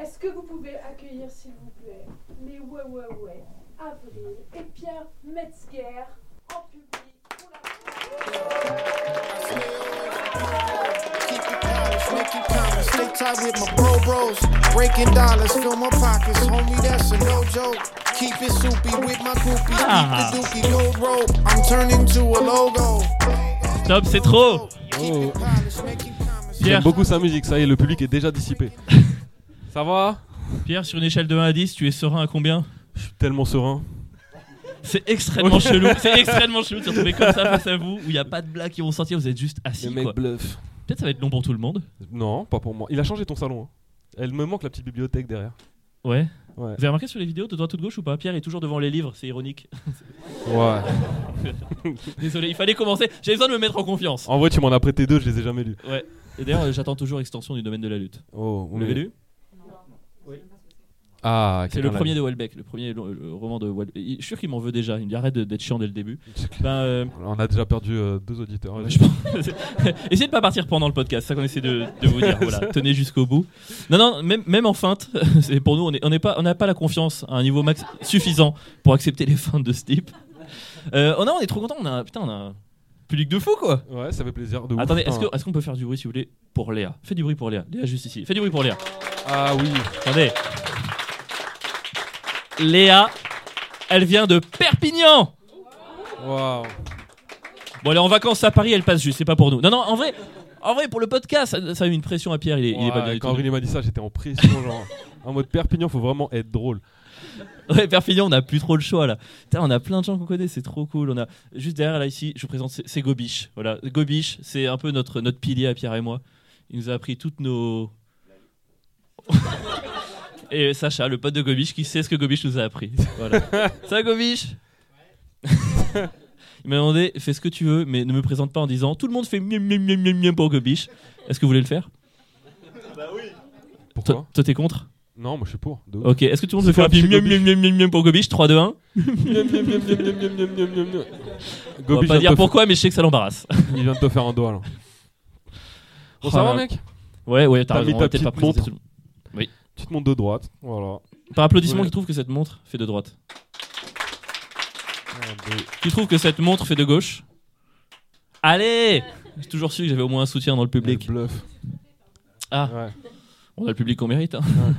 Est-ce que vous pouvez accueillir, s'il vous plaît, les ouais, Avril et Pierre Metzger en public pour la Stay tight with my bros, breaking dollars, fill my pockets, homie, that's a no joke. Keep it soupy with my groupies, keep the dookie gold rope. I'm turning to a logo. Stop, c'est trop. Oh. J'aime beaucoup sa musique, ça y est, le public est déjà dissipé. Ça va ? Pierre, sur une échelle de 1 à 10, tu es serein à combien ? Je suis tellement serein. C'est extrêmement chelou. C'est extrêmement chelou de se retrouver comme ça face à vous, où il n'y a pas de blagues qui vont sortir, vous êtes juste assis. Le mec bluff. Peut-être ça va être long pour tout le monde. Non, pas pour moi. Il a changé ton salon. Hein. Elle me manque la petite bibliothèque derrière. Ouais. Ouais. Vous avez remarqué sur les vidéos de droite ou de gauche ou pas ? Pierre est toujours devant les livres, c'est ironique. Ouais. Désolé, il fallait commencer. J'avais besoin de me mettre en confiance. En vrai, tu m'en as prêté 2, je les ai jamais lus. Ouais. Et d'ailleurs, j'attends toujours extension du domaine de la lutte. Oh, Vous l'avez lu ? Oui. Ah, c'est le premier de Houellebecq, le premier roman de Houellebecq. Je suis sûr qu'il m'en veut déjà. Il me dit arrête d'être chiant dès le début. On a déjà perdu 2 auditeurs. Essayez de pas partir pendant le podcast, c'est ça qu'on essaie de vous dire. Voilà, tenez jusqu'au bout. Non, même en feinte, c'est pour nous, on n'a pas la confiance à un niveau max suffisant pour accepter les feintes de ce type. On est trop content. On a un public de fou quoi. Ouais, ça fait plaisir. De ouf. Attendez, est-ce qu'on peut faire du bruit s'il vous plaît pour Léa ? Fais du bruit pour Léa. Léa juste ici. Fais du bruit pour Léa. Ah oui. Attendez. Léa, elle vient de Perpignan. Waouh. Bon, elle est en vacances à Paris, elle passe juste, c'est pas pour nous. Non, en vrai, pour le podcast, ça a mis une pression à Pierre, il est pas bien. Quand Avril m'a dit ça, j'étais en pression, genre. En mode Perpignan, faut vraiment être drôle. Ouais, Perpignan, on a plus trop le choix là. Putain, on a plein de gens qu'on connaît, c'est trop cool. On a juste derrière là ici, je vous présente, c'est Gobiche. Voilà, Gobiche, c'est un peu notre pilier à Pierre et moi. Il nous a appris toutes nos. Et Sacha, le pote de Gobiche, qui sait ce que Gobiche nous a appris. Voilà. Ça, Gobiche. Il m'a demandé, fais ce que tu veux, mais ne me présente pas en disant tout le monde fait miam pour Gobiche. Est-ce que vous voulez le faire ? Bah oui. Pourquoi ? Toi, t'es contre ? Non, moi je suis pour. Ok, est-ce que tout le monde veut faire miam pour Gobiche ? 3, 2, 1. On va pas dire pourquoi, mais je sais que ça l'embarrasse. Il vient de te faire un doigt là. Bon, ça va, mec ? Ouais, t'as raison. Mis ta petite montre. Oui. Petite montre de droite, voilà. Par applaudissement, qui trouve que cette montre fait de droite ? Qui trouve que cette montre fait de gauche ? Allez ! J'ai toujours su que j'avais au moins un soutien dans le public. Bluff. Ah, ouais. On a le public qu'on mérite. Hein.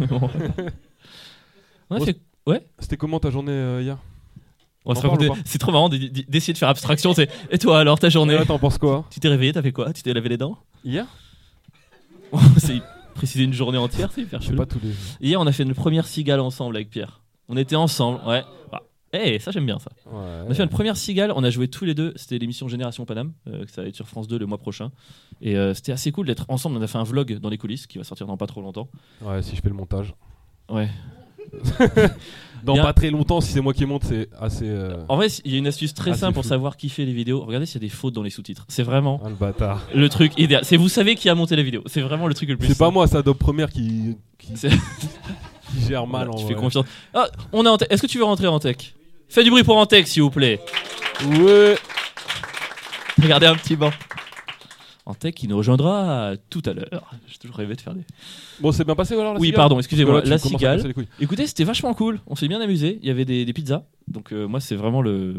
Ouais. C'était comment ta journée hier ? C'est trop marrant d'essayer de faire abstraction. Et toi alors, ta journée ? Ouais, t'en penses quoi ? Tu t'es réveillé, t'as fait quoi ? Tu t'es lavé les dents ? Hier ? C'est préciser une journée entière, c'est hyper chelou. Pas tous les jours. Hier, on a fait une première cigale ensemble avec Pierre. On était ensemble, ouais. Ça j'aime bien ça. Ouais. On a fait une première cigale, on a joué tous les deux. C'était l'émission Génération Paname, ça va être sur France 2 le mois prochain. Et c'était assez cool d'être ensemble. On a fait un vlog dans les coulisses qui va sortir dans pas trop longtemps. Ouais, si je fais le montage. Ouais. Dans pas très longtemps, si c'est moi qui monte, c'est assez. En vrai, il y a une astuce très simple pour savoir qui fait les vidéos. Regardez s'il y a des fautes dans les sous-titres. C'est vraiment le bâtard. Le truc idéal. C'est vous savez qui a monté la vidéo. C'est vraiment le truc le plus. C'est pas moi, c'est Adobe Premiere qui gère mal. Tu fais confiance. Ah, on est en tech. Est-ce que tu veux rentrer en tech ? Fais du bruit pour en tech, s'il vous plaît. Ouais. Regardez un petit banc. En tech qui nous rejoindra tout à l'heure. J'ai toujours rêvé de faire des. Bon, c'est bien passé alors la Oui, cigale. pardon, excusez-moi. Là, la cigale. Écoutez, c'était vachement cool. On s'est bien amusé. Il y avait des pizzas. Donc, moi, c'est vraiment le.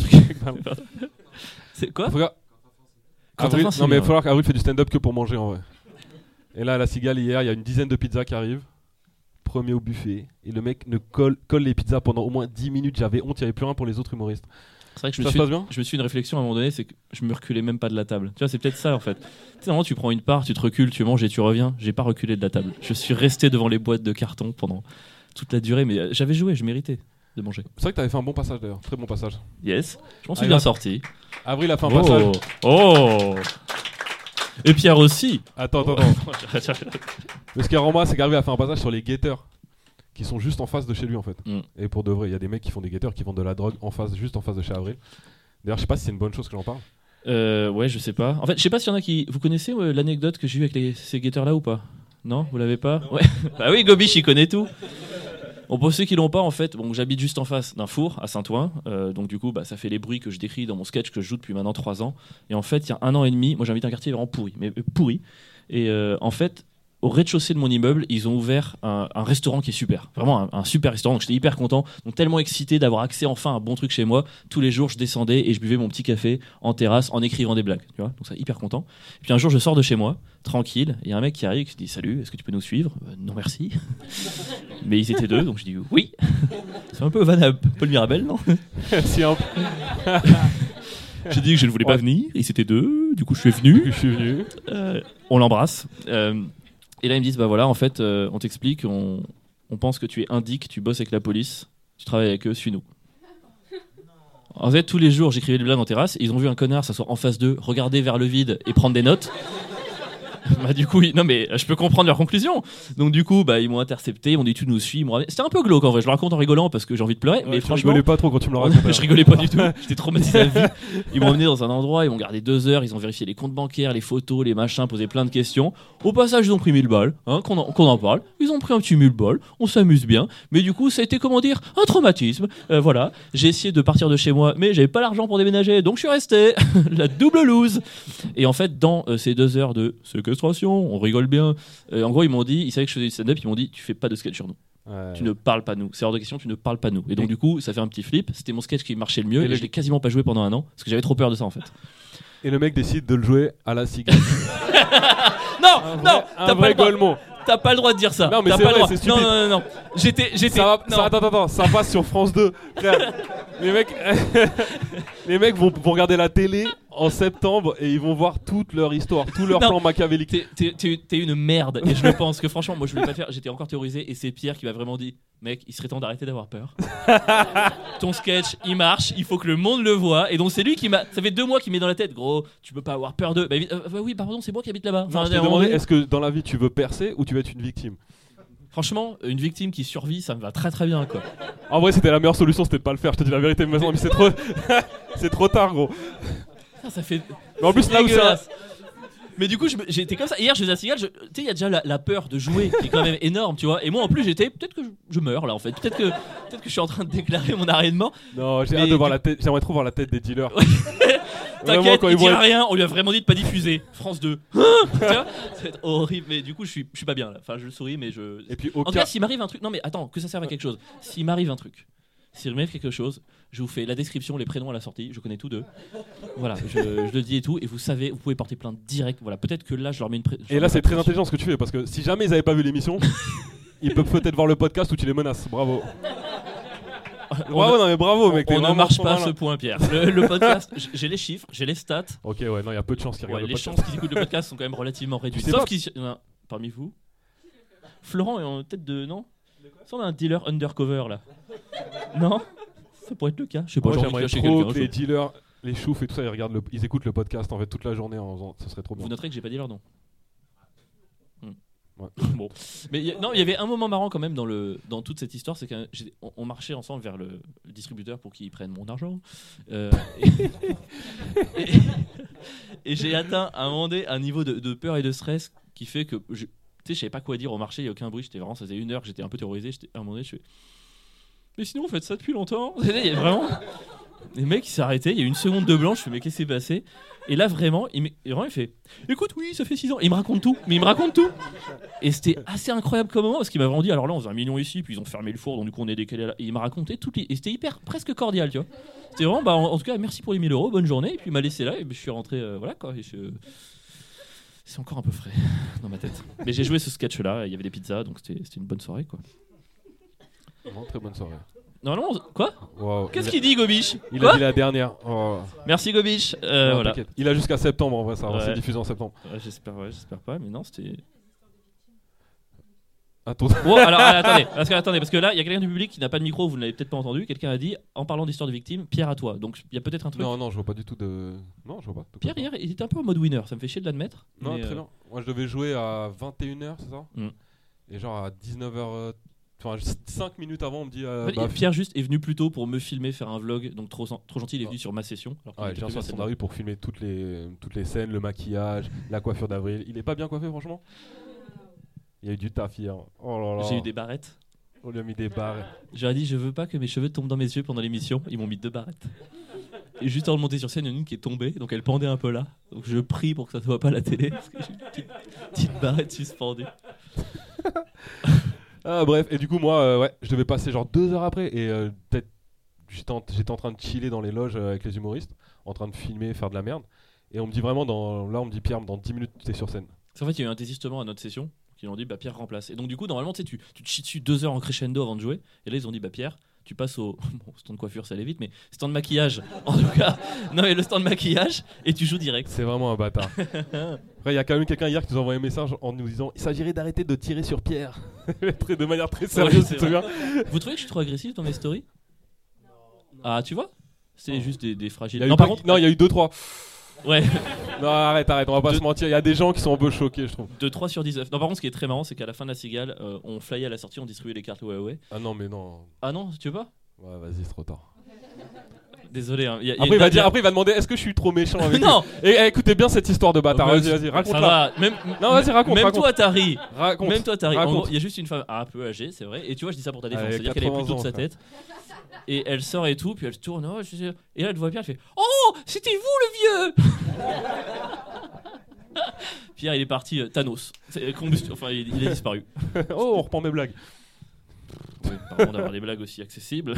C'est quoi Avril, non, mais il va falloir qu'Avril fait du stand-up que pour manger en vrai. Et là, à la cigale, hier, il y a une dizaine de pizzas qui arrivent. Premier au buffet. Et le mec ne colle les pizzas pendant au moins 10 minutes. J'avais honte, il n'y avait plus rien pour les autres humoristes. C'est vrai que je me suis une réflexion à un moment donné, c'est que je me reculais même pas de la table. Tu vois, c'est peut-être ça en fait. Tu sais, vraiment, tu prends une part, tu te recules, tu manges et tu reviens. J'ai pas reculé de la table. Je suis resté devant les boîtes de carton pendant toute la durée, mais j'avais joué, je méritais de manger. C'est vrai que t'avais fait un bon passage d'ailleurs, très bon passage. Yes, je m'en suis bien sorti. Avril a fait un passage. Oh. Et Pierre aussi. Attends. Mais ce qui est rend moi, c'est qu'Avril a fait un passage sur les guetteurs. Qui sont juste en face de chez lui en fait. Et pour de vrai, il y a des mecs qui font des guetteurs qui vendent de la drogue juste en face de chez Avril. D'ailleurs, je sais pas si c'est une bonne chose que j'en parle. Ouais, je sais pas. En fait, je sais pas s'il y en a qui. Vous connaissez l'anecdote que j'ai eue avec ces guetteurs là ou pas ? Non, vous l'avez pas ? Ouais. Bah oui, Gobiche, il connaît tout. Bon, pour ceux qui l'ont pas, en fait, bon, j'habite juste en face d'un four à Saint-Ouen. Donc du coup, ça fait les bruits que je décris dans mon sketch que je joue depuis maintenant 3 ans. Et en fait, il y a 1 an et demi, moi j'habite un quartier vraiment pourri, mais pourri. Et en fait. au rez-de-chaussée de mon immeuble, ils ont ouvert un restaurant qui est super. Vraiment un super restaurant. Donc j'étais hyper content. Donc tellement excité d'avoir accès enfin à un bon truc chez moi. Tous les jours, je descendais et je buvais mon petit café en terrasse en écrivant des blagues. Tu vois, donc ça, hyper content. Et puis un jour, je sors de chez moi, tranquille. Il y a un mec qui arrive et qui dit salut, est-ce que tu peux nous suivre ? Non, merci. Mais ils étaient 2, donc je dis oui. C'est un peu van à Paul Mirabel, non ? Si, un peu. J'ai dit que je ne voulais pas venir. Ils étaient 2, du coup je suis venu. On l'embrasse. Et là ils me disent bah voilà, en fait on t'explique, on pense que tu es indique, tu bosses avec la police, tu travailles avec eux, suis-nous. En fait tous les jours j'écrivais des blagues en terrasse, et ils ont vu un connard s'asseoir en face d'eux, regarder vers le vide et prendre des notes. Bah du coup non mais je peux comprendre leur conclusion. Donc du coup bah ils m'ont intercepté, ils m'ont dit tu nous suis, c'était un peu glauque en vrai, je le raconte en rigolant parce que j'ai envie de pleurer, mais franchement je rigolais pas trop quand tu me le racontais. Je rigolais pas du tout, j'étais traumatisé à vie. Ils m'ont emmené dans un endroit, ils m'ont gardé 2 heures, ils ont vérifié les comptes bancaires, les photos, les machins, posé plein de questions. Au passage ils ont pris 1000 balles, hein, qu'on en parle. Ils ont pris un petit 1000 balles, on s'amuse bien, mais du coup ça a été comment dire un traumatisme. Voilà, j'ai essayé de partir de chez moi, mais j'avais pas l'argent pour déménager, donc je suis resté. La double lose. Et en fait dans ces 2 heures de séquestration, on rigole bien. En gros, ils m'ont dit, ils savaient que je faisais du stand-up, ils m'ont dit, tu fais pas de sketch sur nous. Ouais. Tu ne parles pas nous. C'est hors de question, tu ne parles pas nous. Et donc, du coup, ça fait un petit flip. C'était mon sketch qui marchait le mieux et je l'ai quasiment pas joué pendant 1 an parce que j'avais trop peur de ça en fait. Et le mec décide de le jouer à la cigale. Non, t'as pas le droit. T'as pas le droit de dire ça. Non, mais t'as c'est pas vrai, le droit. c'est stupide. Non. J'étais. Attends, ça passe sur France 2. Frère, les mecs vont regarder la télé en septembre et ils vont voir toute leur histoire, tout leur plan machiavélique. T'es une merde et je le pense que franchement, moi je voulais pas le faire. J'étais encore terrorisé et c'est Pierre qui m'a vraiment dit, mec, il serait temps d'arrêter d'avoir peur. Ton sketch, il marche, il faut que le monde le voit. Et donc c'est lui qui m'a. Ça fait 2 mois qu'il met dans la tête, gros, tu peux pas avoir peur d'eux. Bah oui, pardon, c'est moi qui habite là-bas. Enfin, je t'ai demandé, est-ce que dans la vie tu veux percer ou tu veux être une victime ? Franchement, une victime qui survit, ça me va très très bien quoi. En vrai, c'était la meilleure solution, c'était de pas le faire. Je te dis la vérité, mais c'est trop tard, gros. Ça fait. Mais en plus là où ça. Mais du coup, j'étais comme ça. Hier, je faisais la cigale. Tu sais, il y a déjà la peur de jouer qui est quand même énorme, tu vois. Et moi, en plus, j'étais. Peut-être que je meurs là, en fait. Peut-être que je suis en train de déclarer mon arrêt de mort. Non, j'ai hâte de voir la tête. J'aimerais trop voir la tête des dealers. T'inquiète, il dira rien. On lui a vraiment dit de pas diffuser. France 2. Tu vois, ça va être horrible. Mais du coup, je suis pas bien là. Enfin, je souris, mais je. Et puis, en tout cas, s'il m'arrive un truc. Non, mais attends, que ça serve à quelque chose. S'il m'arrive un truc. S'il m'arrive quelque chose, je vous fais la description, les prénoms à la sortie, je connais tous 2. Voilà, je le dis et tout, et vous savez, vous pouvez porter plainte direct. Voilà, peut-être que là, je leur mets une. Et là, c'est très intelligent ce que tu fais, parce que si jamais ils avaient pas vu l'émission, ils peuvent peut-être voir le podcast où tu les menaces. Bravo. Bravo, mec. On ne marche pas à ce point, Pierre. Le podcast, j'ai les chiffres, j'ai les stats. Ok, ouais, non, il y a peu de chances qu'ils regardent le podcast. Les chances qu'ils écoutent le podcast sont quand même relativement réduites. Sauf qu'il y en a parmi vous. Florent est en tête de. Non ? Ça, on a un dealer undercover là. Non ? Ça pourrait être le cas. Je sais pas, j'aimerais trop que les dealers, les choufs et tout ça, ils écoutent le podcast en fait toute la journée en faisant. Ça serait trop bien. Vous noterez que j'ai pas dit leur nom. Ouais. Bon. Mais il y avait un moment marrant quand même dans toute cette histoire, c'est qu'on marchait ensemble vers le distributeur pour qu'il prenne mon argent. Et j'ai atteint à un moment donné un niveau de peur et de stress qui fait que je savais pas quoi dire au marché, il n'y a aucun bruit, ça faisait 1 heure que j'étais un peu terrorisé, à un moment donné je fais mais sinon on fait ça depuis longtemps. Il y a vraiment les mecs il s'est arrêté, il y a 1 seconde de blanc, je fais mais qu'est-ce qui s'est passé, et là vraiment il fait écoute oui ça fait 6 ans, et il me raconte tout, et c'était assez incroyable comme moment parce qu'il m'a vraiment dit alors là on faisait 1 million ici puis ils ont fermé le four donc du coup on est décalé là, et il m'a raconté tout et c'était presque cordial tu vois, c'était vraiment en tout cas merci pour les 1000 €, bonne journée, et puis il m'a laissé là et je suis rentré voilà quoi, et c'est encore un peu frais dans ma tête. Mais j'ai joué ce sketch-là, il y avait des pizzas, donc c'était une bonne soirée, quoi. Vraiment très bonne soirée. Normalement, quoi ? Wow. Qu'est-ce qu'il dit, Gobiche ? Il a dit la dernière. Oh. Merci, Gobiche. Voilà. Il a jusqu'à septembre, en vrai, ça va, c'est diffusé en septembre. J'espère pas, mais non, c'était... Bon, alors attendez, parce que là, il y a quelqu'un du public qui n'a pas de micro, vous ne l'avez peut-être pas entendu. Quelqu'un a dit, en parlant d'histoire de victimes, Pierre à toi. Donc il y a peut-être un truc. Non, je vois pas du tout de. Non, je vois pas. Pierre, hier, il était un peu en mode winner, ça me fait chier de l'admettre. Non, très bien. Moi, je devais jouer à 21h, c'est ça ? Et genre à 19h. Enfin, 5 minutes avant, on me dit. Pierre juste est venu plus tôt pour me filmer, faire un vlog, donc trop gentil, il est venu sur ma session. Ouais, j'ai reçu son pour filmer toutes les scènes, le maquillage, la coiffure d'Avril. Il est pas bien coiffé, franchement ? Il y a eu du taf hier. Oh là là. J'ai eu des barrettes. On lui a mis des barrettes. J'aurais dit je veux pas que mes cheveux tombent dans mes yeux pendant l'émission. Ils m'ont mis 2 barrettes. Et juste avant de monter sur scène, il y en a une qui est tombée, donc elle pendait un peu là. Donc je prie pour que ça ne se voit pas à la télé, parce que j'ai une petite barrette suspendue. Bref, et du coup, moi, je devais passer genre 2 heures après, et peut-être j'étais en train de chiller dans les loges avec les humoristes, en train de filmer, faire de la merde. Et on me dit vraiment, on me dit Pierre, dans 10 minutes, t'es sur scène. En fait, il y a eu un désistement à notre session, qui ont dit, Pierre remplace. Et donc, du coup, normalement, tu te chies dessus 2 heures en crescendo avant de jouer. Et là, ils ont dit, Pierre, tu passes au stand de coiffure, ça allait vite, mais stand de maquillage. En tout cas, non, mais le stand de maquillage, et tu joues direct. C'est vraiment un bâtard. Après, il y a quand même quelqu'un hier qui nous a envoyé un message en nous disant il s'agirait d'arrêter de tirer sur Pierre. De manière très sérieuse, c'est vrai. Vous trouvez que je suis trop agressif dans mes stories ? Ah, tu vois ? C'est juste des fragiles. Non, par contre, il y a eu 2-3. Ouais. Non, arrête, on va pas se mentir. Il y a des gens qui sont un peu choqués, je trouve. De 3 sur 19. Non, par contre, ce qui est très marrant, c'est qu'à la fin de la cigale, on flyait à la sortie, on distribuait les cartes ouais. Ah non, mais non. Ah non, tu veux pas ? Ouais, vas-y, c'est trop tard. Désolé. Hein. Après, il va demander est-ce que je suis trop méchant avec non. Et écoutez bien cette histoire de bâtard. Vas-y, raconte-la. Non, vas-y, raconte. Même toi, t'as ri. Même toi, t'as ri. En gros, il y a juste une femme un peu âgée, c'est vrai. Et tu vois, je dis ça pour ta défense. C'est-à-dire qu'elle est plutôt de sa tête. Et elle sort et tout, puis elle se tourne. Et là, elle te voit Pierre, elle fait oh, c'était vous le vieux. Pierre, il est parti Thanos. Combustion. Enfin, il est disparu. Oh, on reprend mes blagues. Oui, pardon d'avoir des blagues aussi accessibles.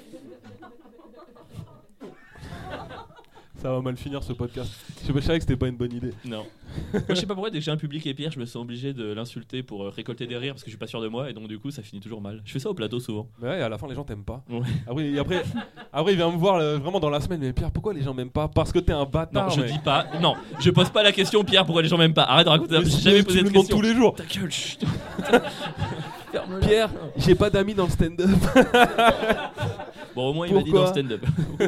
Ça va mal finir ce podcast. Je savais que c'était pas une bonne idée. Non. Moi, je sais pas pourquoi, dès que j'ai un public et Pierre, je me sens obligé de l'insulter pour récolter des rires parce que je suis pas sûr de moi et donc du coup ça finit toujours mal. Je fais ça au plateau souvent. Mais ouais, à la fin les gens t'aiment pas. Ouais. Après il vient me voir vraiment dans la semaine. Mais Pierre, pourquoi les gens m'aiment pas ? Parce que t'es un bâtard. Non, je dis pas. Non, je pose pas la question Pierre pourquoi les gens m'aiment pas. Arrête de raconter. J'ai jamais posé de question. Tous les jours. Ta gueule. Chut. Pierre, j'ai pas d'amis dans le stand-up. Bon, au moins il m'a dit dans le stand-up.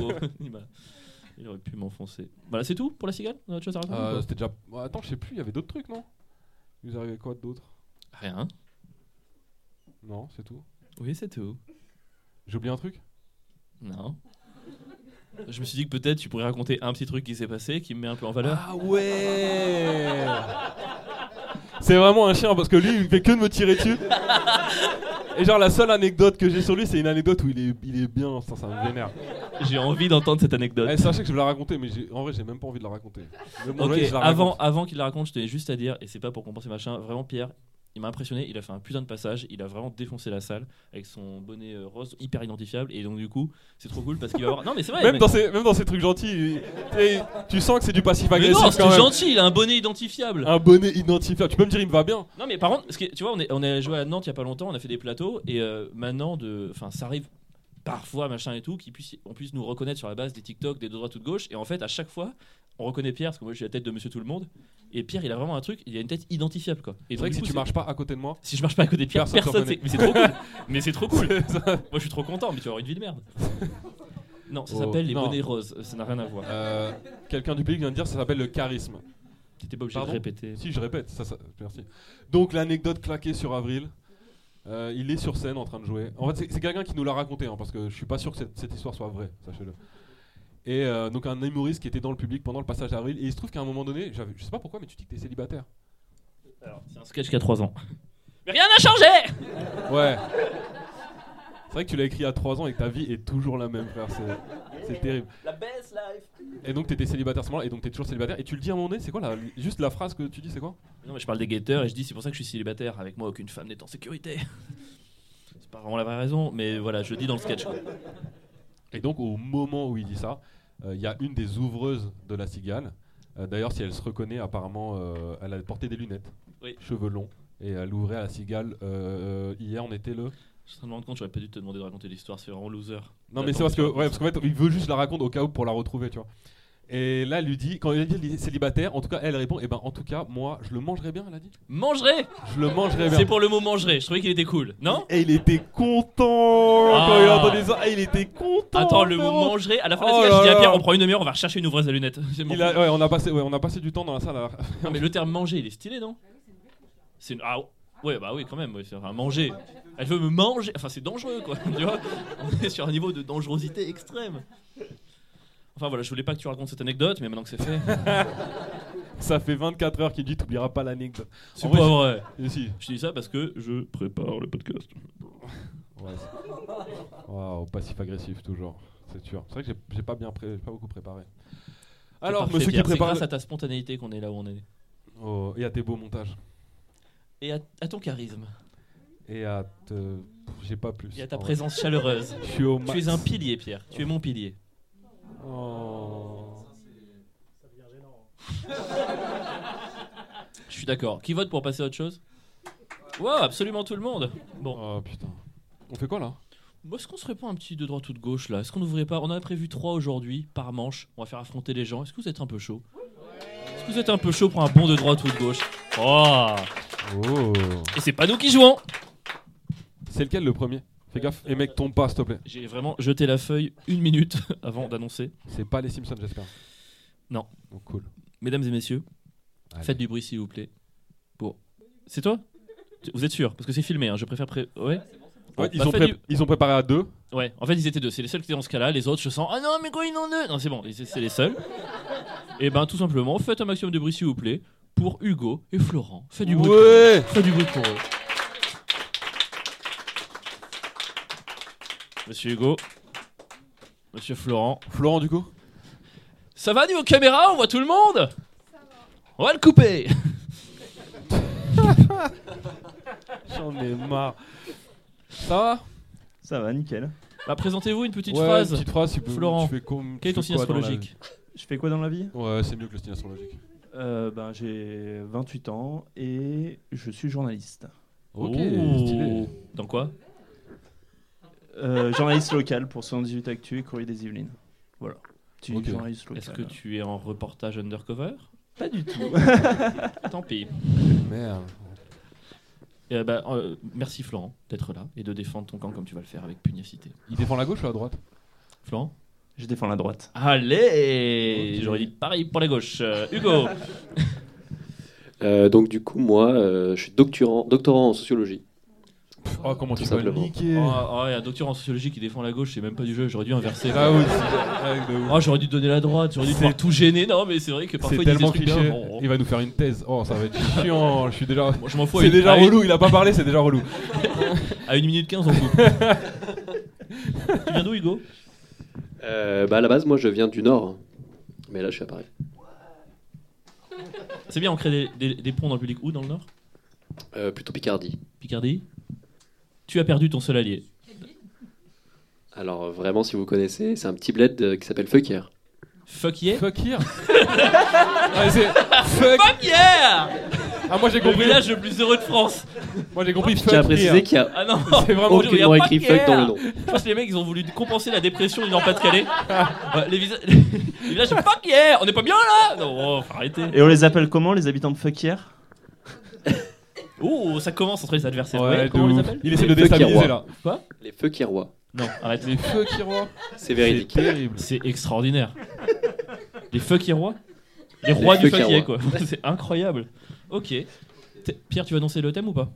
Il aurait pu m'enfoncer. Voilà, c'est tout pour la cigale ? On a autre chose à raconter C'était déjà. Attends, je sais plus, il y avait d'autres trucs, non ? Il vous arrivait quoi d'autre ? Rien. Non, c'est tout. Oui, c'est tout. J'ai oublié un truc ? Non. Je me suis dit que peut-être tu pourrais raconter un petit truc qui s'est passé qui me met un peu en valeur. Ah ouais. C'est vraiment un chien parce que lui il fait que de me tirer dessus. Et genre la seule anecdote que j'ai sur lui c'est une anecdote où il est bien, ça me vénère. J'ai envie d'entendre cette anecdote. Sachez que je vais la raconter mais en vrai j'ai même pas envie de la raconter. Ok, avant qu'il la raconte je tenais juste à dire, et c'est pas pour compenser machin, vraiment Pierre, il m'a impressionné, il a fait un putain de passage, il a vraiment défoncé la salle avec son bonnet rose hyper identifiable et donc du coup c'est trop cool parce qu'il va avoir... Non mais c'est vrai. Même dans ces trucs gentils, tu sens que c'est du passif agressif. Mais non, c'est gentil, il a un bonnet identifiable. Un bonnet identifiable, tu peux me dire il me va bien. Non mais par contre, parce que, tu vois on est joué à Nantes il y a pas longtemps, on a fait des plateaux et maintenant ça arrive parfois machin et tout qu'on puisse nous reconnaître sur la base des TikTok, des de droite ou de gauche et en fait à chaque fois on reconnaît Pierre parce que moi j'ai la tête de Monsieur Tout le Monde et Pierre il a vraiment un truc, il a une tête identifiable quoi. Et c'est vrai que si tu marches pas à côté de moi, si je marche pas à côté de Pierre, personne sait. Mais c'est trop cool. Mais c'est trop cool. Moi je suis trop content, mais tu vas avoir une vie de merde. Non, ça s'appelle les bonnets roses, ça n'a rien à voir. Quelqu'un du public vient de dire ça s'appelle le charisme. T'étais pas obligé de répéter. Si je répète, ça merci. Donc l'anecdote claquée sur Avril. Il est sur scène en train de jouer. En fait, c'est quelqu'un qui nous l'a raconté, parce que je suis pas sûr que cette histoire soit vraie, sachez-le. Et donc un humoriste qui était dans le public pendant le passage d'Avril. Et il se trouve qu'à un moment donné, je sais pas pourquoi, mais tu dis que t'es célibataire. Alors, c'est un sketch qui a 3 ans. Mais rien n'a changé. Ouais. C'est vrai que tu l'as écrit à 3 ans et que ta vie est toujours la même, frère. C'est terrible. La best life. Et donc t'étais célibataire à ce moment-là, et donc t'es toujours célibataire. Et tu le dis à un moment donné, c'est quoi juste la phrase que tu dis, c'est quoi ? Non, mais je parle des guetteurs et je dis c'est pour ça que je suis célibataire. Avec moi, aucune femme n'est en sécurité. C'est pas vraiment la vraie raison, mais voilà, je le dis dans le sketch. Et donc au moment où il dit ça, il y a une des ouvreuses de la Cigale. D'ailleurs, si elle se reconnaît, apparemment, elle a porté des lunettes, cheveux longs, et elle ouvrait à la Cigale. Hier, on était le... Je suis en train de me rendre compte, j'aurais pas dû te demander de raconter l'histoire, c'est vraiment loser. Non, mais c'est parce qu'en fait, il veut juste la raconter au cas où pour la retrouver, tu vois. Et là, elle lui dit, quand il a dit qu'il est célibataire, en tout cas, elle répond, en tout cas, moi, je le mangerais bien, elle a dit. Mangerais ? Je le mangerais bien. C'est pour le mot mangerais, je trouvais qu'il était cool, non ? Et il était content quand il a entendu ça. Et il était content. Attends, le mot mangerais, à la fin de la je dis à Pierre, on prend une demi-heure, on va rechercher une ouvreuse à lunettes. On a passé du temps dans la salle. Non, mais le terme manger, il est stylé, non ? Ouais, bah oui, quand même, c'est un manger. Elle veut me manger, enfin c'est dangereux quoi, tu vois. On est sur un niveau de dangerosité extrême. Enfin voilà, je voulais pas que tu racontes cette anecdote, mais maintenant que c'est fait. Ça fait 24 heures qu'il dit t'oublieras pas l'anecdote. C'est pas vrai. Si. Je dis ça parce que je prépare le podcast. Waouh, passif-agressif toujours, c'est sûr. C'est vrai que j'ai pas beaucoup préparé. Alors, Alors, monsieur qui Pierre, c'est prépare. grâce à ta spontanéité qu'on est là où on est. Oh, et à tes beaux montages. Et à ton charisme. Et à te. J'ai pas plus. Et à ta présence chaleureuse. Je suis au max. Tu es un pilier, Pierre. Tu es mon pilier. Oh. Ça devient gênant. Je suis d'accord. Qui vote pour passer à autre chose? Wow, absolument tout le monde. Bon. Oh putain. On fait quoi là? Est-ce qu'on se ferait pas un petit de droite ou de gauche là? Est-ce qu'on n'ouvrait pas? On avait prévu 3 aujourd'hui par manche. On va faire affronter les gens. Est-ce que vous êtes un peu chaud? Est-ce que vous êtes un peu chaud pour un bon de droite ou de gauche? Oh. Et c'est pas nous qui jouons. C'est lequel le premier? Fais gaffe. Et mec, tombe pas s'il te plaît. J'ai vraiment jeté la feuille 1 minute avant d'annoncer. C'est pas les Simpsons, j'espère. Non. Oh, cool. Mesdames et messieurs, Allez. faites du bruit s'il vous plaît. Bon. C'est toi? Vous êtes sûr? Parce que c'est filmé, hein. Je préfère Ouais. Bon, Ouais, bah, ils ont préparé à 2. Ouais, en fait ils étaient 2, c'est les seuls qui étaient dans ce cas-là, les autres je sens ah non mais quoi ils en ont 2. Non c'est bon, c'est les seuls. Et ben tout simplement, faites un maximum de bruit s'il vous plaît pour Hugo et Florent. Faites du bruit. Ouais. Faites du bruit pour eux. Monsieur Hugo. Monsieur Florent. Florent du coup. Ça va niveau caméra, on voit tout le monde? On va le couper. J'en ai marre. Ça va? Ça va, nickel. Bah présentez-vous une petite Ouais, phrase. une petite phrase, si vous- Florent, tu fais comme- quel est tu ton fais signe quoi dans la astrologique? Je fais quoi dans la vie? vie? Ouais, c'est mieux que le signe astrologique. J'ai 28 ans et je suis journaliste. Ok, Oh. stylé. Dans quoi? Journaliste local pour 78 Actu et Courrier des Yvelines. Voilà. Petit Ok. journaliste local. Est-ce que tu es en reportage undercover? Pas du tout. Tant pis. Merde. Merci Florent d'être là et de défendre ton camp comme tu vas le faire avec pugnacité. Il défend la gauche ou la droite? Florent? Je défends la droite. Allez, Ok. j'aurais dit pareil pour la gauche. Hugo? Donc du coup, moi, je suis doctorant en sociologie. Oh, comment Tout tu vas le simplement. niquer. Oh, il y a un docteur en sociologie qui défend la gauche, c'est même pas du jeu, j'aurais dû inverser. Ah oui, c'est de ouf. Oh, j'aurais dû donner la droite, j'aurais dû te faire tout gêner. Non, mais c'est vrai que parfois C'est il dit des tellement trucs cliché. bien. Bon, Il va nous faire une thèse. Oh, ça va être chiant. Je suis déjà. moi, je m'en fous. C'est déjà à une- relou. Il a pas parlé, c'est déjà relou. À 1 minute 15, on coupe. Tu viens d'où, Hugo? À la base, moi, je viens du Nord. Mais là, je suis à Paris. C'est bien, on crée des ponts dans le public. Où dans le Nord? Plutôt Picardie. Picardie? Tu as perdu ton seul allié. Alors, vraiment, si vous connaissez, c'est un petit bled qui s'appelle Feuquier. Fuck yeah? Fuck here. Ouais, c'est fuck. Fuck yeah! Ah, moi j'ai Le compris. village le plus heureux de France. Moi j'ai compris Je tiens à fuck préciser here. qu'il y a Ah non, C'est vraiment il y a aucunement fuck écrit fuck yeah. dans le nom. Je pense que les mecs ils ont voulu compenser la dépression du Nord-Pas-de-Calais. Ouais, les villages fuck yeah! On est pas bien là? Non, faut arrêter. Et on les appelle comment, les habitants de Feuquier? Oh, ça commence entre les adversaires. Ouais, Ouais, de comment on les ouf. appelle? Il essaie de Les déstabiliser Fuckirois. là. Quoi? Les Feuquierois. Non, arrête. Les fuck here. C'est C'est véridique. terrible. C'est extraordinaire. Les fuck rois? Les rois du fuck fuck rois. quoi. C'est incroyable. Ok. Pierre, tu vas annoncer le thème ou pas?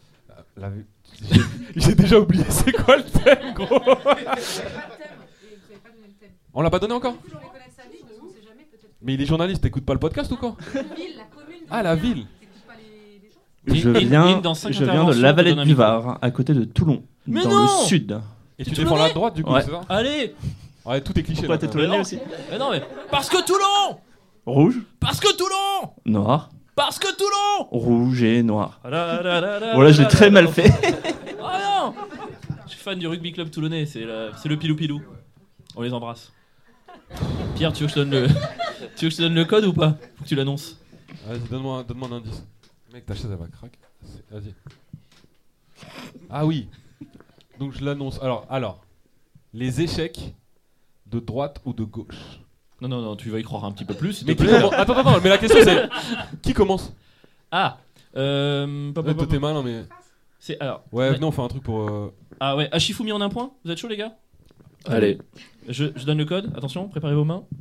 J'ai déjà oublié c'est quoi le thème, gros. Vous n'avez pas de thème et vous n'avez pas donné le thème. On l'a pas donné encore. Toujours les connaître sa vie, parce qu'on sait jamais, peut-être. Mais il est journaliste, t'écoutes pas le podcast ou quoi? La ville, la commune. Ah, la ville. T'écoutes pas les gens. Je Lynn, viens dans 5 de la interventions, vallée te donne un du micro. Var, à côté de Toulon, Mais dans non le sud. Et tu Tu défends connais la droite du coup, Ouais. c'est ça? Allez! Ouais, tout est cliché Pourquoi là. t'es Mais Toulonnais non. aussi? Mais non, mais. Parce que Toulon! Rouge, Parce que Toulon! noir, Parce que Toulon! rouge et noir. Voilà, Voilà, je l'ai très mal fait. Oh non! Je suis fan du rugby club toulonnais, c'est le pilou-pilou. On les embrasse. Pierre, tu veux que je te donne le code ou pas? Faut que tu l'annonces. Vas-y, donne-moi un indice. Mec, ta chaise elle va craquer. Vas-y. Ah oui. Donc je l'annonce. Alors, les échecs de droite ou de gauche. Non, tu vas y croire un petit peu plus. s'il te Mais qui plaît. commence Attends, mais la question c'est qui commence? Ah! Toi t'es malin mais. C'est alors. Ouais, venez on fait un truc pour. Ah ouais, Shifumi en un point? Vous êtes chaud les gars? Allez. Je donne le code, attention, préparez vos mains.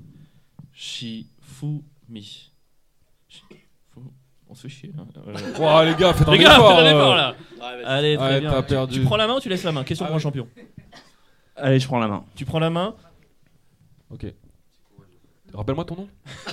Shifumi. On se fait chier. Hein. Ouah les gars, faites un Les gars, effort. faites un effort là! Allez, très Ouais, bien. t'as perdu. Tu prends la main ou tu laisses la main? Question Ah pour un ouais. champion. Allez, je prends la main. Tu prends la main. Ok. Rappelle-moi ton nom.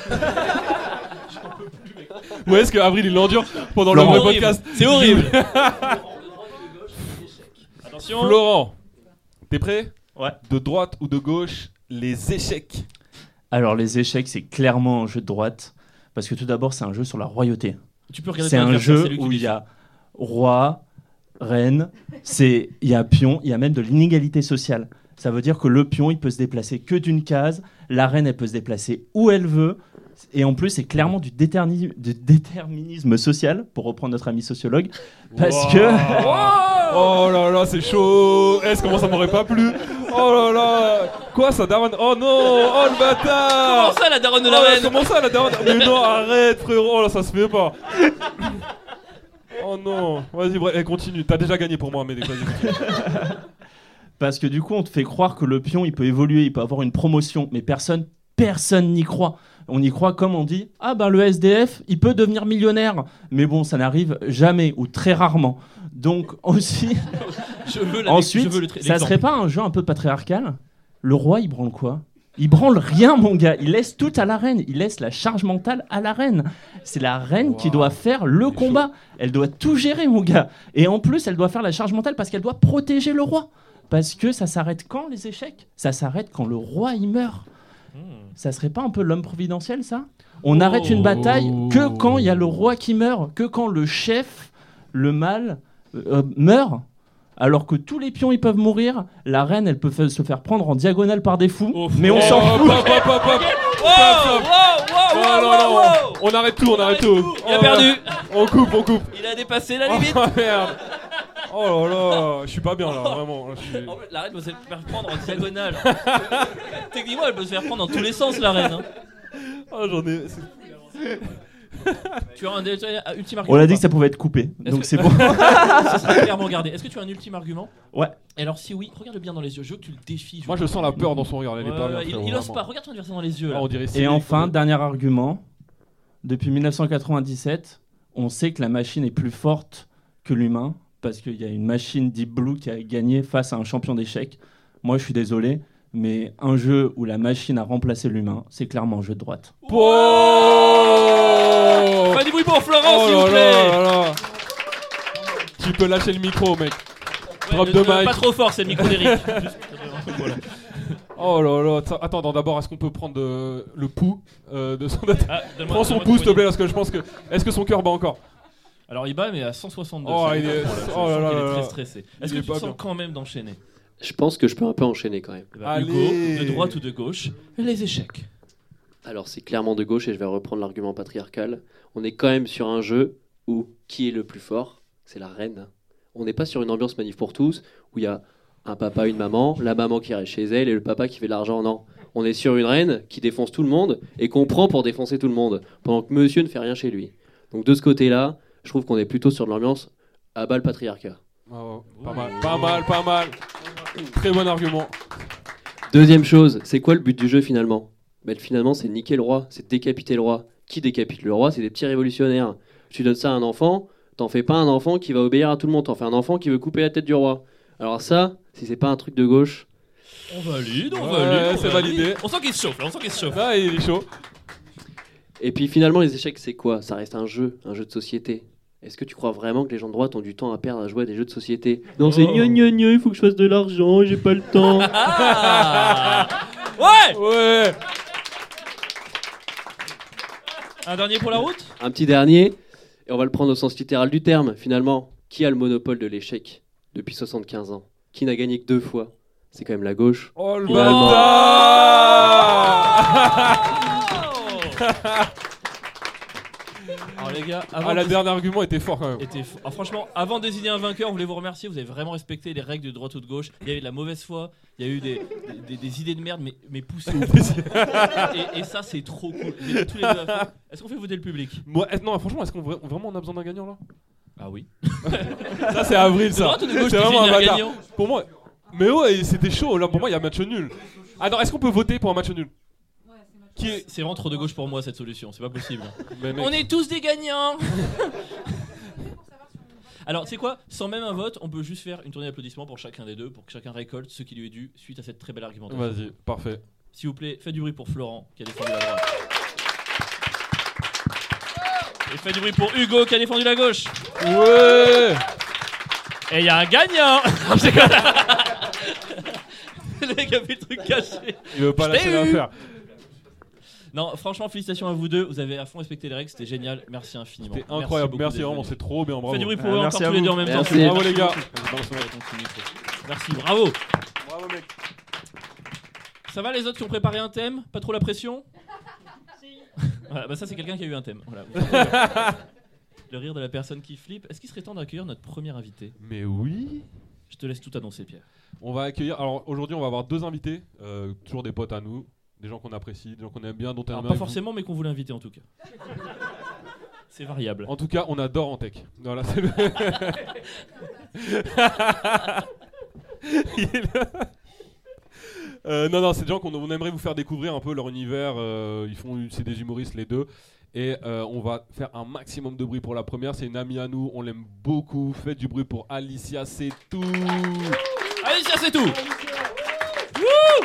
Ouais, est-ce que Avril il l'endure pendant le vrai Horrible. podcast? C'est horrible! Attention. Florent, t'es prêt? Ouais. De droite ou de gauche, les échecs? Alors les échecs, c'est clairement un jeu de droite. Parce que tout d'abord, c'est un jeu sur la royauté. Tu peux regarder C'est ton un adversaire, jeu c'est lui qui où il décide. y a roi, reine, il y a pion, il y a même de l'inégalité sociale. Ça veut dire que le pion, il peut se déplacer que d'une case, la reine, elle peut se déplacer où elle veut, et en plus, c'est clairement du déterminisme social, pour reprendre notre ami sociologue, parce que... Oh là là, c'est chaud. Comment ça m'aurait pas plu? Oh là là. Quoi, ça daronne? Oh non. Oh le bâtard. Comment ça, la daronne de la Oh, reine? comment ça, la daronne? Mais non, arrête, frérot. Oh là, ça se fait pas. Oh non. Vas-y, bref, continue. T'as déjà gagné pour moi, mais vas-y, continue. Parce que du coup, on te fait croire que le pion, il peut évoluer, il peut avoir une promotion, mais personne n'y croit. On y croit comme on dit, ah ben le SDF, il peut devenir millionnaire. Mais bon, ça n'arrive jamais ou très rarement. Donc aussi, ensuite, ça serait pas un jeu un peu patriarcal? Le roi, il branle quoi? Il branle rien, mon gars. Il laisse tout à la reine. Il laisse la charge mentale à la reine. C'est la reine qui doit faire le combat. Elle doit tout gérer, mon gars. Et en plus, elle doit faire la charge mentale parce qu'elle doit protéger le roi. Parce que ça s'arrête quand, les échecs? Ça s'arrête quand le roi, il meurt. Ça serait pas un peu l'homme providentiel, ça? On arrête une bataille que quand il y a le roi qui meurt, que quand le chef, le mâle, meurt. Alors que tous les pions, ils peuvent mourir. La reine, elle peut se faire prendre en diagonale par des fous. Mais on s'en fout. On arrête tout, on arrête tout. Il a perdu. On coupe. Il a dépassé la limite. Oh merde. Oh là là, je suis pas bien là, vraiment. En fait, la reine peut se faire prendre en diagonale. Techniquement, elle peut se faire prendre dans tous les sens, la reine. Hein. Oh, j'en ai. Tu as un ultime argument? On a dit que ça pouvait être coupé, donc c'est bon. Ça sera clairement gardé. Est-ce que tu as un ultime argument? Ouais. Et alors, si oui, regarde-le bien dans les yeux. Je veux que tu le défies. Moi, je sens la peur dans son regard. Elle est pas bien, il ose pas. Regarde ton adversaire dans les yeux. Là. on dirait Et enfin, dernier argument. Depuis 1997, on sait que la machine est plus forte que l'humain. Parce qu'il y a une machine Deep Blue qui a gagné face à un champion d'échecs. Moi, je suis désolé, mais un jeu où la machine a remplacé l'humain, c'est clairement un jeu de droite. Pas du bruit pour Florent, s'il vous plaît. Tu peux lâcher le micro, mec. Drop de mic. Pas trop fort, c'est le micro d'Eric. Voilà. Oh là là. Attends, d'abord, est-ce qu'on peut prendre le pouls de son... Prends son pouls, s'il te plaît, parce que je pense que... Est-ce que son cœur bat encore? Alors il bat mais à 162. Oh, il est très stressé. Est-ce que tu sens quand même d'enchaîner? Je pense que je peux un peu enchaîner quand même. Hugo, de droite ou de gauche, les échecs. Alors c'est clairement de gauche et je vais reprendre l'argument patriarcal. On est quand même sur un jeu où qui est le plus fort? C'est la reine. On n'est pas sur une ambiance manif pour tous où il y a un papa, une maman, la maman qui reste chez elle et le papa qui fait de l'argent. Non. On est sur une reine qui défonce tout le monde et qu'on prend pour défoncer tout le monde pendant que monsieur ne fait rien chez lui. Donc de ce côté-là, je trouve qu'on est plutôt sur de l'ambiance à bas le patriarcat. Oh, pas mal. Très bon argument. Deuxième chose, c'est quoi le but du jeu finalement? Finalement, c'est niquer le roi, c'est décapiter le roi. Qui décapite le roi? C'est des petits révolutionnaires. Tu donnes ça à un enfant, t'en fais pas un enfant qui va obéir à tout le monde, t'en fais un enfant qui veut couper la tête du roi. Alors ça, si c'est pas un truc de gauche... On valide. C'est validé. On sent qu'il se chauffe. Ah, il est chaud. Et puis finalement, les échecs, c'est quoi? Ça reste un jeu de société. Est-ce que tu crois vraiment que les gens de droite ont du temps à perdre à jouer à des jeux de société? Non, c'est gna gna gna, il faut que je fasse de l'argent, j'ai pas le temps. Ouais. Un dernier pour la route? Un petit dernier, et on va le prendre au sens littéral du terme, finalement. Qui a le monopole de l'échec depuis 75 ans? Qui n'a gagné que 2 fois? C'est quand même la gauche. Oh le bâtard. Alors les gars, le dernier argument était fort quand même. Franchement, avant de désigner un vainqueur, on voulait vous remercier. Vous avez vraiment respecté les règles de droite ou de gauche. Il y a eu de la mauvaise foi, il y a eu des idées de merde, mais poussées au fond. et ça, c'est trop cool. Tous les deux à fond. Est-ce qu'on fait voter le public? Non, franchement, est-ce qu'on vraiment on a besoin d'un gagnant là? Ah oui. Ça, c'est Avril, ça. De droite ou de gauche, c'est vraiment un bâtard. gagnant. Pour moi, mais ouais, c'était chaud. Là, pour moi, il y a match nul. Alors, est-ce qu'on peut voter pour un match nul? C'est vraiment trop de gauche pour moi cette solution, c'est pas possible. Mais mec... On est tous des gagnants. Alors, tu sais quoi? Sans même un vote, on peut juste faire une tournée d'applaudissements pour chacun des deux, pour que chacun récolte ce qui lui est dû suite à cette très belle argumentation. Vas-y, parfait. S'il vous plaît, faites du bruit pour Florent qui a défendu la droite. Et faites du bruit pour Hugo qui a défendu la gauche. Ouais. Et il y a un gagnant. C'est quoi le mec a fait le truc caché. Il veut pas lâcher l'affaire. Non, franchement, félicitations à vous deux. Vous avez à fond respecté les règles, c'était génial. Merci infiniment. C'était incroyable. beaucoup Merci d'être vraiment, venus. c'est trop bien. Bravo. Faites du bruit pour eux Merci encore à tous les vous. deux en même temps. Merci. Bravo les gars. Merci, bravo. Bravo mec. Ça va les autres qui ont préparé un thème? Pas trop la pression? Voilà, bah ça c'est quelqu'un qui a eu un thème. Voilà. Le rire de la personne qui flippe. Est-ce qu'il serait temps d'accueillir notre premier invité? Mais oui. Je te laisse tout annoncer, Pierre. On va accueillir. Alors aujourd'hui, on va avoir 2 invités, toujours des potes à nous, des gens qu'on apprécie, des gens qu'on aime bien, dont on Alors, aime pas bien. forcément, mais qu'on voulait inviter en tout cas. C'est variable. En tout cas, on adore Antec. Voilà, c'est le... Il est là. Non, c'est des gens qu'on aimerait vous faire découvrir un peu leur univers. C'est des humoristes les deux. Et on va faire un maximum de bruit pour la première. C'est une amie à nous, on l'aime beaucoup. Faites du bruit pour Alicia, c'est tout. Alicia, c'est tout. Wouh.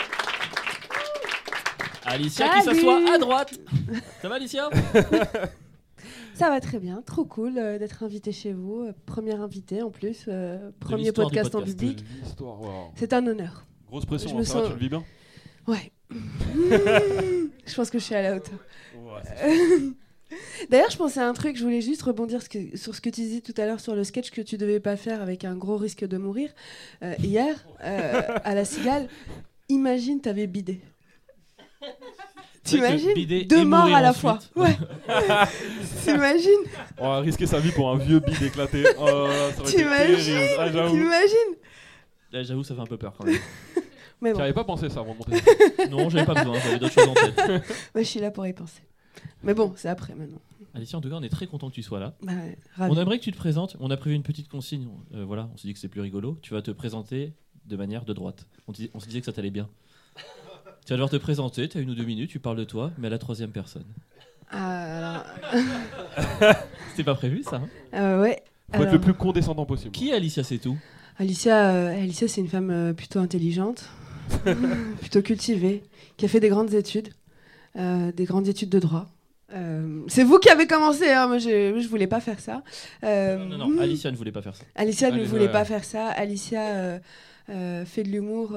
Alicia qui Salut. s'assoit à droite. Ça va Alicia? Ça va très bien, trop cool d'être invité chez vous. Première invité en plus, premier l'histoire du podcast en podcast. public. L'histoire, wow. C'est un honneur. Grosse pression, Je hein, me ça va, sens- tu le vis bien? Ouais. Je pense que je suis à la hauteur. Ouais, c'est D'ailleurs, je pensais à un truc, je voulais juste rebondir sur ce que tu disais tout à l'heure sur le sketch que tu devais pas faire avec un gros risque de mourir. Hier, à la Cigale, imagine t'avais bidé. C'est vrai que T'imagines bider 2 et morts mourir à la ensuite. fois. Ouais. T'imagines On va risquer sa vie pour un vieux bide éclaté. Oh là là, ça aurait été T'imagines terrible. Ah, j'avoue. T'imagines Là, j'avoue, ça fait un peu peur quand même. Mais Tu bon, n'avais pas pensé ça avant de monter. Non, j'avais pas besoin, j'avais d'autres choses en tête. bah, je suis là pour y penser. Mais bon, c'est après maintenant. Alicia, en tout cas, on est très content que tu sois là. Bah, ouais, ravi. On aimerait que tu te présentes. On a prévu une petite consigne. Voilà, on s'est dit que c'est plus rigolo. Tu vas te présenter de manière de droite. On se disait que ça t'allait bien. Tu vas devoir te présenter. Tu as 1 ou 2 minutes. Tu parles de toi, mais à la 3e personne. Alors, C'était pas prévu, ça. Hein ouais. Faut être Alors, le plus condescendant possible. Ah, Qui est Alicia, c'est tout? Alicia, c'est une femme plutôt intelligente, plutôt cultivée, qui a fait des grandes études de droit. C'est vous qui avez commencé, hein, moi je voulais pas faire ça. Non, Alicia ne voulait pas faire ça. Alicia ne Allez, voulait ouais. pas faire ça. Alicia fait de l'humour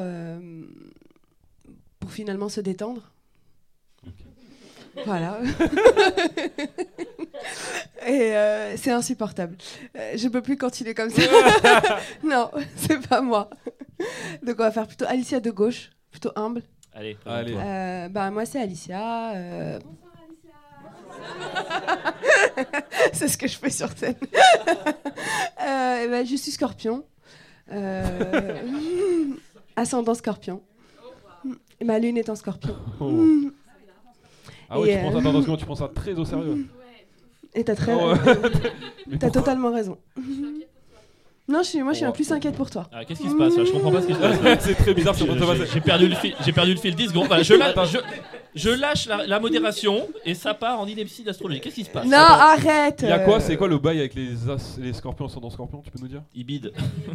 pour finalement se détendre. Voilà. Et c'est insupportable. Je peux plus continuer comme ça. Non, c'est pas moi. Donc on va faire plutôt Alicia de gauche, plutôt humble. Allez, Allez. présente-toi. Bah moi c'est Alicia. C'est ce que je fais sur scène. Et ben, je suis Scorpion. Ascendant Scorpion. Et ma lune est en Scorpion. Oh. Ah ouais, Et, tu prends ça, attends, parce que tu prends ça très au sérieux. Et t'as très, Oh, ouais. Mais t'as pourquoi totalement raison. Non, moi je suis Oh. un plus inquiète pour toi. Ah, qu'est-ce qui se passe là? Je comprends pas ce qui se passe. Là. C'est très bizarre, c'est J'ai perdu le fil 10 secondes. Voilà, je lâche la modération et ça part en ineptie d'astrologie. Qu'est-ce qui se passe? Non, arrête. Il y a quoi? C'est quoi le bail avec les scorpions ascendant scorpion? Tu peux nous dire? Il bide.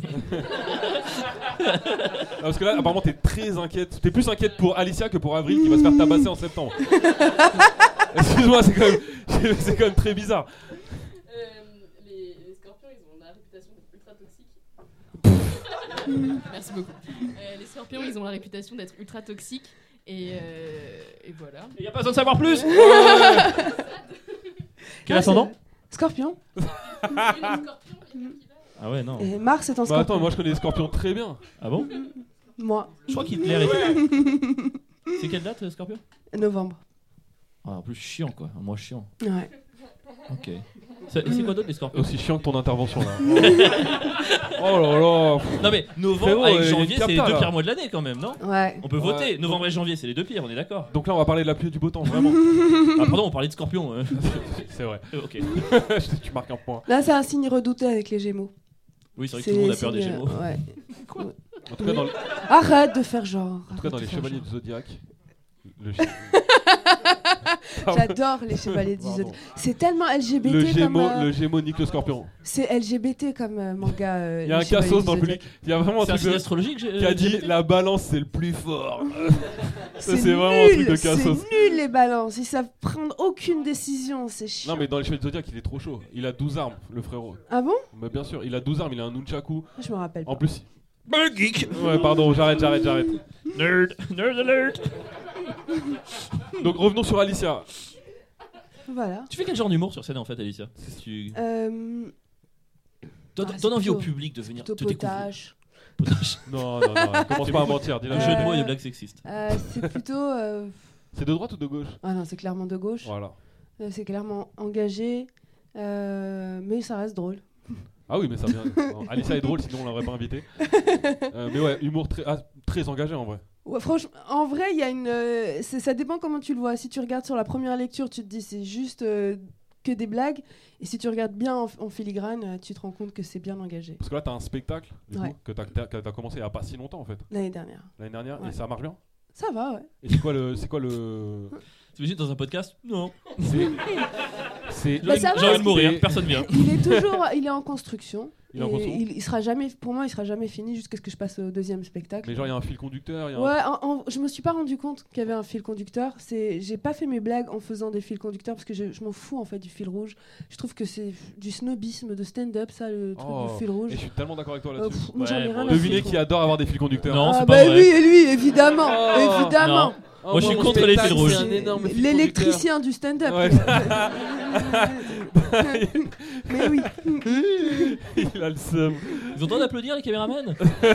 Ah, parce que là, apparemment, t'es très inquiète. T'es plus inquiète pour Alicia que pour Avril qui va se faire tabasser en septembre. Excuse-moi, c'est quand même très bizarre. Les scorpions, ils ont la réputation d'être ultra toxiques. Merci beaucoup. Les scorpions, ils ont la réputation d'être ultra toxiques. Et voilà. Il n'y a pas besoin de savoir plus. Quel Ah, ascendant? Scorpion. Ah ouais, non. Et Mars est en Bah Scorpion. attends, moi je connais les scorpions très bien. Ah bon? Moi. Je crois qu'Hitler est. C'est quelle date, Scorpion? Novembre. Ah, en plus chiant quoi, un mois chiant. Ouais. Ok. C'est quoi d'autre les Scorpions? Aussi chiant que ton intervention là. Oh là là. Non mais novembre Frérot, avec il y a une janvier, c'est les capta, 2 là. pires mois de l'année quand même, non? Ouais. On peut Ouais. voter. Novembre et janvier, c'est les 2 pires, on est d'accord. Donc là, on va parler de la pluie et du beau temps, vraiment. Ah pardon, on parlait de Scorpion. C'est vrai. Ok. Tu marques un point. Là, c'est un signe redouté avec les Gémeaux. Oui, c'est vrai que tout le monde a peur des signe, Gémeaux. Ouais. En tout cas, dans, Arrête de faire genre. en tout cas, dans Arrête les de faire chevaliers genre. du zodiaque, le J'adore les chevaliers du Zodiac. C'est tellement LGBT le Gémeaux nique le Scorpion. C'est LGBT comme manga. Il y a un Cassos dans le public. Il y a vraiment un truc astrologique qui a dit la balance c'est le plus fort. C'est vraiment un truc de Cassos. C'est nul les balances. Ils savent prendre aucune décision. C'est chiant. Non mais dans les Chevaliers du Zodiac il est trop chaud. Il a 12 armes le frérot. Ah bon? Mais bien sûr il a 12 armes. Il a un nunchaku. Je me rappelle pas. En plus. Geek. Ouais pardon j'arrête. Nerd alert. Donc revenons sur Alicia. Voilà. Tu fais quel genre d'humour sur scène en fait, Alicia? Donne envie au public de venir te découvrir. Potage. Non, commence pas à mentir. Dis Un jeu de mots et de blagues sexistes. C'est plutôt. C'est de droite ou de gauche? Ah non, c'est clairement de gauche. Voilà. C'est clairement engagé, mais ça reste drôle. Ah oui, mais ça vient. Non, Alicia est drôle, sinon on l'aurait pas invitée. Mais ouais, humour très engagé en vrai. Ouais, franchement, en vrai, il y a une. Ça dépend comment tu le vois. Si tu regardes sur la première lecture, tu te dis c'est juste que des blagues. Et si tu regardes bien en filigrane, tu te rends compte que c'est bien engagé. Parce que là, t'as un spectacle du Ouais. coup, que t'as commencé il y a pas si longtemps en fait. L'année dernière. Ouais. Et ça marche bien? Ça va, ouais. Et c'est quoi le. T'imagines dans un podcast? Non. C'est. Bah, ça va, J'ai envie de mourir, personne vient. Il est en construction. Il est en construction. Il sera jamais, pour moi, il sera jamais fini jusqu'à ce que je passe au deuxième spectacle. Mais genre, il y a un fil conducteur. Ouais, je me suis pas rendu compte qu'il y avait un fil conducteur. J'ai pas fait mes blagues en faisant des fils conducteurs parce que je m'en fous en fait du fil rouge. Je trouve que c'est du snobisme de stand-up, ça, le truc du fil rouge. Et je suis tellement d'accord avec toi là-dessus. Moi, j'en ai rien à Devinez foutre. qui adore avoir des fils conducteurs. Non, c'est bah pas vrai. oui, et lui, évidemment, évidemment. Non. Moi, je suis contre les fils rouges. L'électricien du stand-up. Ouais. Mais oui. Il a le seum. Ils ont le droit d'applaudir les caméramans?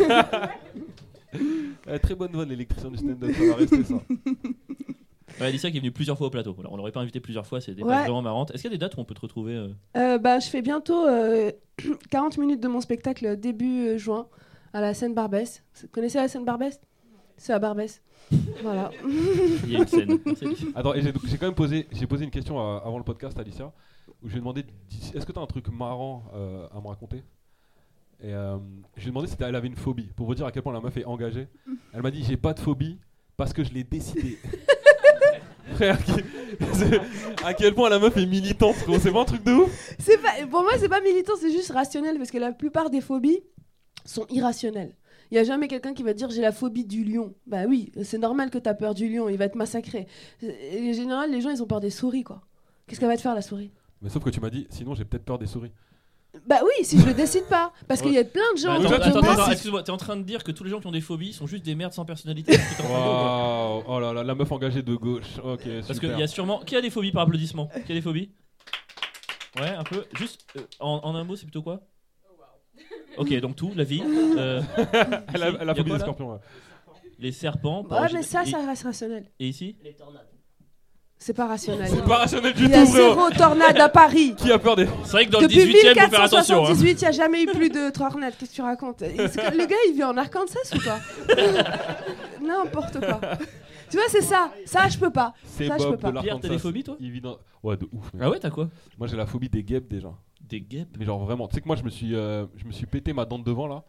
Très bonne vanne, l'électricien du stand-up, ça va rester ça. Ouais, Alicia qui est venue plusieurs fois au plateau. Alors, on l'aurait pas invité plusieurs fois, c'est des Ouais. dates vraiment marrantes. Est-ce qu'il y a des dates où on peut te retrouver Je fais bientôt 40 minutes de mon spectacle début juin à la scène Barbès. Vous connaissez la scène Barbès? C'est à Barbès. Voilà. Il y a une scène. Attends, et j'ai quand même posé une question avant le podcast, Alicia, où je lui ai demandé est-ce que tu as un truc marrant à me raconter? Et je lui ai demandé si elle avait une phobie, pour vous dire à quel point la meuf est engagée. Elle m'a dit j'ai pas de phobie parce que je l'ai décidé. Frère, à quel point la meuf est militante, gros, c'est pas un truc de ouf? Pour moi, c'est pas militant, c'est juste rationnel parce que la plupart des phobies sont irrationnelles. Il n'y a jamais quelqu'un qui va dire j'ai la phobie du lion. Bah oui, c'est normal que tu as peur du lion, il va te massacrer. Et en général, les gens, ils ont peur des souris, quoi. Qu'est-ce qu'elle va te faire, la souris? Mais sauf que tu m'as dit, sinon j'ai peut-être peur des souris. Bah oui, si je le décide pas. Parce qu'il y a plein de gens... Attends, excuse-moi, t'es en train de dire que tous les gens qui ont des phobies sont juste des merdes sans personnalité? Wow. Oh là là, la meuf engagée de gauche. Ok, parce qu'il y a sûrement... Qui a des phobies par applaudissement? Qui a des phobies? Ouais, un peu. Juste, en un mot, c'est plutôt quoi? Ok, donc tout, la vie. Elle a phobie des scorpions. Ouais. Les serpents. Ouais, mais ça reste rationnel. Et ici? Les tornades. C'est pas rationnel. C'est pas rationnel du tout, Il y a 0 tornade à Paris. Qui a peur des... C'est vrai que dans le Depuis 18ème, faut faire attention. 1478, il n'y a jamais eu plus de tornades. Qu'est-ce que tu racontes? Le gars, il vit en Arkansas ou quoi? N'importe quoi. Tu vois, c'est ça. Ça, je peux pas. C'est ça, Bob je peux pas. de Pierre, t'as des phobies, toi? Ouais, de ouf. Ah ouais, t'as quoi? Moi, j'ai la phobie des guêpes déjà. Des guêpes? Mais genre vraiment, tu sais que moi, je me suis pété ma dent de devant là.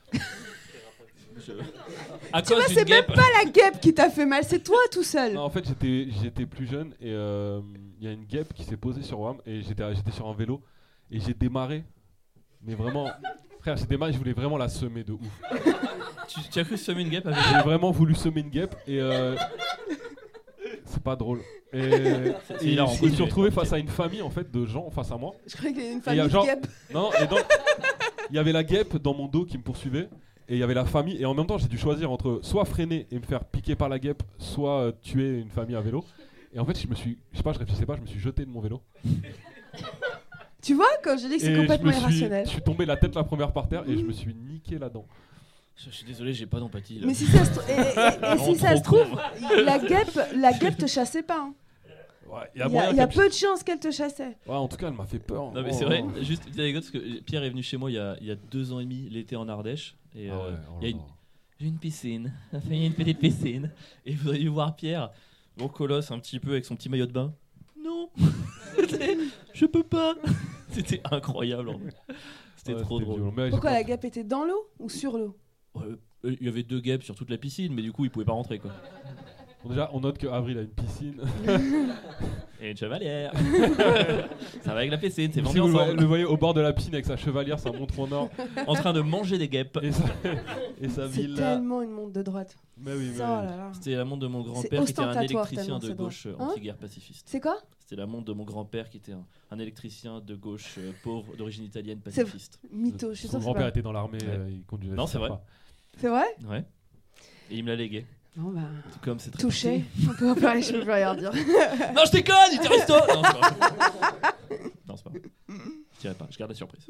Tu vois, c'est même pas la guêpe qui t'a fait mal, c'est toi tout seul. Non, en fait, j'étais plus jeune et il y a une guêpe qui s'est posée sur WAM et j'étais sur un vélo et j'ai démarré. Mais vraiment, frère, j'ai démarré, je voulais vraiment la semer de ouf. Tu as cru semer une guêpe avec... J'ai vraiment voulu semer une guêpe et c'est pas drôle. Et je me suis retrouvé face à une famille en fait de gens face à moi. Je croyais qu'il y avait une famille de guêpes. Non, et il y avait la guêpe dans mon dos qui me poursuivait. Et il y avait la famille, et en même temps j'ai dû choisir entre soit freiner et me faire piquer par la guêpe, soit tuer une famille à vélo. Et en fait je réfléchissais pas, je me suis jeté de mon vélo. Tu vois, quand je dis que c'est complètement irrationnel. Je suis tombé la tête la première par terre et je me suis niqué la dent. Je suis désolé, j'ai pas d'empathie là. Mais si ça se trouve, la guêpe te chassait pas. Hein. Ouais, il y a peu de chances qu'elle te chassait. Ouais, en tout cas, elle m'a fait peur. Non, mais c'est vrai, juste une petite anecdote, parce que Pierre est venu chez moi il y a 2 ans et demi, l'été en Ardèche. Et il y a une piscine. Il y a une petite piscine. Et vous auriez dû voir Pierre, mon colosse, un petit peu avec son petit maillot de bain. Non, je peux pas. C'était incroyable en fait. C'était trop drôle. Pourquoi la guêpe était dans l'eau ou sur l'eau? Il y avait 2 guêpes sur toute la piscine, mais du coup, il pouvait pas rentrer quoi. Déjà, on note que Avril a une piscine. Et une chevalière. Ça va avec la piscine, c'est vendu Si vous ensemble. le voyez au bord de la piscine avec sa chevalière, ça montre en or. En train de manger des guêpes. Et sa C'est villa. tellement une montre de droite. Mais oui, mais Ça, oui. oh là là. C'était la montre de mon C'est grand-père qui était un ostentatoire électricien tellement de c'est gauche drôle. Hein anti-guerre pacifiste. C'est quoi? C'était la montre de mon grand-père qui était un électricien de gauche pauvre d'origine italienne C'est pacifiste. mytho, je suis Son sûre que c'est grand-père pas. était dans l'armée, Ouais. il conduisait. Non, c'est vrai. C'est vrai? Ouais. Et il me l'a légué. Bon bah. Tout comme c'est très Touché. On peut pas, je peux plus rien dire. petit. Non, je déconne, il était resto. Non, c'est pas vrai. Non, c'est pas vrai. Je dirais pas, je garde la surprise.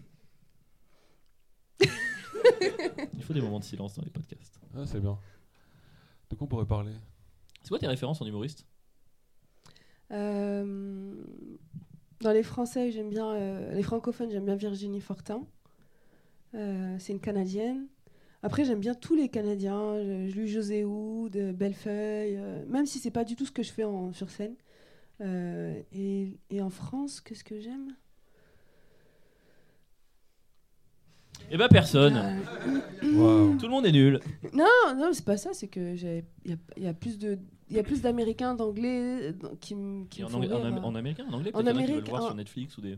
Il faut des moments de silence dans les podcasts. Ah, c'est bien. De quoi on pourrait parler? C'est quoi tes références en humoriste? Dans les Français, j'aime bien. Les francophones, j'aime bien Virginie Fortin. C'est une Canadienne. Après, j'aime bien tous les Canadiens. Je lis José Hood, Bellefeuille, même si c'est pas du tout ce que je fais sur scène. Et en France, qu'est-ce que j'aime? Eh ben personne. Wow. Tout le monde est nul. Non, c'est pas ça. C'est que il y a plus d'Américains, d'Anglais qui Et me en, font rire. en américain, en anglais, En peut-être qu'il y en a qui veulent Amérique, voir en- sur Netflix ou des.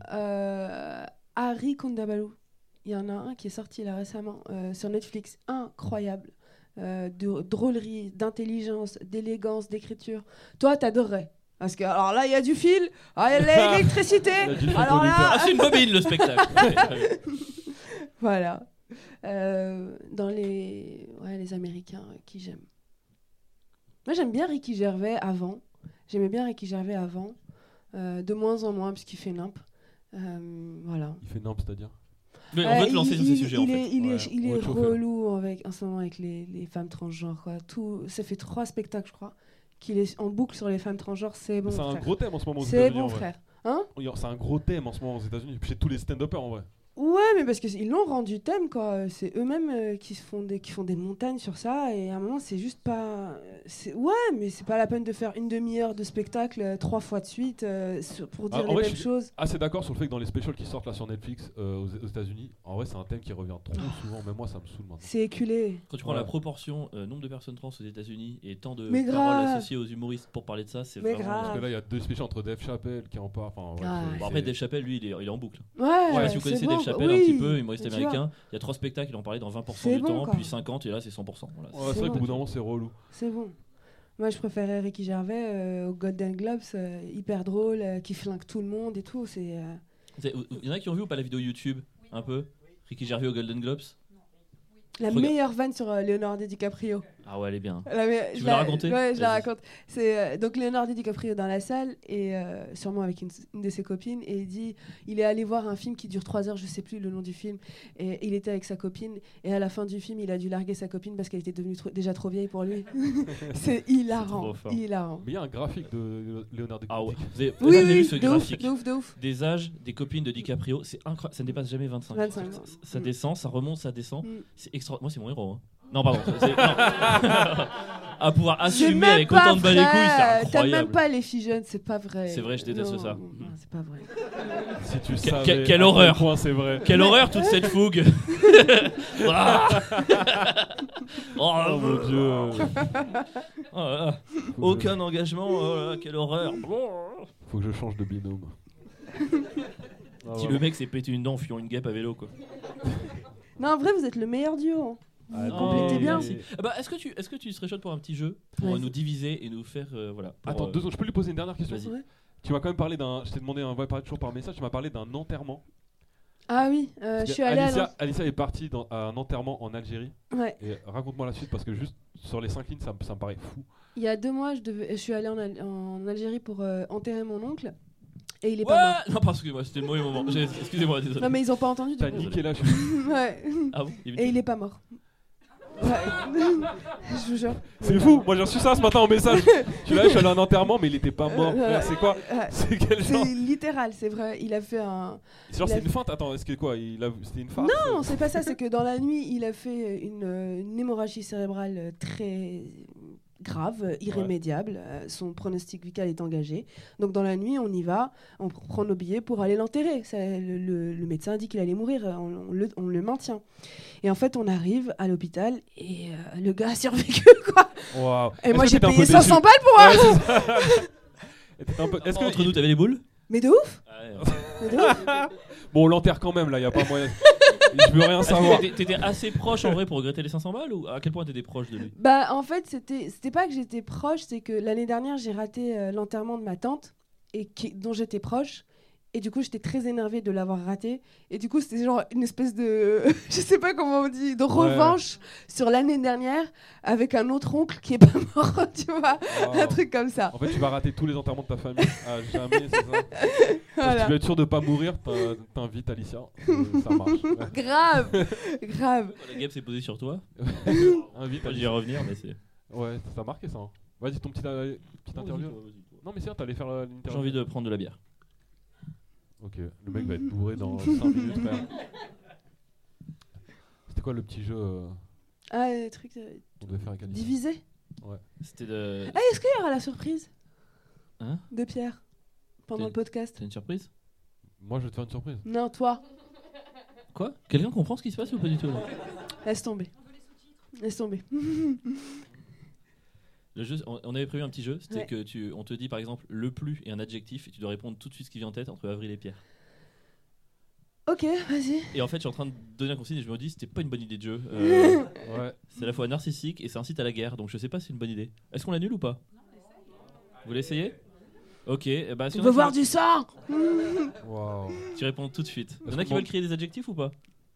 Harry Kondabalou. Il y en a un qui est sorti là récemment sur Netflix. Incroyable. De drôlerie, d'intelligence, d'élégance, d'écriture. Toi, t'adorerais. Parce que, alors là, il y a du fil, il y a de l'électricité. Il y a du fil Alors conducteur. Ah, là. c'est une bobine le spectacle. Ouais, très bien. Voilà. Dans les Américains qui j'aime. Moi, j'aime bien Ricky Gervais avant. J'aimais bien Ricky Gervais avant. De moins en moins, parce qu'il fait nimp. Voilà. Il fait nimp, c'est-à-dire? Mais on veut te lancer sur ces sujets en fait. Il Ouais, est on va te chauffer. relou en ce moment avec les femmes transgenres. Quoi. Ça fait 3 spectacles, je crois, qu'il est en boucle sur les femmes transgenres. C'est bon, C'est un frère. gros thème en ce moment aux C'est États-Unis. bon, en vrai. frère. Hein? C'est un gros thème en ce moment aux États-Unis. Puis c'est tous les stand-uppers en vrai. Ouais, mais parce qu'ils l'ont rendu thème, quoi. C'est eux-mêmes qui font des montagnes sur ça. Et à un moment, c'est juste pas. Ouais, mais c'est pas la peine de faire une demi-heure de spectacle 3 fois de suite pour dire En les vrai, mêmes je suis choses. assez d'accord sur le fait que dans les specials qui sortent là sur Netflix aux États-Unis, en vrai, c'est un thème qui revient trop souvent. Même moi, ça me saoule maintenant. C'est éculé. Quand tu prends Ouais. la proportion nombre de personnes trans aux États-Unis et tant de Mais paroles grave. associées aux humoristes pour parler de ça, c'est Mais vraiment. grave. Parce que là, il y a 2 specials entre Dave Chappelle qui en parle. Enfin, ouais, Ah. Bon, après, Dave Chappelle, lui, il est en boucle. Ouais, Je sais pas si vous c'est connaissez bon, Dave Chappelle oui. un petit peu, humoriste Mais tu vois, américain. Il y a 3 spectacles, il en parlait dans 20% C'est du bon, temps, quoi. puis 50 et là c'est 100%. Voilà. Ouais, c'est vrai qu'au bout d'un moment, c'est relou. C'est bon. Moi, je préférais Ricky Gervais au Golden Globes, hyper drôle, qui flingue tout le monde et tout. C'est. Il y en a qui ont vu ou pas la vidéo YouTube un peu Ricky Gervais au Golden Globes. La Regarde. meilleure vanne sur Leonardo DiCaprio. Ah ouais, elle est bien. Tu veux la raconter? Ouais, je la Vas-y. raconte. C'est donc Leonardo DiCaprio dans la salle et sûrement avec une de ses copines et il est allé voir un film qui dure 3 heures, je sais plus le nom du film, et il était avec sa copine et à la fin du film il a dû larguer sa copine parce qu'elle était devenue déjà trop vieille pour lui. C'est hilarant, trop fort. hilarant. Mais il y a un graphique de Leonardo Ah ouais. DiCaprio. Vous avez, Oui, vous avez oui, vu ce de ouf, graphique de ouf, de ouf. des âges des copines de DiCaprio, c'est incroyable, ça ne dépasse jamais 25. 25, Ça descend, ça remonte, ça descend. Mm. C'est extra. Moi, c'est mon héros. Hein. Non, pardon. Non. À pouvoir C'est assumer même avec pas autant de bas les couilles, c'est vrai. T'aimes incroyable. même pas les filles jeunes, c'est pas vrai. C'est vrai, je déteste Non, ça. non, c'est pas vrai. Si tu Que- savais. quelle à quel horreur. point c'est vrai. Quelle horreur toute cette fougue. Ah. Oh mon dieu. Oh là là. Aucun engagement, oh là là, quelle horreur. Faut que je change de binôme. Ah, Si voilà. le mec s'est pété une dent en fuyant une guêpe à vélo, quoi. Non, en vrai, vous êtes le meilleur duo. Hein. Ah, Vous complétez bien. Merci. Ah bah, est-ce que tu serais chaud pour un petit jeu pour Vas-y. nous diviser et nous faire voilà. pour, Attends, 2 secondes, je peux lui poser une dernière question? Vas-y. Ouais. Tu m'as quand même parlé d'un. Je t'ai demandé un vrai parler toujours par message. Tu m'as parlé d'un enterrement. Ah oui, Parce je que suis allée Alicia est partie à un enterrement en Algérie. Ouais. Et raconte-moi la suite parce que juste sur les 5 lignes, ça me paraît fou. Il y a 2 mois, je suis allée en Algérie pour enterrer mon oncle. Et il est Ouais pas mort. Non, parce que moi, c'était le mauvais moment. Excusez-moi, désolé. Non, mais ils ont pas entendu. T'as du coup. niqué la chute. Ouais. Ah bon Et il est pas mort. Ouais. Je vous jure. C'est fou. Moi j'ai reçu ça ce matin en message. Je suis là, je suis allé à un enterrement, mais il était pas mort. Frère, c'est quoi? C'est quel genre? C'est littéral, c'est vrai. Il a fait un. Genre il a c'est une feinte. Attends, est-ce que quoi? C'était une farce? Non, c'est pas ça. C'est que dans la nuit, il a fait une hémorragie cérébrale très grave, irrémédiable. Son pronostic vital est engagé. Donc dans la nuit, on y va, on prend nos billets pour aller l'enterrer. Le médecin dit qu'il allait mourir, on le maintient. Et en fait, on arrive à l'hôpital et le gars a survécu, quoi. Wow. Et moi, j'ai payé 500 balles pour moi. Est-ce que entre nous, t'avais les boules? Mais de ouf. Ouais. Bon, on l'enterre quand même, là, y a pas moyen. Je veux rien savoir. T'étais assez proche en vrai pour regretter les 500 balles ou à quel point t'étais proche de lui? Bah, en fait, c'était pas que j'étais proche, c'est que l'année dernière, j'ai raté l'enterrement de ma tante dont j'étais proche. Et du coup, j'étais très énervée de l'avoir raté. Et du coup, c'était genre une espèce de... je sais pas comment on dit, de revanche sur l'année dernière avec un autre oncle qui est pas mort, tu vois. Un truc comme ça. En fait, tu vas rater tous les enterrements de ta famille à jamais, c'est ça. Voilà. Si tu veux être sûr de pas mourir, t'invites Alicia. Ça marche. Grave. La guêpe s'est posée sur toi. Invite Pas d'y revenir, mais c'est... Ouais, ça a marqué ça. Hein. Vas-y, ton petit interview. Non, mais c'est t'allais faire l'interview. J'ai envie de prendre de la bière. Ok, le mec va être bourré dans 5 minutes, frère. C'était quoi le petit jeu Ah, le truc on devait faire avec Alicia. divisé. Ouais. C'était de... Ah, est-ce qu'il y aura la surprise de Pierre pendant le podcast? C'est une surprise? Moi, je vais te faire une surprise. Non, toi. Quoi? Quelqu'un comprend ce qui se passe ou pas du tout là? Laisse tomber. Le jeu, on avait prévu un petit jeu, c'était que on te dit par exemple le plus et un adjectif et tu dois répondre tout de suite ce qui vient en tête entre Avril et Pierre. Ok, vas-y. Et en fait, je suis en train de donner un consigne et je me dis c'était pas une bonne idée de jeu. C'est à la fois narcissique et ça incite à la guerre, donc je sais pas si c'est une bonne idée. Est-ce qu'on l'annule ou pas? Vous l'essayez? Ok, bah si on veut voir du sang. Wow. Tu réponds tout de suite. Il y en a qui veulent créer des adjectifs ou pas?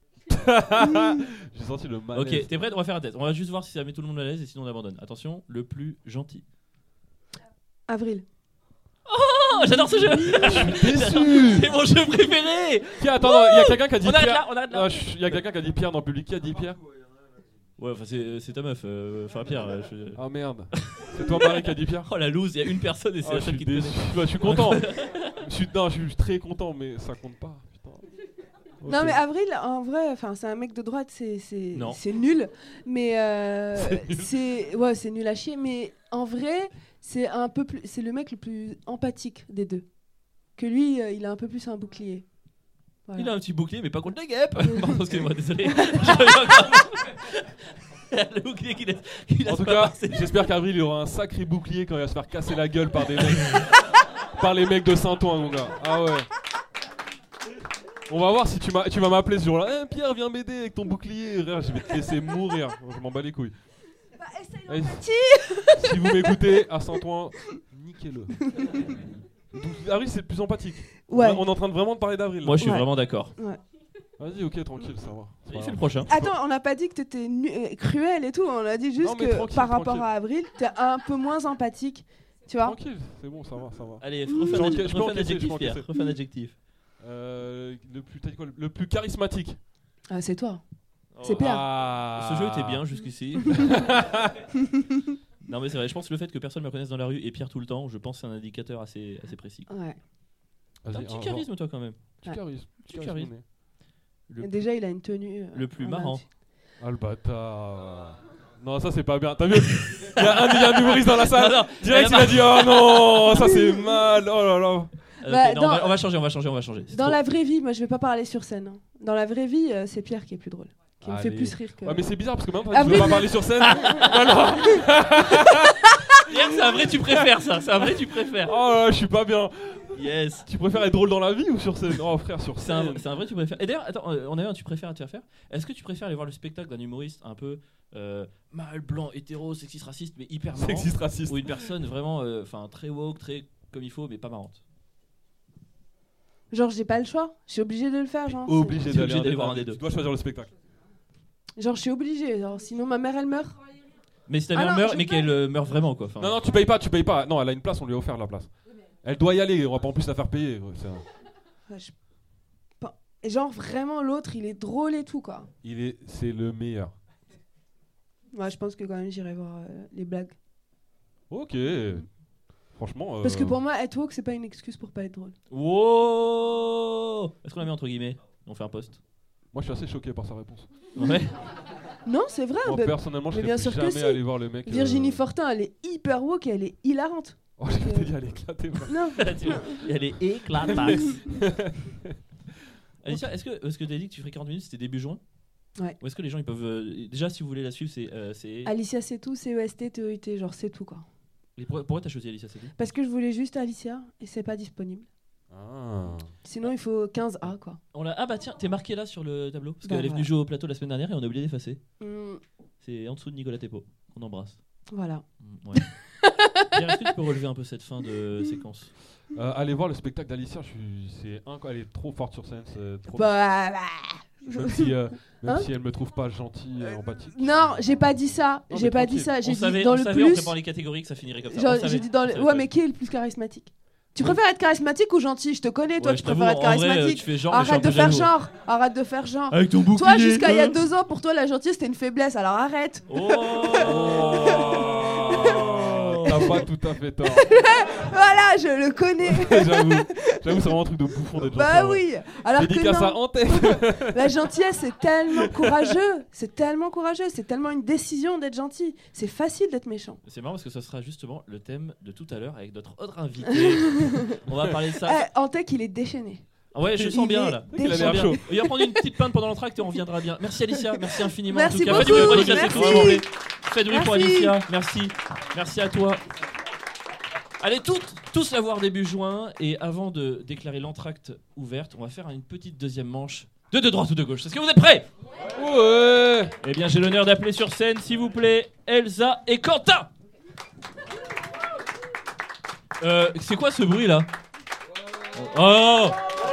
J'ai senti le malaise. Ok, t'es prête? On va faire un test. On va juste voir si ça met tout le monde à l'aise et sinon on abandonne. Attention, le plus gentil. Avril. Oh, j'adore ce jeu. C'est mon jeu préféré. Tiens, attends, il y a quelqu'un qui a dit on Pierre. Arrête là. Il y a quelqu'un qui a dit Pierre dans le public. Qui a dit Pierre? Ouais, enfin c'est ta meuf. Enfin Pierre. Ah merde. C'est toi Marie qui a dit Pierre? Oh la loose, il y a une personne et c'est la seule qui te connaît. Je suis content. Je suis très content, mais ça compte pas. Putain. Okay. Non mais Avril, en vrai, c'est un mec de droite, c'est nul, mais c'est nul à chier. Mais en vrai, c'est le mec le plus empathique des deux. Que lui, il a un peu plus un bouclier. Voilà. Il a un petit bouclier, mais pas contre les guêpes. Pardon, excusez-moi, désolé. Le bouclier qu'il a. En tout cas, j'espère qu'Avril il aura un sacré bouclier quand il va se faire casser la gueule par des mecs, par les mecs de Saint-Ouen, mon gars. Ah ouais. On va voir si tu vas m'appeler ce jour-là. Pierre, viens m'aider avec ton bouclier. Je vais te laisser mourir. Je m'en bats les couilles. Allez, si vous m'écoutez à Saint-Ouen, niquez-le. Avril, c'est le plus empathique. Ouais. On est en train de vraiment de parler d'Avril. Moi, je suis vraiment d'accord. Ouais. Vas-y, ok, tranquille, ça va. Il fait le prochain. Attends, on n'a pas dit que t'étais cruel et tout. On a dit juste que par rapport à Avril, t'es un peu moins empathique. Tu vois? Tranquille, c'est bon, ça va. Allez, refais un adjectif, Pierre. Refais un adjectif. Le plus charismatique. Ah, c'est toi. C'est Pierre. Ce jeu était bien jusqu'ici. Non mais c'est vrai, je pense que le fait que personne me connaisse dans la rue et Pierre tout le temps, je pense que c'est un indicateur assez précis. Ouais. T'as un petit charisme toi quand même. Petit charisme. Déjà il a une tenue. Le plus marrant. Ah le bâtard. Non ça c'est pas bien. T'as vu? Il y a un humoriste dans la salle. Non, direct il a dit oh non ça c'est mal. Oh là là. Okay, non, on va changer. Dans la vraie vie, moi je vais pas parler sur scène. Hein. Dans la vraie vie, c'est Pierre qui est plus drôle. Qui me fait plus rire que... Ouais mais c'est bizarre parce que maintenant tu veux pas parler sur scène. Voilà. Pierre, c'est un vrai tu préfères ça. C'est un vrai tu préfères. Oh là, je suis pas bien. Yes. Tu préfères être drôle dans la vie ou sur scène? Oh frère, sur scène. C'est un vrai tu préfères. Et d'ailleurs, attends, on avait un tu préfères à te faire. Est-ce que tu préfères aller voir le spectacle d'un humoriste un peu mâle, blanc, hétéro, sexiste, raciste, mais hyper marrant? Sexiste, raciste. Ou une personne vraiment très woke, très comme il faut, mais pas marrante? Genre j'ai pas le choix, je suis obligée de le faire. Genre, obligé d'aller voir un des deux. Tu dois choisir le spectacle. Genre je suis obligée, genre, sinon ma mère elle meurt. Mais si ta mère meurt, mais qu'elle meurt vraiment quoi. Non, non, tu payes pas. Non, elle a une place, on lui a offert la place. Elle doit y aller, on va pas en plus la faire payer. Et genre vraiment l'autre il est drôle et tout quoi. C'est le meilleur. Ouais, je pense que quand même j'irai voir les blagues. Ok. Franchement. Parce que pour moi, être woke, c'est pas une excuse pour pas être drôle. Wow. Est-ce qu'on l'a mis entre guillemets? On fait un post. Moi, je suis assez choqué par sa réponse. Ouais. Non, c'est vrai. Moi, personnellement, je mais bien serais sûr que jamais si. allé voir le mec. Virginie Fortin, elle est hyper woke et elle est hilarante. Oh, j'ai cru que t'allais dire, elle est éclatée. Non. Elle est éclatante. Alicia, est-ce que tu as dit que tu ferais 40 minutes, c'était début juin? Ouais. Ou est-ce que les gens ils peuvent. Déjà, si vous voulez la suivre, c'est. Alicia, c'est tout, CEST, TEIT, genre c'est tout quoi. Et pourquoi t'as choisi Alicia, c'est tout? Parce que je voulais juste Alicia et c'est pas disponible. Ah. Sinon, il faut 15A quoi. Ah bah tiens, t'es marqué là sur le tableau. Parce Bah, qu'elle est venue voilà. jouer au plateau la semaine dernière et on a oublié d'effacer. Mm, C'est en dessous de Nicolas Tepo. On embrasse. voilà. Ouais. Pierre, est-ce que tu peux relever un peu cette fin de séquence? Allez voir le spectacle d'Alicia, elle est trop forte sur scène. C'est trop Bah, Même si Hein elle me trouve pas gentille, empathique. Non, j'ai pas dit ça. Non, J'ai mais pas tranquille. dit ça. J'ai On dit savait, dans on le savait en plus. préparant les catégories que ça finirait comme ça. Genre, On savait. j'ai dit dans le. On savait Ouais, pas. mais qui est le plus charismatique? Tu préfères être charismatique ou gentil? Je te connais, toi, Ouais, tu je t'avoue, préfères être en vrai, charismatique. tu fais genre, mais je suis un Arrête de peu faire jaloux. genre. Arrête de faire genre. Avec ton bouclier. Toi, jusqu'à il y a 2 ans, pour toi, la gentillesse c'était une faiblesse. Alors arrête. Oh. T'as pas tout à fait tort. Voilà, je le connais. J'avoue, c'est vraiment un truc de bouffon d'être Bah gentil. oui. Alors que Dédicace à non. en tête. La gentillesse, c'est tellement courageux. C'est tellement courageux. C'est tellement une décision d'être gentil. C'est facile d'être méchant. C'est marrant parce que ce sera justement le thème de tout à l'heure avec notre autre invité. On va parler de ça. Antec, il est déchaîné. Ah ouais, je sens il bien est là. déjà- Je sens bien. Il va prendre une petite pinte pendant l'entracte et on reviendra bien. Merci Alicia, merci infiniment. Merci en tout cas, beaucoup, faites du bruit pour Alicia, c'est merci. tout, s'il vous plaît. Faites du bruit pour Merci. Alicia, merci. Merci à toi. Allez tous la voir début juin et avant de déclarer l'entracte ouverte, on va faire une petite deuxième manche de droite ou de gauche. Est-ce que vous êtes prêts? Ouais. Eh bien, j'ai l'honneur d'appeler sur scène, s'il vous plaît, Elsa et Quentin. C'est quoi ce bruit là? Oh!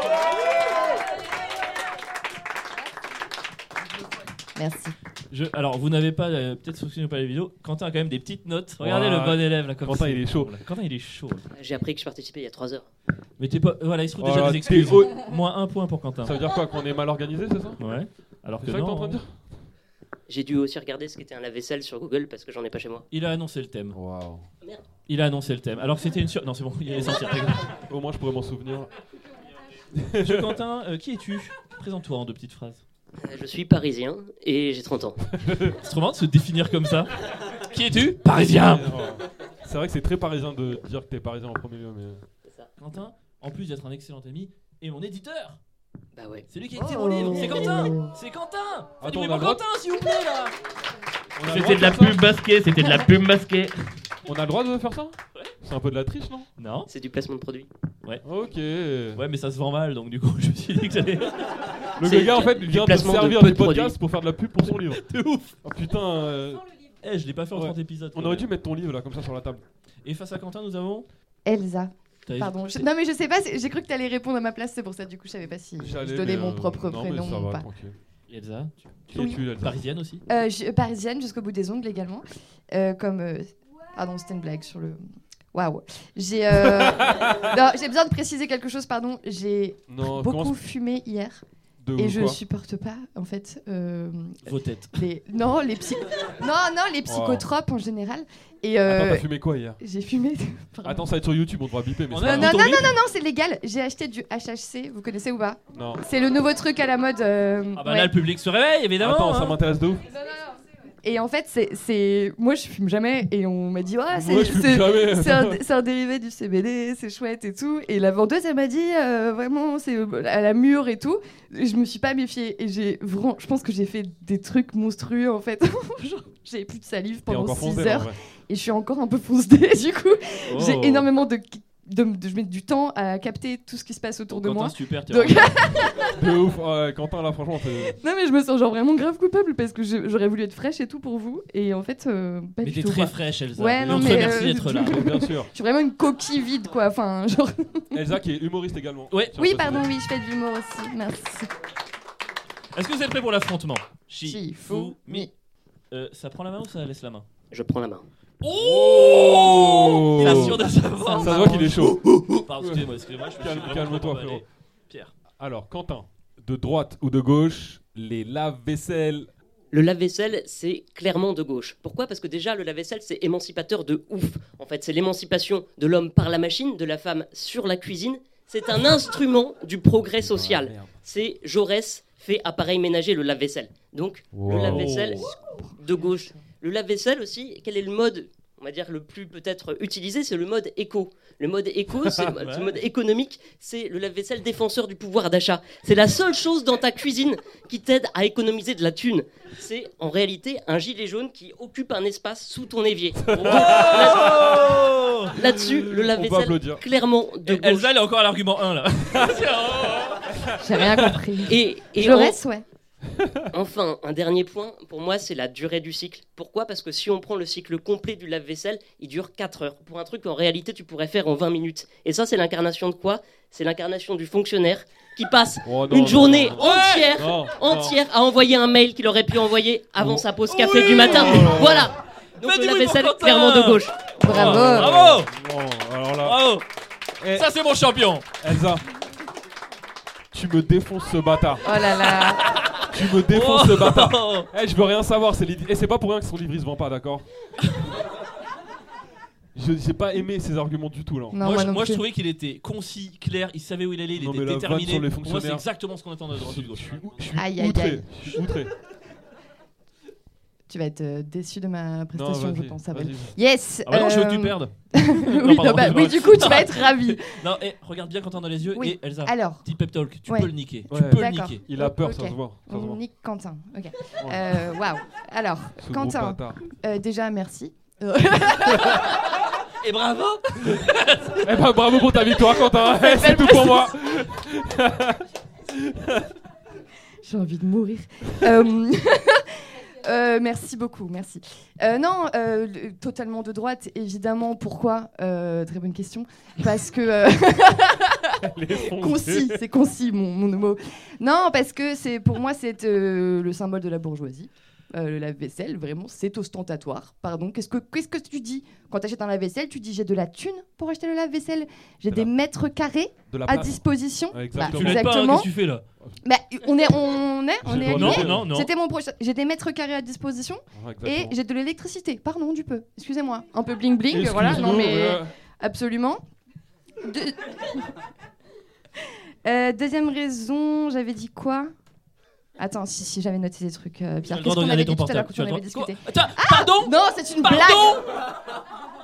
Merci. Alors, vous n'avez pas, peut-être souvenez pas les vidéos. Quentin a quand même des petites notes. Regardez Ouais. le bon élève là. Comme Quentin, c'est- il est chaud. Voilà. Quentin, il est chaud. Là. J'ai appris que je participais il y a 3 heures. Mais t'es pas. Voilà, il se trouve Voilà, déjà des t'es excuses. haut. Moins 1 point pour Quentin. Ça veut dire quoi? Qu'on est mal organisé, c'est ça? Ouais. Alors que C'est ça que t'es en non. train de dire? J'ai dû aussi regarder ce qu'était un lave-vaisselle sur Google parce que j'en ai pas chez moi. Il a annoncé le thème. Waouh. Merde. Il a annoncé le thème. Alors que c'était une Non, c'est bon. Il est sorti. Au moins, je pourrais m'en souvenir. Monsieur Quentin, qui es-tu? Présente-toi en 2 petites phrases. Je suis parisien et j'ai 30 ans. C'est trop marrant de se définir comme ça. Qui es-tu? Parisien. C'est vrai que c'est très parisien de dire que t'es parisien en premier lieu, mais. C'est ça. Quentin, en plus d'être un excellent ami, est mon éditeur. Bah ouais. C'est lui qui a écrit mon livre. C'est Quentin. C'est Quentin. Faites du Attends, bruit on a pour le droit Quentin, s'il vous plaît là. On a le droit C'était de la faire ça pub masquée. C'était de la pub masquée. On a le droit de faire ça? C'est un peu de la triche, non? Non. C'est du placement de produit. Ok. Ouais, mais ça se vend mal, donc du coup, je me suis dit que j'allais. Le gars, en fait, il vient de placement de servir peu du de produits. podcast pour faire de la pub pour son livre. De ouf. Oh putain. Eh, je l'ai pas fait en Ouais. 30 épisodes. On aurait dû mettre ton livre là, comme ça, sur la table. Et face à Quentin, nous avons. Elsa. T'as- Pardon. Non, mais je sais pas, j'ai cru que t'allais répondre à ma place, c'est pour ça, du coup, je savais pas si je J'allais, donnais mais, mon propre non, mais prénom ça va, ou pas. tranquille. Elsa, Qui es-tu, Elsa? parisienne aussi. Parisienne jusqu'au bout des ongles également. Pardon, c'était une blague sur le. Waouh. J'ai non, j'ai besoin de préciser quelque chose, pardon. J'ai Non, beaucoup comment- fumé hier. De Et je quoi? supporte pas, en fait. Vos têtes. les psychotropes en général. Et Attends, t'as fumé quoi hier? j'ai fumé. Pardon. Attends, ça va être sur YouTube, on devra biper. Mais On c'est a pas Non, grave. non, non, non, non, c'est légal. J'ai acheté du HHC, vous connaissez ou pas? Non. C'est le nouveau truc à la mode. Ah bah ouais. là, le public se réveille, évidemment. Attends, ça hein. m'intéresse de ouf. Et en fait, c'est. Moi, je fume jamais. Et on m'a dit, ouais, Moi, je fume jamais. c'est un dérivé du CBD, c'est chouette et tout. Et la vendeuse, elle m'a dit, vraiment, c'est à la mûre et tout. Et je me suis pas méfiée. Et je pense que j'ai fait des trucs monstrueux, en fait. Genre, j'avais plus de salive T'es pendant encore 6 foncé, là, en heures. vrai. Et je suis encore un peu foncée, du coup. Oh. J'ai énormément je mets du temps à capter tout ce qui se passe autour de Quentin, moi. super. t'es Donc- vraiment- De ouf. Ouais, Quentin, là, franchement, t'es. Non, mais je me sens genre vraiment grave coupable parce que j'aurais voulu être fraîche et tout pour vous. Et en fait, pas Mais du t'es tout. très quoi. fraîche, Elsa. Ouais, Et non, on te mais, remercie d'être là. Bien sûr. Je suis vraiment une coquille vide, quoi. Enfin, genre. Elsa qui est humoriste également. Ouais. Tiens, Oui, ça, pardon, c'est- oui, je fais de l'humour aussi. Merci. Est-ce que vous êtes prêts pour l'affrontement? Shifumi. Ça prend la main ou ça laisse la main? Je prends la main. Oh, il assure de savoir. Ça se voit qu'il est chaud. Pardon, excusez-moi, je me suis vraiment Calme-toi, emballé. frérot. Pierre. Alors, Quentin, de droite ou de gauche, les lave-vaisselle. Le lave-vaisselle, c'est clairement de gauche. Pourquoi? Parce que déjà, le lave-vaisselle, c'est émancipateur de ouf. En fait, c'est l'émancipation de l'homme par la machine, de la femme sur la cuisine. C'est un instrument du progrès social. Ah, merde. C'est Jaurès fait appareil ménager, le lave-vaisselle. Donc, le lave-vaisselle de gauche. Le lave-vaisselle aussi, quel est le mode, on va dire, le plus peut-être utilisé, c'est le mode éco. Le mode éco, c'est le mode économique, c'est le lave-vaisselle défenseur du pouvoir d'achat. C'est la seule chose dans ta cuisine qui t'aide à économiser de la thune. C'est en réalité un gilet jaune qui occupe un espace sous ton évier. Là-dessus, le lave-vaisselle, clairement de gauche. Elsa, elle est encore à l'argument 1 là. J'ai rien compris. Et je reste, ouais. Enfin, un dernier point, pour moi, c'est la durée du cycle. Pourquoi ? Parce que si on prend le cycle complet du lave-vaisselle, il dure 4 heures. Pour un truc qu'en réalité, tu pourrais faire en 20 minutes. Et ça, c'est l'incarnation de quoi ? C'est l'incarnation du fonctionnaire qui passe une journée entière à envoyer un mail qu'il aurait pu envoyer avant sa pause café du matin. Voilà. Donc le lave-vaisselle, clairement de gauche. Bravo. Bravo. Ça, c'est mon champion. Elsa, tu me défonces ce bâtard. Oh là là. Tu me défonces ce bâtard. Je veux rien savoir. Et c'est pas pour rien que son livre il se vend pas, d'accord ? Je n'ai pas aimé ses arguments du tout là. Non, moi je trouvais qu'il était concis, clair, il savait où il allait, il était déterminé. Pour moi c'est exactement ce qu'on attend de droite et de gauche. Je suis outré. Tu vas être déçu de ma prestation, je pense. Vas-y. Yes. Ah bah non, je veux que tu perdes. Oui, du coup, tu vas être ravi. Non, regarde bien Quentin dans les yeux. Et Elsa, alors, petit pep talk, tu peux le niquer. Tu peux le niquer. Il a peur, ça se voit. On nique Quentin. Ok. Waouh. Alors, Quentin, déjà merci. Et bravo. Bravo pour ta victoire, Quentin. C'est tout pour moi. J'ai envie de mourir. Merci beaucoup, merci. Totalement de droite, évidemment. Pourquoi très bonne question. Parce que concis, c'est concis mon mot. Non, parce que pour moi c'est le symbole de la bourgeoisie. Le lave-vaisselle, vraiment, c'est ostentatoire. Pardon, qu'est-ce que tu dis quand tu achètes un lave-vaisselle ? Tu dis j'ai de la thune pour acheter le lave-vaisselle. J'ai des mètres carrés à disposition. Exactement. Tu l'aides pas, qu'est-ce que tu fais là ? On est alignés. Non. C'était mon prochain. J'ai des mètres carrés à disposition et j'ai de l'électricité. Pardon, du peu. Excusez-moi. Un peu bling bling, voilà. Non mais absolument. Deuxième raison, j'avais dit quoi ? Attends, si j'avais noté des trucs, Pierre. Qu'est-ce qu'on avait dit tout à l'heure quand on avait discuté ? Pardon ? Non, c'est une blague. Pardon ?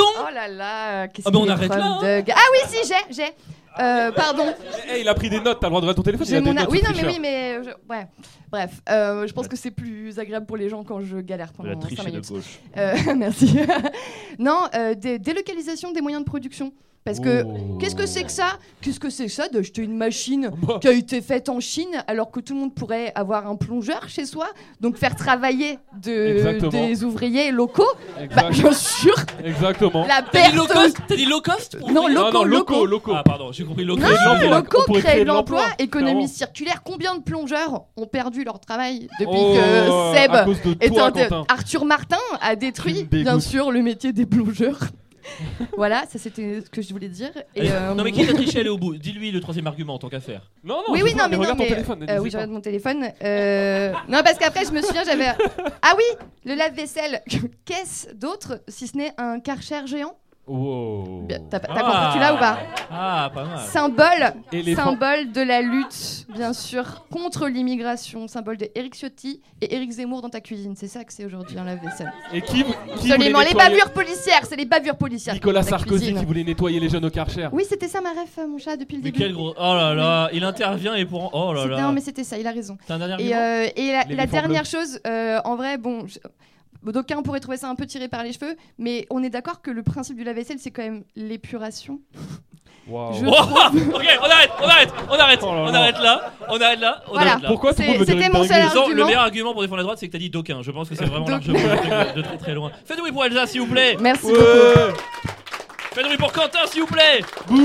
Oh là là, qu'est-ce on arrête là. Ah oui, si, j'ai. Pardon. Il a pris des notes, t'as le droit de regarder ton téléphone. Ouais. Bref, je pense que c'est plus agréable pour les gens quand je galère pendant 5 minutes. Merci. Non, délocalisation des moyens de production. Parce que qu'est-ce que c'est que ça d'acheter une machine qui a été faite en Chine alors que tout le monde pourrait avoir un plongeur chez soi, donc faire travailler des ouvriers locaux. Bien sûr. Exactement. La perte. T'as dit low cost ? Non, locaux. Ah pardon, j'ai compris locaux. Non, locaux créent de l'emploi, économie circulaire. Combien de plongeurs ont perdu leur travail depuis que Seb était Arthur Martin a détruit bien sûr le métier des plongeurs. Voilà, ça c'était ce que je voulais dire. Non mais qui t'a triché aller au bout ? Dis-lui le troisième argument en tant qu'affaire. Non, regarde ton téléphone. Oui, je regarde mon téléphone. Non, parce qu'après je me souviens, j'avais. Ah oui, le lave-vaisselle. Qu'est-ce d'autre si ce n'est un Karcher géant ? T'as compris tu l'as ou pas ? Ah, pas mal. Symbole de la lutte, bien sûr, contre l'immigration. Symbole de Éric Ciotti et Éric Zemmour dans ta cuisine. C'est ça que c'est aujourd'hui un lave-vaisselle. Et qui absolument, les bavures policières, c'est les bavures policières. Nicolas Sarkozy qui voulait nettoyer les jeunes au Karcher. Oui, c'était ça ma ref, mon chat, depuis le début. Quel gros. Oh là là, il intervient et pour. Oh là là. Non, mais c'était ça, il a raison. T'as un dernier argument ? Et la dernière chose, en vrai, bon. D'aucuns pourraient trouver ça un peu tiré par les cheveux, mais on est d'accord que le principe du lave-vaisselle, c'est quand même l'épuration. Wow. Ok, on arrête là. Voilà. Pourquoi c'était mon seul argument. Le meilleur argument pour défendre la droite, c'est que t'as dit d'aucuns. Je pense que c'est vraiment largement de très très loin. Faites du bruit pour Elsa, s'il vous plaît. Merci beaucoup. Faites du bruit pour Quentin, s'il vous plaît.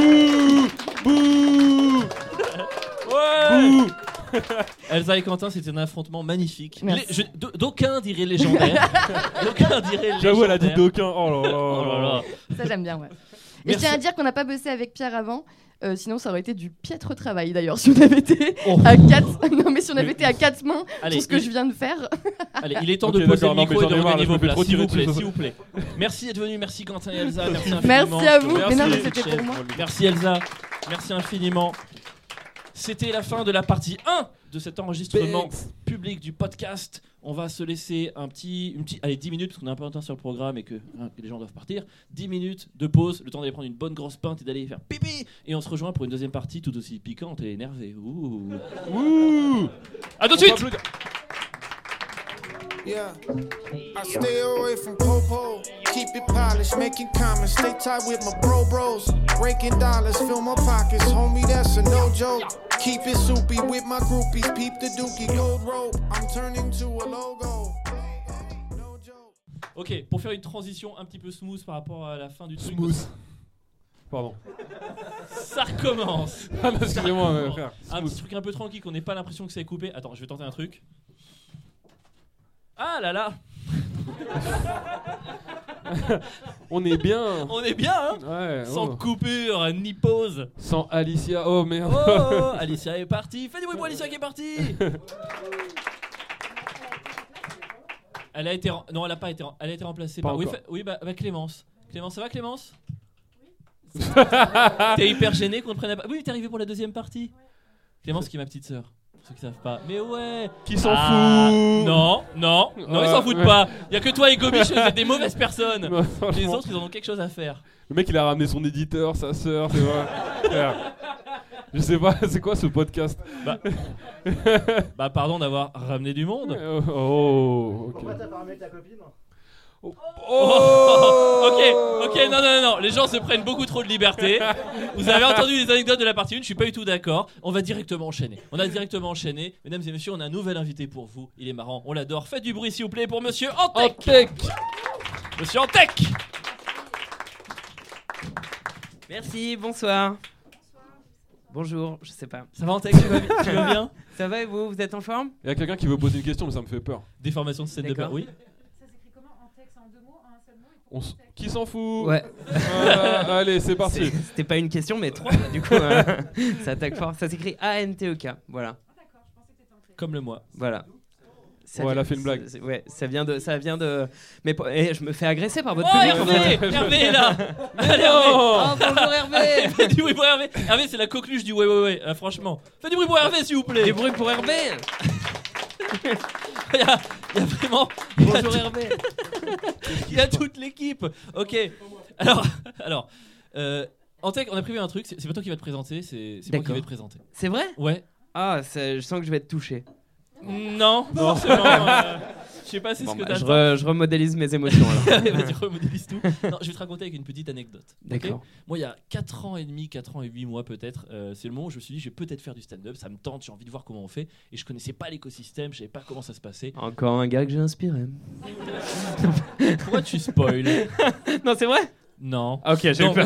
Bouh. Ouais. Elsa et Quentin, c'était un affrontement magnifique. D'aucuns diraient légendaire. J'avoue, elle a dit d'aucuns. Oh là là. Ça, j'aime bien, ouais. Et je tiens à dire qu'on n'a pas bossé avec Pierre avant. Sinon, ça aurait été du piètre travail d'ailleurs. Si on avait été à 4. Non, mais si on avait été à 4 mains, tout ce que je viens de faire. Allez, il est temps de poser le micro et de regagner vos places. S'il vous plaît. Merci d'être venu. Merci Quentin et Elsa. Merci infiniment. Merci à vous. Mais non, mais c'était pour moi. Merci Elsa. Merci infiniment. C'était la fin de la partie 1 de cet enregistrement public du podcast. On va se laisser allez, 10 minutes, parce qu'on est un peu en retard sur le programme et que les gens doivent partir. 10 minutes de pause, le temps d'aller prendre une bonne grosse pinte et d'aller faire pipi. Et on se rejoint pour une deuxième partie tout aussi piquante et énervée. Ouh. À tout de suite. Yeah, I stay away from popo, keep it polished, making comments, stay tight with my bros, breaking dollars, fill my pockets, homie, that's a no joke. Keep it soupy with my groupies, peep the dookie, gold rope, I'm turning to a logo. No joke. Ok, pour faire une transition un petit peu smooth par rapport à la fin du truc. Smooth. Pardon. Ça recommence. Excusez-moi, frère. Un petit truc un peu tranquille qu'on n'ait pas l'impression que ça est coupé. Attends, je vais tenter un truc. Ah là là. On est bien. On est bien, hein. Ouais, sans coupure ni pause. Sans Alicia. Oh merde. Oh, Alicia est partie. Fais du bruit pour Alicia qui est partie. Elle a été non, elle a pas été elle a été remplacée pas par encore. Bah Clémence. Clémence, ça va Clémence? T'es hyper gênée qu'on te prenne pas. Oui, t'es arrivée pour la deuxième partie. Clémence qui est ma petite sœur. Pour ceux qui savent pas. Mais ouais. Qui s'en fout? Non, ils s'en foutent pas. Y a que toi et Gobiche, vous êtes des mauvaises personnes. Non, les autres, ils en ont quelque chose à faire. Le mec, il a ramené son éditeur, sa sœur, c'est vrai. Je sais pas, c'est quoi ce podcast? Bah pardon d'avoir ramené du monde. Oh, ok. Pourquoi t'as pas ramené ta copine? Ok, non, les gens se prennent beaucoup trop de liberté. Vous avez entendu les anecdotes de la partie 1, je suis pas du tout d'accord. On va directement enchaîner. Mesdames et messieurs, on a un nouvel invité pour vous. Il est marrant, on l'adore. Faites du bruit s'il vous plaît pour Monsieur Antec. Monsieur Antec. Merci, bonsoir. Bonjour, je sais pas. Ça va Antec, tu vas bien? Ça va et vous? Vous êtes en forme? Il y a quelqu'un qui veut poser une question, mais ça me fait peur. Des formations de stand-up, oui. Qui s'en fout? Ouais. Allez, c'est parti. C'était pas une question, mais 3. Du coup, ça attaque fort. Ça s'écrit A-N-T-E-K. Voilà. Comme le mois. Voilà. Elle a fait une blague. Ouais, ça vient de. Mais je me fais agresser par votre public. Hervé est là. Allez, Hervé. Bonjour Hervé. Fais du bruit pour Hervé. Hervé, c'est la coqueluche du ouais. Franchement. Fais du bruit pour Hervé, s'il vous plaît. Du bruit pour Hervé. Il y a vraiment. Bonjour Hervé. Il y a toute l'équipe. Ok. Alors, Antec, on a prévu un truc. C'est pas toi qui va te présenter, c'est moi qui vais te présenter. C'est vrai? Ouais. Ah, je sens que je vais être touché. Non, forcément. Je sais pas, c'est ce que t'as. Je remodélise mes émotions alors. Vas-y, remodélise tout. Non, je vais te raconter avec une petite anecdote. D'accord. Okay, moi, il y a 4 ans et demi, 4 ans et 8 mois peut-être, c'est le moment où je me suis dit, je vais peut-être faire du stand-up. Ça me tente, j'ai envie de voir comment on fait. Et je connaissais pas l'écosystème, je savais pas comment ça se passait. Encore un gars que j'ai inspiré. Pourquoi tu spoil? Non, c'est vrai? Non. Ok, j'ai eu peur.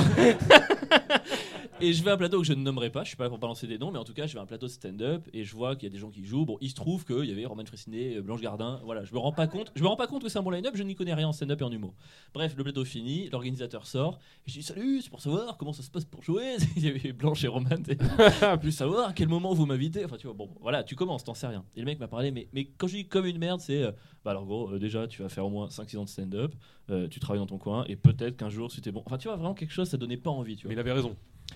Et je vais à un plateau que je ne nommerai pas, je suis pas là pour balancer des noms, mais en tout cas, je vais à un plateau de stand-up et je vois qu'il y a des gens qui jouent. Bon, il se trouve qu'il y avait Roman Frécinet, Blanche Gardin, voilà, je me rends pas compte que c'est un bon line-up, je n'y connais rien en stand-up et en humour. Bref, le plateau fini, l'organisateur sort, et je dis salut, c'est pour savoir comment ça se passe pour jouer. Il y avait Blanche et Roman, plus savoir à quel moment vous m'invitez, enfin tu vois, bon, voilà, tu commences, t'en sais rien. Et le mec m'a parlé, mais quand je dis comme une merde, c'est, alors gros, déjà, tu vas faire au moins 5-6 ans de stand-up, tu travailles dans ton coin, et peut-être qu'un jour, si t'es bon, enfin tu vois, vraiment quelque chose, ça donnait pas envie, tu vois. Mais il avait raison.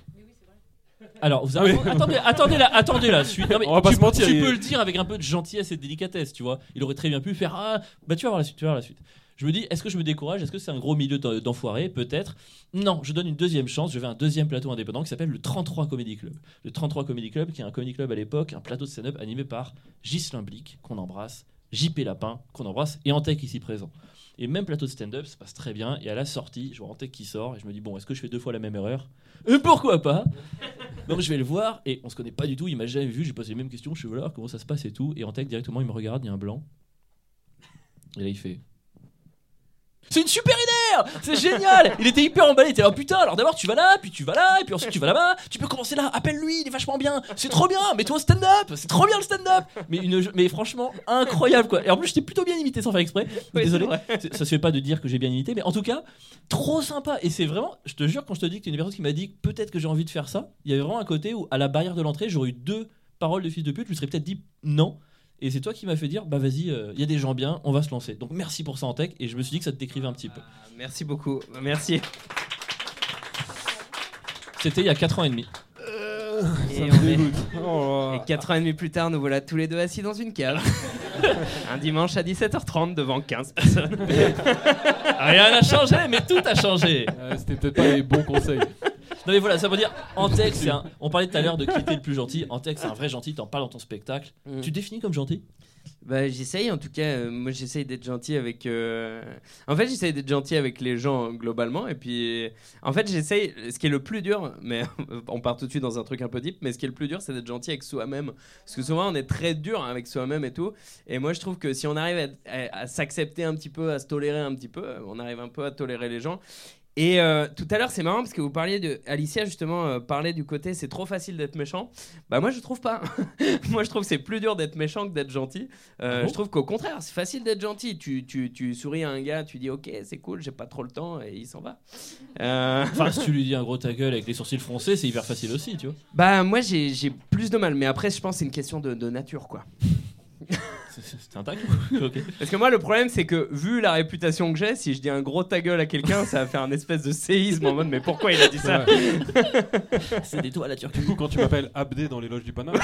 Alors, vous avez... attendez la suite. Non, mais on va pas se mentir. Tu peux le dire avec un peu de gentillesse et de délicatesse, tu vois. Il aurait très bien pu faire tu vas voir la suite. Je me dis, est-ce que je me décourage? Est-ce que c'est un gros milieu d'enfoirés? Peut-être. Non, je donne une deuxième chance. Je vais à un deuxième plateau indépendant qui s'appelle le 33 Comedy Club. Le 33 Comedy Club, qui est un comedy club à l'époque, un plateau de stand-up animé par Ghislain Blic, qu'on embrasse, JP Lapin, qu'on embrasse, et Antec ici présent. Et même plateau de stand-up, ça passe très bien. Et à la sortie, je vois Antec qui sort et je me dis, bon, est-ce que je fais 2 fois la même erreur? Pourquoi pas? Donc je vais le voir et on se connaît pas du tout, il m'a jamais vu, j'ai posé les mêmes questions, je suis voilà, comment ça se passe et tout. Et Antec directement il me regarde, il y a un blanc. Et là il fait, c'est une super idée, c'est génial. Il était hyper emballé, il était là, oh putain, alors d'abord tu vas là, puis tu vas là, et puis ensuite tu vas là-bas, tu peux commencer là, appelle-lui, il est vachement bien, c'est trop bien, mets-toi au stand-up, c'est trop bien le stand-up. Mais franchement incroyable quoi. Et en plus j'étais plutôt bien imité sans faire exprès, oui, désolé, ça se fait pas de dire que j'ai bien imité, mais en tout cas trop sympa. Et c'est vraiment, je te jure, quand je te dis que t'es une personne qui m'a dit peut-être que j'ai envie de faire ça, il y avait vraiment un côté où à la barrière de l'entrée j'aurais eu 2 paroles de fils de pute, je me serais peut-être dit non. Et c'est toi qui m'as fait dire, bah vas-y, il y a des gens bien, on va se lancer. Donc merci pour ça Antec, et je me suis dit que ça te décrivait un petit peu. Merci beaucoup, merci. C'était il y a 4 ans et demi. Et, me dégoûte. Oh. Et 4 ans et demi plus tard, nous voilà tous les deux assis dans une cave. Un dimanche à 17h30 devant 15 personnes. Rien n'a changé, mais tout a changé. C'était peut-être pas les bons conseils. Non mais voilà, ça veut dire Antec, on parlait tout à l'heure de qui était le plus gentil. Antec, c'est un vrai gentil, t'en parles dans ton spectacle. Tu te définis comme gentil? Bah, j'essaye en tout cas, moi j'essaye d'être gentil avec... En fait j'essaye d'être gentil avec les gens globalement et puis en fait j'essaye, ce qui est le plus dur, mais on part tout de suite dans un truc un peu deep, mais ce qui est le plus dur c'est d'être gentil avec soi-même, parce que souvent on est très dur avec soi-même et tout, et moi je trouve que si on arrive à s'accepter un petit peu, à se tolérer un petit peu, on arrive un peu à tolérer les gens. Et tout à l'heure c'est marrant parce que vous parliez de Alicia justement parlait du côté c'est trop facile d'être méchant. Bah moi je trouve pas. Moi je trouve que c'est plus dur d'être méchant que d'être gentil. Je trouve qu'au contraire c'est facile d'être gentil. Tu souris à un gars, tu dis ok c'est cool, j'ai pas trop le temps et il s'en va. Enfin si tu lui dis un gros ta gueule avec les sourcils froncés c'est hyper facile aussi tu vois. Bah moi j'ai plus de mal, mais après je pense que c'est une question de nature quoi. C'est un tag. Okay. Parce que moi le problème c'est que vu la réputation que j'ai, si je dis un gros ta gueule à quelqu'un ça va faire un espèce de séisme en mode mais pourquoi il a dit ça. C'est des toits à la Turquie. Du coup quand tu m'appelles Abdé dans les loges du Paname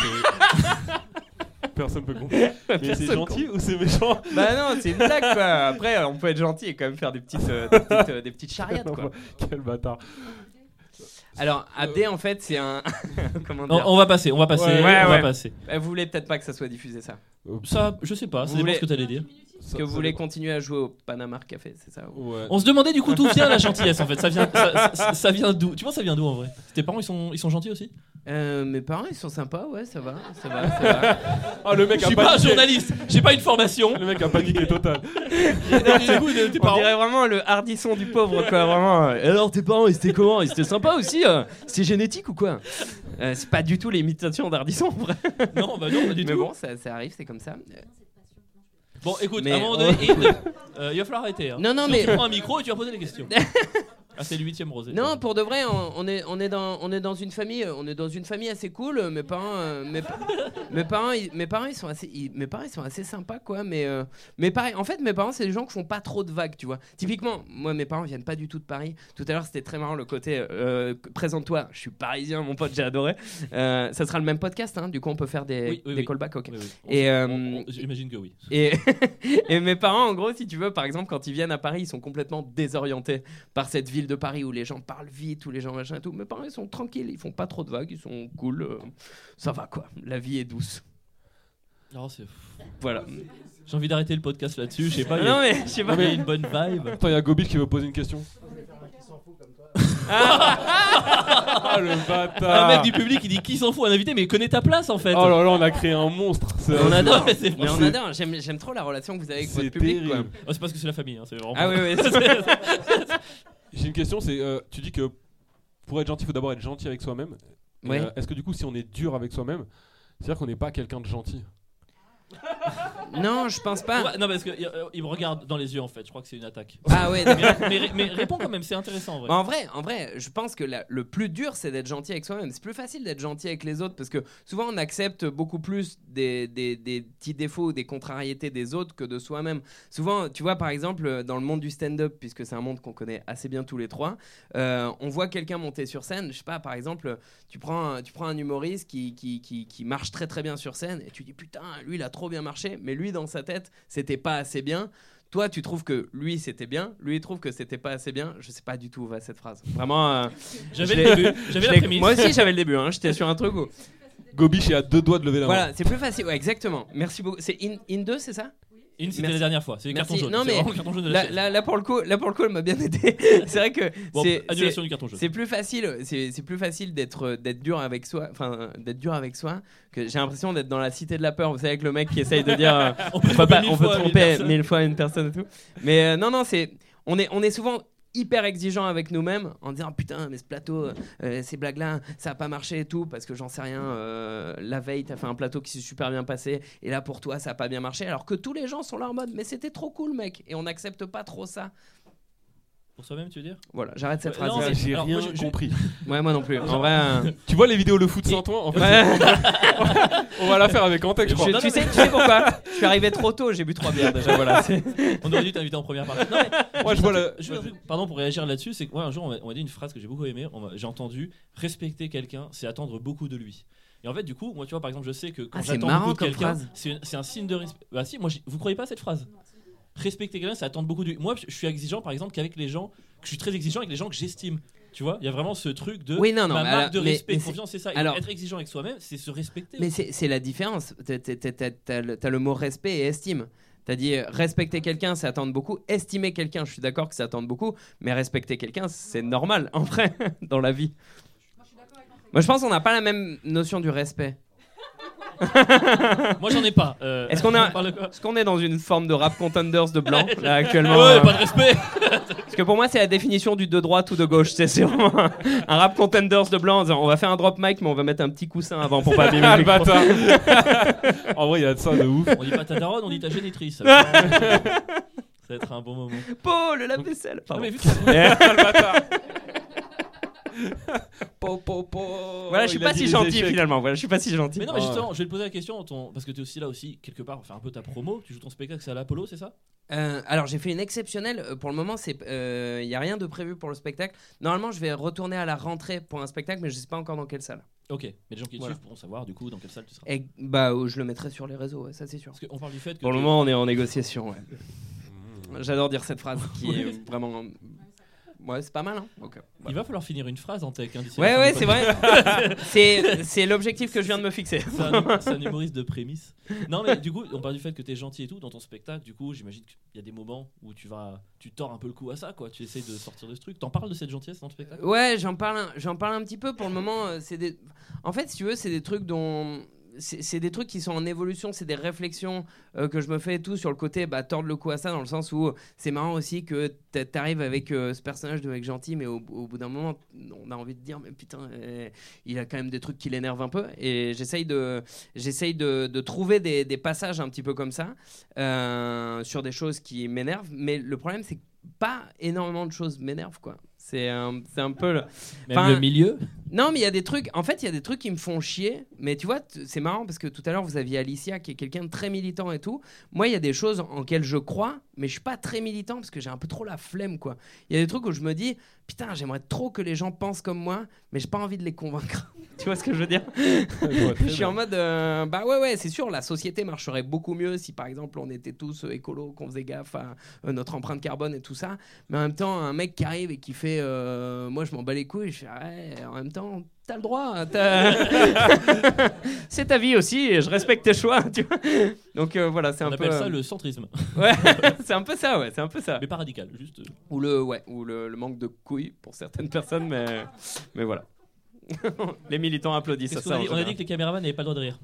personne peut comprendre. Mais c'est gentil ou c'est méchant? Bah non c'est une blague quoi. Après on peut être gentil et quand même faire des petites charriades quoi. Quel bâtard. Alors Abdé en fait c'est un comment dire. On va passer. On va passer. Vous voulez peut-être pas que ça soit diffusé ça. Ça je sais pas, ça dépend ce que t'allais dire. Est-ce que vous voulez continuer à jouer au Panama Café, c'est ça ouais. On se demandait du coup d'où vient la gentillesse en fait. Ça vient d'où? Tu penses ça vient d'où en vrai? Tes parents ils sont gentils aussi? Mes parents ils sont sympas, ouais ça va. Oh, le mec je suis pas un journaliste, j'ai pas une formation. Le mec a paniqué total. On dirait vraiment le hardisson du pauvre quoi, vraiment. Alors tes parents ils étaient comment? Ils étaient sympas aussi, c'est génétique ou quoi? C'est pas du tout l'imitation d'hardisson en vrai. Non bah non pas du tout. Mais bon ça arrive, c'est comme ça. Bon écoute, à un moment donné, il va falloir arrêter. Hein. Non, mais tu prends un micro et tu vas poser des questions. Ah, c'est le 8ème rosé. Non, pour de vrai, on est dans une famille, assez cool. Mes parents ils sont assez sympas quoi. Mais pareil, en fait, mes parents c'est des gens qui font pas trop de vagues, tu vois. Typiquement, moi mes parents viennent pas du tout de Paris. Tout à l'heure c'était très marrant le côté présente-toi, je suis parisien, mon pote, j'ai adoré. Ça sera le même podcast, hein. Du coup on peut faire des callbacks, ok. Oui. Et j'imagine que oui. Et mes parents, en gros, si tu veux, par exemple, quand ils viennent à Paris, ils sont complètement désorientés par cette ville de Paris où les gens parlent vite, où les gens machin et tout. Mes parents, ils sont tranquilles, ils font pas trop de vagues, ils sont cool, ça va quoi. La vie est douce. Oh, voilà. J'ai envie d'arrêter le podcast là-dessus. Je sais pas. Non mais je sais pas. Il y a une bonne vibe. Attends, il y a Gobiche qui veut poser une question. Ah le bâtard. Un mec du public il dit qui s'en fout un invité mais il connaît ta place en fait. Oh là là on a créé un monstre. On adore. Mais on adore. J'aime trop la relation que vous avez avec votre public quoi. Oh, c'est parce que c'est la famille hein, c'est vraiment. Ah oui. J'ai une question, c'est tu dis que pour être gentil il faut d'abord être gentil avec soi-même. Ouais. Est-ce que du coup si on est dur avec soi-même, c'est-à-dire qu'on n'est pas quelqu'un de gentil? Non, je pense pas. Ouais, non, parce qu'il me regarde dans les yeux en fait. Je crois que c'est une attaque. Ah ouais. mais réponds quand même, c'est intéressant en vrai. En vrai, je pense que le plus dur, c'est d'être gentil avec soi-même. C'est plus facile d'être gentil avec les autres parce que souvent on accepte beaucoup plus des petits défauts ou des contrariétés des autres que de soi-même. Souvent, tu vois, par exemple, dans le monde du stand-up, puisque c'est un monde qu'on connaît assez bien tous les trois, on voit quelqu'un monter sur scène. Je sais pas, par exemple, tu prends un humoriste qui marche très très bien sur scène et tu dis putain, lui il a trop bien marché, mais lui dans sa tête c'était pas assez bien. Toi tu trouves que lui c'était bien, lui il trouve que c'était pas assez bien. Je sais pas du tout où va cette phrase. Vraiment. J'avais le début, j'avais la prémisse. Moi aussi j'avais le début. Hein, j'étais sur un truc où. Gobiche est à 2 doigts de lever la main. Voilà, c'est plus facile. Ouais, exactement. Merci beaucoup. C'est in 2, c'est ça? C'était la dernière fois, c'est les cartons jaunes. Non mais carton jaune de la là pour le coup, elle m'a bien aidé. C'est vrai que annulation du carton jaune. C'est plus facile d'être dur avec soi, que j'ai l'impression d'être dans la cité de la peur, vous savez, avec le mec qui essaye de dire on peut tromper 1000 fois une personne et tout. Mais non, on est souvent hyper exigeant avec nous-mêmes en disant putain mais ce plateau ces blagues là ça a pas marché et tout parce que j'en sais rien, la veille t'as fait un plateau qui s'est super bien passé et là pour toi ça a pas bien marché alors que tous les gens sont là en mode mais c'était trop cool mec, et on n'accepte pas trop ça. Pour soi-même, tu veux dire? Voilà, j'arrête cette phrase. non, mais- J'ai alors, rien moi, compris. Ouais, moi non plus. En vrai. Tu vois les vidéos le foot sans toi en fait. On va la faire avec Antec, je crois. Tu sais pourquoi? Je suis arrivé trop tôt, j'ai bu 3 bières déjà. Voilà. On aurait dû t'inviter en première partie. Non, mais, Moi, je vois le. juste un truc, pardon, pour réagir là-dessus, c'est que moi un jour on m'a dit une phrase que j'ai beaucoup aimée. J'ai entendu respecter quelqu'un, c'est attendre beaucoup de lui. Et en fait, du coup, moi, tu vois, par exemple, je sais que quand c'est j'attends marrant beaucoup de comme quelqu'un, phrase. c'est un signe de respect. Bah si, moi, vous croyez pas à cette phrase? Respecter quelqu'un, c'est attendre beaucoup de lui. Moi, je suis exigeant, par exemple, qu'avec les gens, que je suis très exigeant avec les gens que j'estime. Tu vois, il y a vraiment ce truc de Oui, non, ma mais marque alors- de mais- respect, mais de confiance, c'est ça. Et alors- être exigeant avec soi-même, c'est se respecter. Mais c'est la différence. T'as le mot respect et estime. T'as dit respecter quelqu'un, c'est attendre beaucoup. Estimer quelqu'un, je suis d'accord que c'est attendre beaucoup. Mais respecter quelqu'un, c'est normal, en vrai, dans la vie. Moi, je pense qu'on n'a pas la même notion du respect. Moi, j'en ai pas. Est-ce qu'on est dans une forme de rap contenders de blanc, là, actuellement Ouais, pas de respect. Parce que pour moi, c'est la définition du de droite ou de gauche. C'est vraiment un rap contenders de blanc en disant on va faire un drop mic, mais on va mettre un petit coussin avant pour pas abîmer Ah, le le micro. bâtard. En vrai, il y a de ça de ouf. On dit pas ta daronne, on dit ta génitrice. Ça va être un bon moment. Paul, le lave-vaisselle. Pardon. Non, mais vu que- Le bâtard. Voilà, je suis pas si gentil finalement. Voilà, je suis pas si gentil. Mais non, mais justement, je vais te poser la question, parce que tu es aussi là aussi, quelque part, faire un peu ta promo. Tu joues ton spectacle, c'est à l'Apollo, c'est ça? Alors j'ai fait une exceptionnelle. Pour le moment, il y a rien de prévu pour le spectacle. Normalement, je vais retourner à la rentrée pour un spectacle, mais je sais pas encore dans quelle salle. Ok, mais les gens qui te Voilà. suivent pourront savoir du coup dans quelle salle tu seras. Et je le mettrai sur les réseaux, ouais, ça c'est sûr. Parce qu'on parle du fait que Pour le moment, on est en négociation. Ouais. J'adore dire cette phrase qui est vraiment. Ouais, c'est pas mal, hein. Okay. Il va falloir finir une phrase en tech. Hein, d'ici Ouais, la ouais, fin c'est du vrai. podcast. c'est l'objectif que je viens de me fixer. C'est un humoriste de prémisse. Non, mais du coup, on parle du fait que t'es gentil et tout dans ton spectacle. Du coup, j'imagine qu'il y a des moments où tu tords un peu le cou à ça, quoi. Tu essayes de sortir de ce truc. T'en parles de cette gentillesse dans le spectacle? Ouais, j'en parle un petit peu. Pour le moment, en fait, si tu veux, c'est des trucs dont. C'est des trucs qui sont en évolution, c'est des réflexions que je me fais et tout sur le côté tordre le cou à ça, dans le sens où c'est marrant aussi que t'arrives avec ce personnage de mec gentil, mais au bout d'un moment on a envie de dire mais putain il a quand même des trucs qui l'énervent un peu, et j'essaye de trouver des passages un petit peu comme ça sur des choses qui m'énervent, mais le problème c'est que pas énormément de choses m'énervent, quoi. C'est un peu Même le milieu. Non, mais il y a des trucs. En fait, il y a des trucs qui me font chier. Mais tu vois, c'est marrant parce que tout à l'heure vous aviez Alicia qui est quelqu'un de très militant et tout. Moi, il y a des choses en lesquelles je crois, mais je suis pas très militant parce que j'ai un peu trop la flemme, quoi. Il y a des trucs où je me dis putain, j'aimerais trop que les gens pensent comme moi, mais j'ai pas envie de les convaincre. Tu vois ce que je veux dire? Je suis en mode ouais, c'est sûr, la société marcherait beaucoup mieux si par exemple on était tous écolos, qu'on faisait gaffe à notre empreinte carbone et tout ça. Mais en même temps, un mec qui arrive et qui fait moi je m'en bats les couilles, je fais ouais, en même temps t'as le droit, c'est ta vie aussi et je respecte tes choix, tu vois. Donc voilà, c'est un peu. On appelle ça le centrisme. Ouais, c'est un peu ça, ouais, c'est un peu ça. Mais pas radical, juste. Ou le manque de couilles pour certaines personnes, mais voilà. Les militants applaudissent à ça. On a dit que les caméramans n'avaient pas le droit de rire.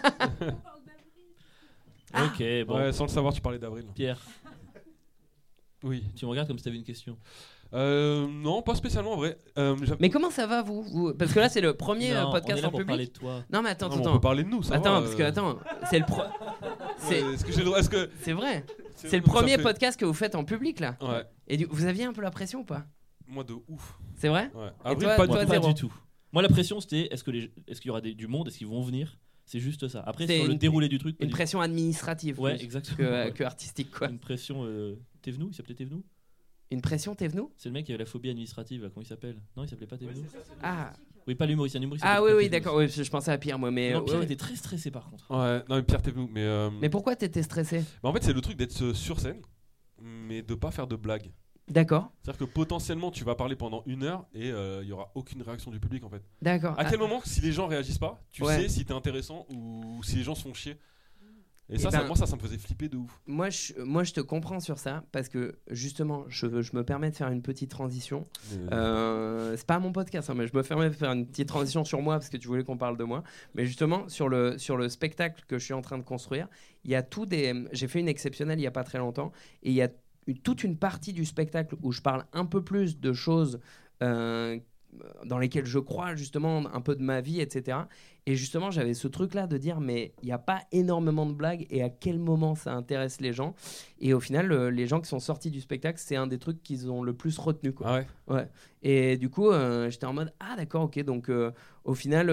Ok, bon. Ouais, sans le savoir, tu parlais d'Avril. Pierre. Oui. Tu me regardes comme si t'avais une question. Non, pas spécialement en vrai. Mais comment ça va vous Parce que là c'est le premier Non, podcast on est là en pour public. parler de toi. Non mais attends, Non, mais on peut parler de nous, ça Attends, va, parce que c'est le Est-ce que j'ai le droit? Est-ce que c'est vrai. C'est C'est le donc ça premier fait- podcast que vous faites en public là. Ouais. Et vous aviez un peu la pression ou pas? Moi de ouf. C'est vrai? Ouais. Et Avril, toi, pas Moi, du pas zéro. du tout. Moi, la pression, c'était est-ce qu'il y aura du monde, est-ce qu'ils vont venir? C'est juste ça. Après, C'est sur le une- déroulé du truc. pas Une du tout. pression administrative. Ouais, plus exactement. Que artistique, quoi. Une pression. Thévenoud, il s'appelait Thévenoud? Une pression, t'es venu? C'est le mec qui avait la phobie administrative, là, comment il s'appelle? Non, il s'appelait pas Thévenoud? Ah. Oui, pas l'humoriste, un humoriste. Ah qui oui, s'appelle oui, Thévenoud. d'accord. Oui, je pensais à Pierre, moi. Mais, Non, Pierre ouais. était très stressé par contre. Ouais, non mais Pierre t'es venu, Mais pourquoi t'étais stressé? en fait c'est le truc d'être sur scène, mais de pas faire de blagues. D'accord. C'est-à-dire que potentiellement tu vas parler pendant 1 heure et il y aura aucune réaction du public en fait. D'accord. À quel moment, si les gens réagissent pas, tu Ouais. sais si t'es intéressant ou si les gens se font chier. Et Eh ça, ben, moi ça me faisait flipper de ouf. Moi, je te comprends sur ça parce que justement, je me permets de faire une petite transition. C'est pas mon podcast, hein, mais je me permets de faire une petite transition sur moi parce que tu voulais qu'on parle de moi. Mais justement, sur le spectacle que je suis en train de construire, il y a j'ai fait une exceptionnelle il y a pas très longtemps et il y a toute une partie du spectacle où je parle un peu plus de choses dans lesquels je crois, justement, un peu de ma vie, etc. Et justement, j'avais ce truc-là de dire, mais il n'y a pas énormément de blagues et à quel moment ça intéresse les gens. Et au final, les gens qui sont sortis du spectacle, c'est un des trucs qu'ils ont le plus retenu, quoi. Ah ouais. Ouais. Et du coup, j'étais en mode, ah d'accord, ok. Donc, au final,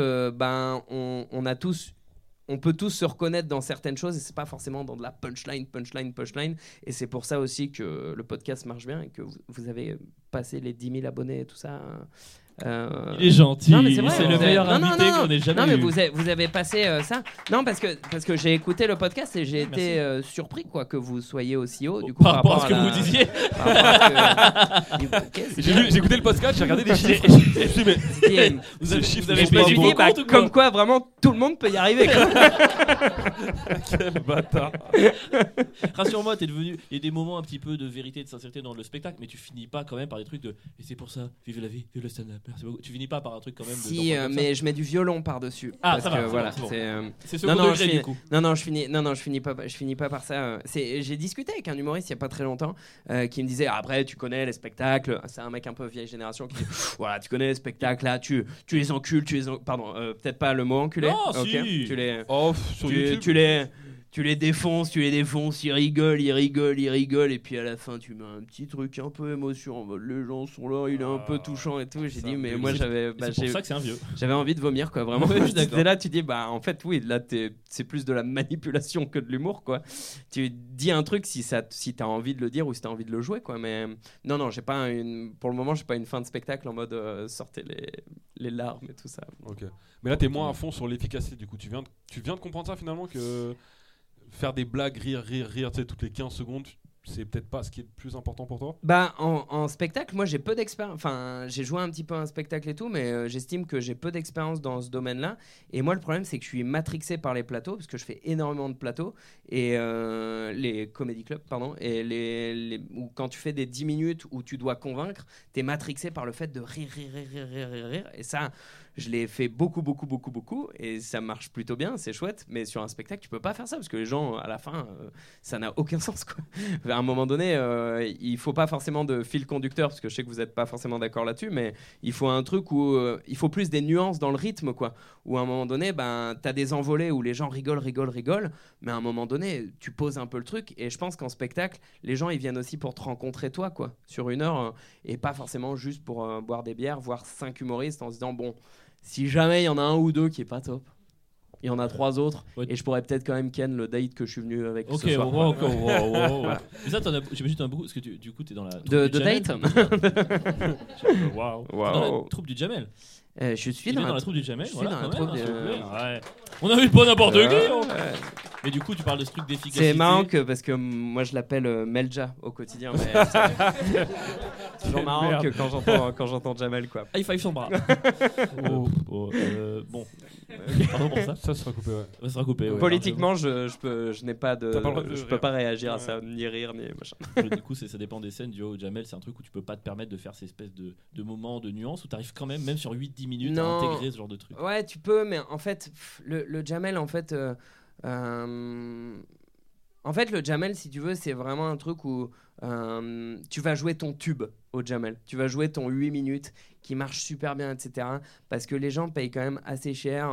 on peut tous se reconnaître dans certaines choses et c'est pas forcément dans de la punchline. Et c'est pour ça aussi que le podcast marche bien et que vous avez passé les 10 000 abonnés et tout ça. Il est gentil, non, mais c'est vrai, le meilleur invité qu'on ait jamais eu. Non, mais vous avez passé ça. Non, parce que j'ai écouté le podcast et j'ai été surpris quoi, que vous soyez aussi haut. Du coup, par rapport à ce que vous disiez. J'ai écouté le podcast, j'ai regardé des chiffres. Vous avez dit, comme quoi, vraiment, tout le monde peut y arriver. Quel bâtard. Rassure-moi, t'es devenu. Il y a des moments un petit peu de vérité et de sincérité dans le spectacle, mais tu finis pas quand même par des trucs de. Et c'est pour ça, vive la vie, vive le stand-up. Tu finis pas par un truc quand même. Si, mais je mets du violon par-dessus. Ah, ça va. Voilà, c'est second degré du coup. Non, je finis pas par ça. J'ai discuté avec un humoriste il y a pas très longtemps qui me disait après tu connais les spectacles. C'est un mec un peu vieille génération qui dit voilà tu connais les spectacles là, tu les encules, pardon, peut-être pas le mot enculé. Oh, okay. si. Tu les sur YouTube. Tu les défonces, ils rigolent, et puis à la fin, tu mets un petit truc un peu émotion, en mode, les gens sont là, il est un peu touchant et tout. J'ai dit, mais moi, c'est pour ça que c'est un vieux. J'avais envie de vomir, quoi, vraiment. Et là, tu dis, bah, en fait, oui, là, c'est plus de la manipulation que de l'humour, quoi. Tu dis un truc si t'as envie de le dire ou si t'as envie de le jouer, quoi. Mais non, pour le moment, j'ai pas une fin de spectacle en mode sortez les larmes et tout ça. Ok. Mais là, t'es moins à fond sur l'efficacité, du coup. Tu viens de comprendre ça finalement que. Faire des blagues, rire, tu sais, toutes les 15 secondes, c'est peut-être pas ce qui est le plus important pour toi ? Bah, en spectacle, moi j'ai peu d'expérience. Enfin, j'ai joué un petit peu à un spectacle et tout, mais j'estime que j'ai peu d'expérience dans ce domaine-là. Et moi, le problème, c'est que je suis matrixé par les plateaux, parce que je fais énormément de plateaux, et les comedy clubs, pardon, et où quand tu fais des 10 minutes où tu dois convaincre, t'es matrixé par le fait de rire. Et ça, je l'ai fait beaucoup, et ça marche plutôt bien, c'est chouette. Mais sur un spectacle, tu peux pas faire ça, parce que les gens, à la fin, ça n'a aucun sens, quoi. À un moment donné, il faut pas forcément de fil conducteur, parce que je sais que vous n'êtes pas forcément d'accord là-dessus, mais il faut un truc où il faut plus des nuances dans le rythme, quoi. Où à un moment donné, t'as des envolées où les gens rigolent, mais à un moment donné, tu poses un peu le truc. Et je pense qu'en spectacle, les gens, ils viennent aussi pour te rencontrer toi, quoi, sur une heure, et pas forcément juste pour boire des bières, voir 5 humoristes en se disant, bon, si jamais il y en a un ou deux qui est pas top, il y en a 3 autres, et je pourrais peut-être quand même ken le date que je suis venu avec ce soir. Wow. Voilà. Mais ça, j'imagine t'en as beaucoup, parce que du coup, t'es dans la troupe de du Jamel. Wow. Dans la troupe du Jamel. Je suis dans la troupe du Jamel. Je suis dans la troupe du Ouais. On n'invite pas n'importe qui. Mais du coup, tu parles de ce truc d'efficacité. C'est marrant parce que moi, je l'appelle Melja au quotidien. Mais c'est toujours marrant que quand j'entends Jamel, quoi. High five son bras. Bon. Pardon pour ça. Ça sera coupé, ouais. Ça sera coupé, ouais. Politiquement, je n'ai pas de. Je peux pas réagir à ça, ni rire, ni machin. Du coup, ça dépend des scènes. Du Jamel, c'est un truc où tu peux pas te permettre de faire ces espèces de moments de nuances où tu arrives quand même sur 8-10 minutes à intégrer ce genre de truc. Ouais, tu peux, mais en fait, le Jamel, en fait, le Jamel, si tu veux, c'est vraiment un truc où tu vas jouer ton tube au Jamel. Tu vas jouer ton 8 minutes qui marche super bien, etc. Parce que les gens payent quand même assez cher.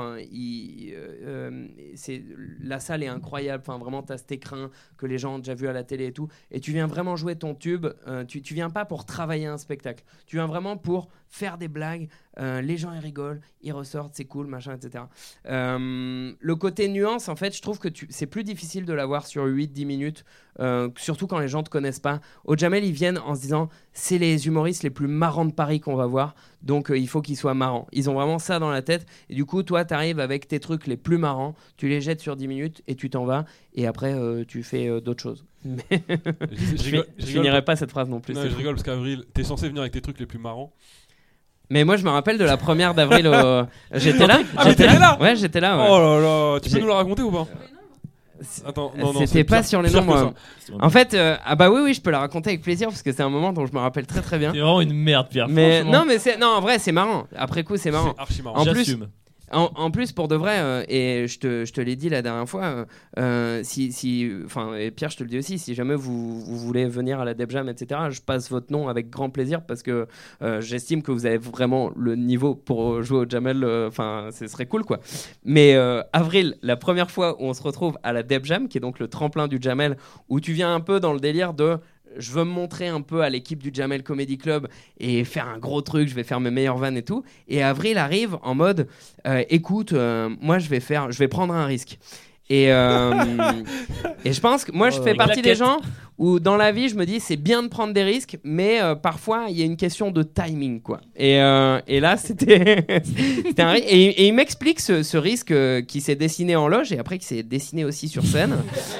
La salle est incroyable. Enfin, vraiment, tu as cet écrin que les gens ont déjà vu à la télé et tout. Et tu viens vraiment jouer ton tube. Tu viens pas pour travailler un spectacle. Tu viens vraiment pour faire des blagues. Les gens, ils rigolent, ils ressortent, c'est cool, machin, etc. Le côté nuance, en fait, je trouve que c'est plus difficile de l'avoir sur 8-10 minutes. Surtout quand les gens te connaissent pas. Au Jamel, ils viennent en se disant c'est les humoristes les plus marrants de Paris qu'on va voir, donc il faut qu'ils soient marrants. Ils ont vraiment ça dans la tête, et du coup toi t'arrives avec tes trucs les plus marrants, tu les jettes sur 10 minutes et tu t'en vas, et après tu fais d'autres choses. Mais je finirai pas cette phrase non plus. Non, je rigole parce qu'Avril, t'es censé venir avec tes trucs les plus marrants. Mais moi je me rappelle de la première d'Avril j'étais là. J'étais là. Ouais, j'étais là. Ouais. Oh là là, tu peux nous la raconter ou pas? Attends, non, c'était pas sur les nombres. En fait, bah oui, je peux la raconter avec plaisir parce que c'est un moment dont je me rappelle très très bien. C'est vraiment une merde, Pierre. Mais non, en vrai, c'est marrant. Après coup, c'est marrant. C'est archi marrant. En J'assume. plus, En plus, pour de vrai, et je te l'ai dit la dernière fois, et Pierre, je te le dis aussi, si jamais vous voulez venir à la Deb Jam, etc., je passe votre nom avec grand plaisir parce que j'estime que vous avez vraiment le niveau pour jouer au Jamel. Ce serait cool, quoi. Mais Avril, la première fois où on se retrouve à la Deb Jam, qui est donc le tremplin du Jamel, où tu viens un peu dans le délire de je veux me montrer un peu à l'équipe du Jamel Comedy Club et faire un gros truc, je vais faire mes meilleures vannes et tout. Et Avril arrive en mode écoute, moi je vais prendre un risque. Et je pense que moi je fais partie des gens où dans la vie je me dis c'est bien de prendre des risques, mais parfois il y a une question de timing, quoi. Et là c'était un risque. Et il m'explique ce risque qui s'est dessiné en loge et après qui s'est dessiné aussi sur scène.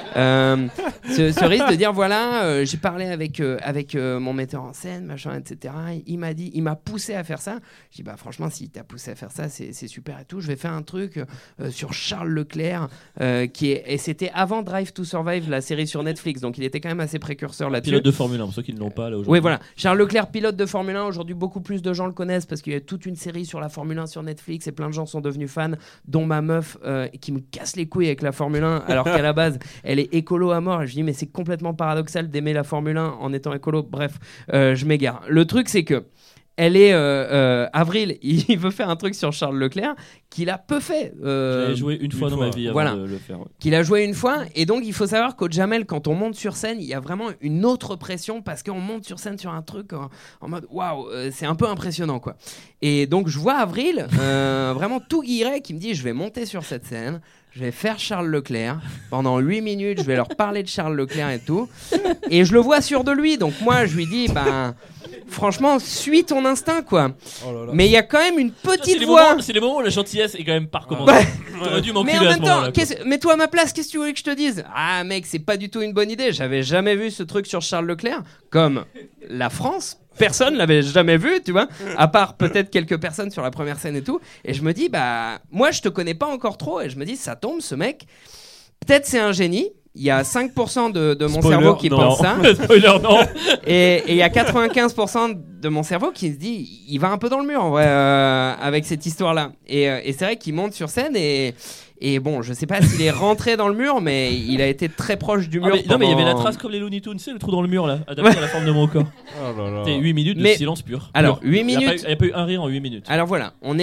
Ce risque de dire voilà, j'ai parlé avec mon metteur en scène, machin, etc. Il m'a poussé à faire ça. Je dis bah franchement si t'a poussé à faire ça c'est super et tout. Je vais faire un truc sur Charles Leclerc. Et c'était avant Drive to Survive, la série sur Netflix, donc il était quand même assez précurseur là-dessus. Pilote de Formule 1, pour ceux qui ne l'ont pas là aujourd'hui. Oui, voilà. Charles Leclerc, pilote de Formule 1, aujourd'hui beaucoup plus de gens le connaissent parce qu'il y a toute une série sur la Formule 1 sur Netflix et plein de gens sont devenus fans, dont ma meuf qui me casse les couilles avec la Formule 1 alors qu'à la base elle est écolo à mort. Et je dis mais c'est complètement paradoxal d'aimer la Formule 1 en étant écolo. Bref, je m'égare. Le truc c'est que elle est Avril, il veut faire un truc sur Charles Leclerc qu'il a peu fait. J'avais joué une fois dans ma vie avant de le faire. Ouais. Qu'il a joué une fois, et donc il faut savoir qu'au Jamel, quand on monte sur scène, il y a vraiment une autre pression parce qu'on monte sur scène sur un truc en mode waouh, c'est un peu impressionnant, quoi. Et donc je vois Avril, vraiment tout guiré, qui me dit je vais monter sur cette scène. Je vais faire Charles Leclerc. Pendant 8 minutes, je vais leur parler de Charles Leclerc et tout. Et je le vois sûr de lui. Donc moi, je lui dis, franchement, suis ton instinct, quoi. Oh là là. Mais il y a quand même une petite voix. C'est les moments où la gentillesse est quand même pas recommandée. T'aurais dû m'enculer à ce moment-là. Mets-toi à ma place, qu'est-ce que tu voulais que je te dise ? Ah mec, c'est pas du tout une bonne idée. J'avais jamais vu ce truc sur Charles Leclerc. Comme la France. Personne l'avait jamais vu, tu vois, à part peut-être quelques personnes sur la première scène et tout. Et je me dis, moi je te connais pas encore trop. Et je me dis, ça tombe, ce mec, peut-être c'est un génie. Il y a 5% de mon cerveau qui pense ça. Spoiler, non. Et il y a 95% de mon cerveau qui se dit, il va un peu dans le mur en vrai avec cette histoire-là. Et c'est vrai qu'il monte sur scène et bon, je sais pas s'il est rentré dans le mur, mais il a été très proche du mur. Non, mais il y avait la trace comme les Looney Tunes, c'est le trou dans le mur là, adapté à la forme de mon corps. Oh là là. C'était 8 minutes de silence pur. Alors, 8 minutes. Il n'y a pas eu un rire en 8 minutes. Alors voilà, on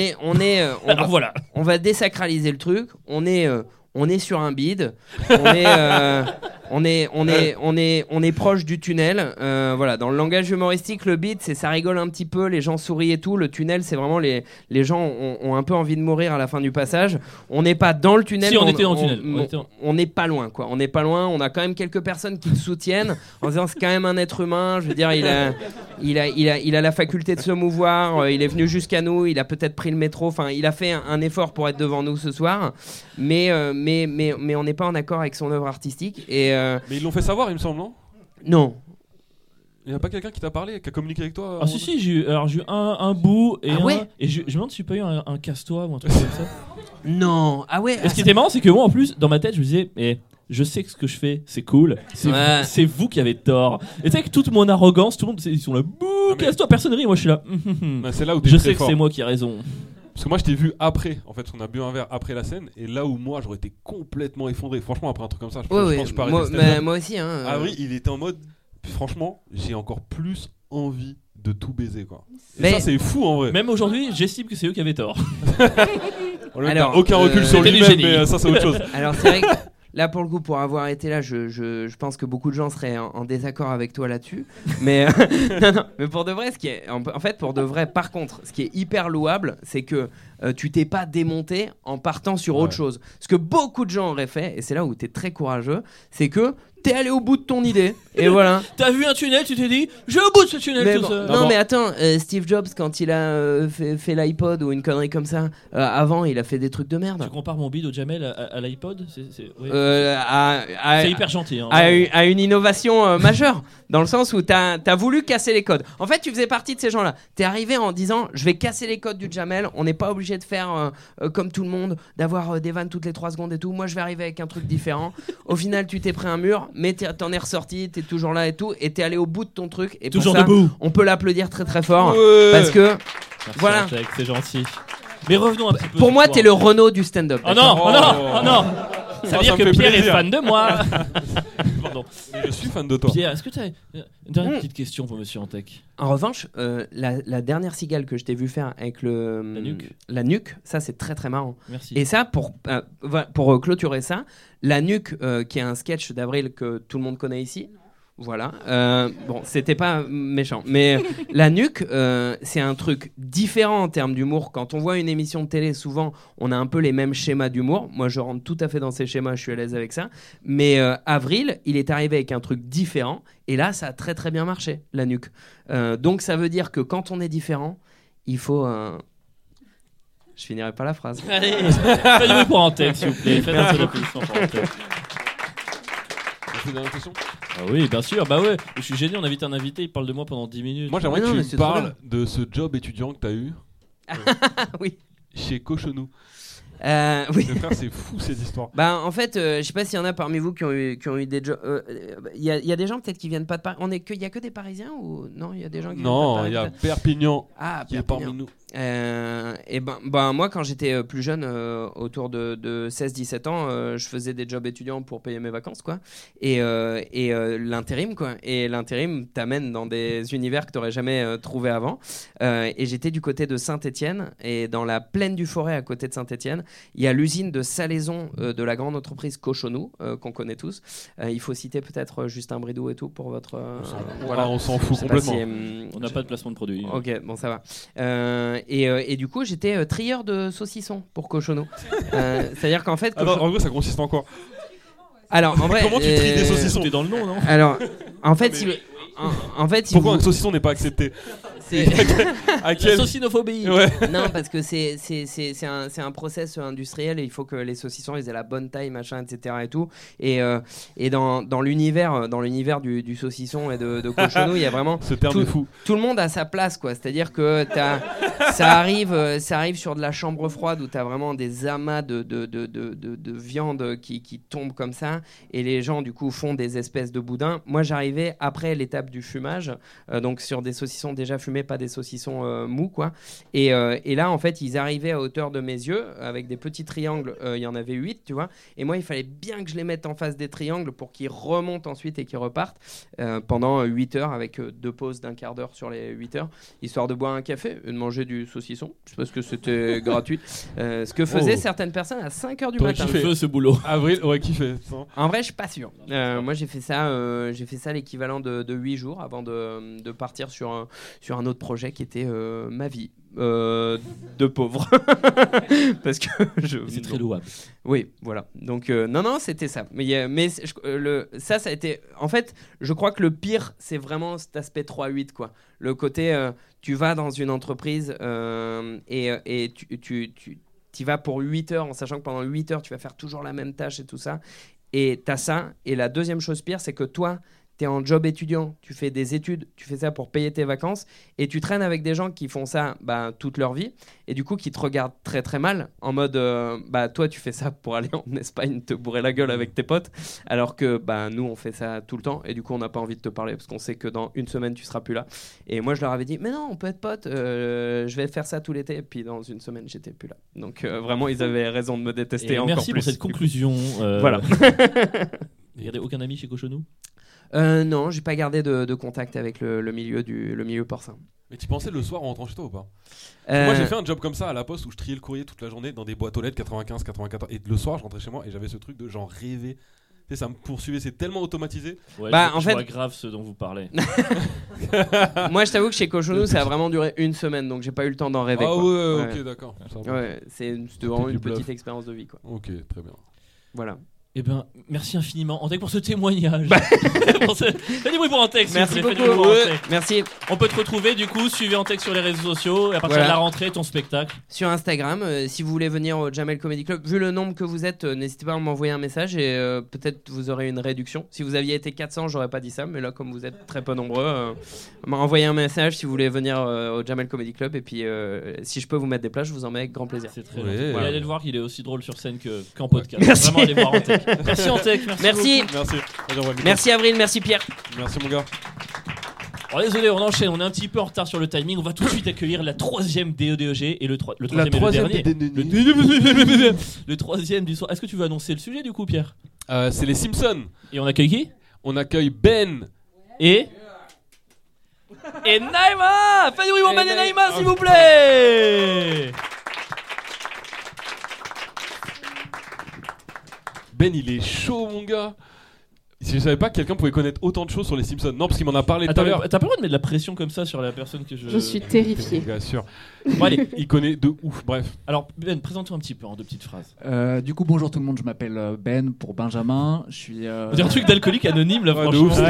va désacraliser le truc. On est sur un bide. On est proche du tunnel. Voilà, dans le langage humoristique, le bide, c'est ça rigole un petit peu, les gens sourient et tout. Le tunnel, c'est vraiment les gens ont un peu envie de mourir à la fin du passage. On n'est pas dans le tunnel. Si, on était dans le tunnel. On n'est pas loin, quoi. On n'est pas loin. On a quand même quelques personnes qui le soutiennent en disant c'est quand même un être humain. Je veux dire, il a la faculté de se mouvoir. Il est venu jusqu'à nous. Il a peut-être pris le métro. Enfin, il a fait un effort pour être devant nous ce soir. Mais on n'est pas en accord avec son œuvre artistique. Mais ils l'ont fait savoir, il me semble, non ? Non. Il n'y a pas quelqu'un qui t'a parlé, qui a communiqué avec toi ? Ah si, j'ai eu un bout et et je me demande si j'ai pas eu un casse-toi ou un truc comme ça. Non. Ah ouais. Et ce qui était marrant, c'est que moi, en plus, dans ma tête, je me disais, je sais que ce que je fais, c'est cool. C'est vous qui avez tort. Et tu sais, avec toute mon arrogance, tout le monde, ils sont là, bouh, casse-toi, personne rit. Moi, je suis là. C'est là où je sais que c'est moi qui ai raison. Parce que moi je t'ai vu après, en fait on a bu un verre après la scène, et là où moi j'aurais été complètement effondré, franchement après un truc comme ça, je pense que je peux arrêter. Moi aussi hein. Avril il était en mode, franchement j'ai encore plus envie de tout baiser, quoi. Et mais ça c'est fou en vrai. Même aujourd'hui j'estime que c'est eux qui avaient tort. Alors, aucun recul sur lui-même, mais ça c'est autre chose. Alors c'est vrai que là, pour le coup, pour avoir été là, je pense que beaucoup de gens seraient en désaccord avec toi là-dessus. Mais, mais pour de vrai, en fait, pour de vrai, par contre, ce qui est hyper louable, c'est que tu t'es pas démonté en partant sur autre chose. Ce que beaucoup de gens auraient fait, et c'est là où tu es très courageux, c'est que t'es allé au bout de ton idée, et voilà. T'as vu un tunnel, tu t'es dit, je vais au bout de ce tunnel. Mais mais attends, Steve Jobs, quand il a fait l'iPod ou une connerie comme ça, avant, il a fait des trucs de merde. Tu compares mon bide au Jamel à l'iPod ? C'est hyper gentil. Hein, à une innovation majeure, dans le sens où t'as voulu casser les codes. En fait, tu faisais partie de ces gens-là. T'es arrivé en disant, je vais casser les codes du Jamel, on n'est pas obligé de faire comme tout le monde, d'avoir des vannes toutes les 3 secondes et tout. Moi, je vais arriver avec un truc différent. Au final, tu t'es pris un mur, mais t'en es ressorti, t'es toujours là et tout, et t'es allé au bout de ton truc. Et toujours pour ça, debout. On peut l'applaudir très très fort, parce que merci, voilà. C'est gentil. Mais revenons un petit peu. Pour sur moi, toi. t'es le Renault du stand-up. Oh non, oh non, oh non. Ça veut dire que me fait Pierre plaisir. est fan de moi. Pardon. Mais je suis fan de toi. Pierre, est-ce que tu as une dernière petite question pour Monsieur Antec? En revanche, la dernière cigale que je t'ai vu faire avec la nuque, ça c'est très très marrant. Merci. Et ça, pour clôturer ça, la nuque, qui est un sketch d'Avril que tout le monde connaît ici. Voilà. Bon, c'était pas méchant. Mais la nuque, c'est un truc différent en termes d'humour. Quand on voit une émission de télé, souvent, on a un peu les mêmes schémas d'humour. Moi, je rentre tout à fait dans ces schémas, je suis à l'aise avec ça. Mais Avril, il est arrivé avec un truc différent. Et là, ça a très très bien marché, la nuque. Donc, ça veut dire que quand on est différent, il faut... Je finirai pas la phrase. Allez, faites du bruit pour Antec, s'il vous plaît. Faites un peu d'applaudissements pour Antec. Une dernière question. Ah oui, bien sûr. Bah ouais, je suis gêné, on invite un invité, il parle de moi pendant 10 minutes. Moi, j'aimerais que tu parles de ce job étudiant que tu as eu. Oui. Chez Cochonou. Oui. Frère, c'est fou cette histoire. Bah, en fait, je sais pas s'il y en a parmi vous qui ont eu des jobs. Il y a des gens peut-être qui viennent pas de Paris. Il y a que des Parisiens ou non? Il y a des gens qui viennent pas de Paris. Non, il y a peut-être Perpignan qui est parmi nous. Et ben moi quand j'étais plus jeune, autour de 16-17 ans, je faisais des jobs étudiants pour payer mes vacances quoi. Et l'intérim quoi. Et l'intérim t'amène dans des univers que t'aurais jamais trouvé avant. Et j'étais du côté de Saint-Étienne, et dans la plaine du Forêt à côté de Saint-Étienne, il y a l'usine de salaison de la grande entreprise Cochonou qu'on connaît tous. Il faut citer peut-être Justin Bridou et tout pour votre. Voilà, on s'en fout complètement. On n'a pas de placement de produit. Ok, bon ça va. Et du coup, j'étais trieur de saucissons pour Cochonou. C'est-à-dire qu'en fait. Alors, en gros, ça consiste en quoi? Alors, en vrai. Comment tu tries des saucissons? T'es dans le nom, non? Alors, en fait, pourquoi un saucisson n'est pas accepté? La saucinophobie. Ouais. Non, parce que c'est un process industriel et il faut que les saucissons ils aient la bonne taille, machin, etc. et tout. Et dans l'univers du saucisson et de Cochonou, il y a vraiment ce terme est fou. Tout le monde a sa place, quoi. C'est-à-dire que ça arrive sur de la chambre froide où tu as vraiment des amas de viande qui tombent comme ça, et les gens du coup font des espèces de boudins. Moi, j'arrivais après l'étape du fumage, donc sur des saucissons déjà fumés, pas des saucissons mous quoi. Et là en fait ils arrivaient à hauteur de mes yeux avec des petits triangles, il y en avait 8 tu vois, et moi il fallait bien que je les mette en face des triangles pour qu'ils remontent ensuite et qu'ils repartent pendant 8 heures avec 2 pauses d'1 quart d'heure sur les 8 heures, histoire de boire un café et de manger du saucisson parce que c'était gratuit, ce que faisaient certaines personnes à 5 heures du matin. T'aurais kiffé ce boulot. Avril aurait kiffé. En vrai je suis pas sûr. Moi j'ai fait ça l'équivalent de 8 jours avant de partir sur un autre projet qui était ma vie de pauvre. Parce que c'est très louable. Oui, voilà. Donc non, c'était ça. Ça a été. En fait, je crois que le pire, c'est vraiment cet aspect 3-8 quoi. Le côté, tu vas dans une entreprise et tu vas pour 8 heures en sachant que pendant 8 heures, tu vas faire toujours la même tâche et tout ça. Et t'as ça. Et la deuxième chose pire, c'est que toi, t'es en job étudiant, tu fais des études, tu fais ça pour payer tes vacances, et tu traînes avec des gens qui font ça toute leur vie, et du coup qui te regardent très très mal, en mode toi tu fais ça pour aller en Espagne te bourrer la gueule avec tes potes, alors que nous on fait ça tout le temps, et du coup on n'a pas envie de te parler parce qu'on sait que dans une semaine tu seras plus là. Et moi je leur avais dit mais non, on peut être potes, je vais faire ça tout l'été, et puis dans une semaine j'étais plus là. Donc vraiment ils avaient raison de me détester encore merci plus. Merci pour cette conclusion. Voilà. Il n'y a aucun ami chez Cochonou? Non, j'ai pas gardé de contact avec le milieu porcin. Mais tu pensais le soir en rentrant chez toi ou pas? Moi j'ai fait un job comme ça à la poste où je triais le courrier toute la journée dans des boîtes aux lettres 95, 94, et le soir je rentrais chez moi et j'avais ce truc de genre rêver. Tu sais, ça me poursuivait, c'est tellement automatisé. Ouais, en fait, vois grave ce dont vous parlez. Moi je t'avoue que chez Cochonou ça a vraiment duré une semaine, donc j'ai pas eu le temps d'en rêver. Ah quoi. Ouais, ok, d'accord. Ouais, c'était vraiment une petite expérience de vie quoi. Ok, très bien. Voilà. Eh ben, merci infiniment, Antec, pour ce témoignage. Fais du bruit pour Antec. Merci beaucoup. Merci. On peut te retrouver, du coup, suivez Antec sur les réseaux sociaux, et à partir de la rentrée, ton spectacle. Sur Instagram, si vous voulez venir au Jamel Comedy Club, vu le nombre que vous êtes, n'hésitez pas à m'envoyer un message et peut-être vous aurez une réduction. Si vous aviez été 400, j'aurais pas dit ça, mais là, comme vous êtes très peu nombreux, m'envoyez un message si vous voulez venir au Jamel Comedy Club, et puis si je peux vous mettre des places, je vous en mets avec grand plaisir. C'est très gentil. Allez le voir, il est aussi drôle sur scène qu'en podcast. Merci. Vraiment, allez voir Antec. Merci Antec, merci. Beaucoup. Merci. Merci Avril, merci Pierre. Merci mon gars. Alors désolé, on enchaîne, on est un petit peu en retard sur le timing. On va tout de suite accueillir la troisième DODG et le troisième et le dernier. Le troisième du soir. Est-ce que tu veux annoncer le sujet du coup, Pierre? C'est les Simpsons. Et on accueille qui? On accueille Ben. Et Naïma. Faites du bruit pour Ben et Naïma, s'il vous plaît. Ben, il est chaud, mon gars. Je savais pas que quelqu'un pouvait connaître autant de choses sur les Simpsons. Non, parce qu'il m'en a parlé tout à l'heure. T'as pas le droit de mettre de la pression comme ça sur la personne que Je suis terrifiée. Bien sûr. Bon, allez. Il connaît de ouf, bref. Alors, Ben, présente-toi un petit peu en 2 petites phrases. Du coup, bonjour tout le monde, je m'appelle Ben pour Benjamin. Je suis. On dirait un truc d'alcoolique anonyme là, franchement. De ouf.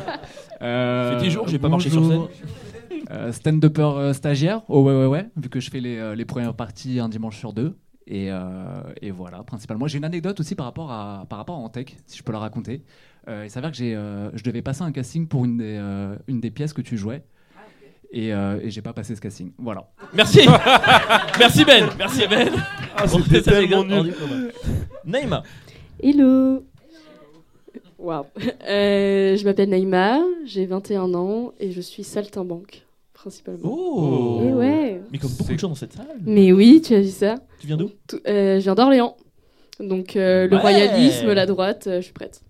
Ça fait 10 jours que j'ai pas marché sur scène. Stand-upper stagiaire. Oh, ouais. Vu que je fais les premières parties un dimanche sur 2. Et voilà, principalement. J'ai une anecdote aussi par rapport à Antec, si je peux la raconter. Il s'avère que je devais passer un casting pour une des pièces que tu jouais. Et j'ai pas passé ce casting. Voilà. Merci. Merci Ben. C'était tellement nul. Naïma. Hello. Waouh. Je m'appelle Naïma, j'ai 21 ans et je suis saltimbanque, principalement. Oh. Et ouais. Mais comme beaucoup de gens dans cette salle. Mais oui, tu as vu ça. Tu viens d'où? Je viens d'Orléans. Donc le royalisme, la droite, je suis prête.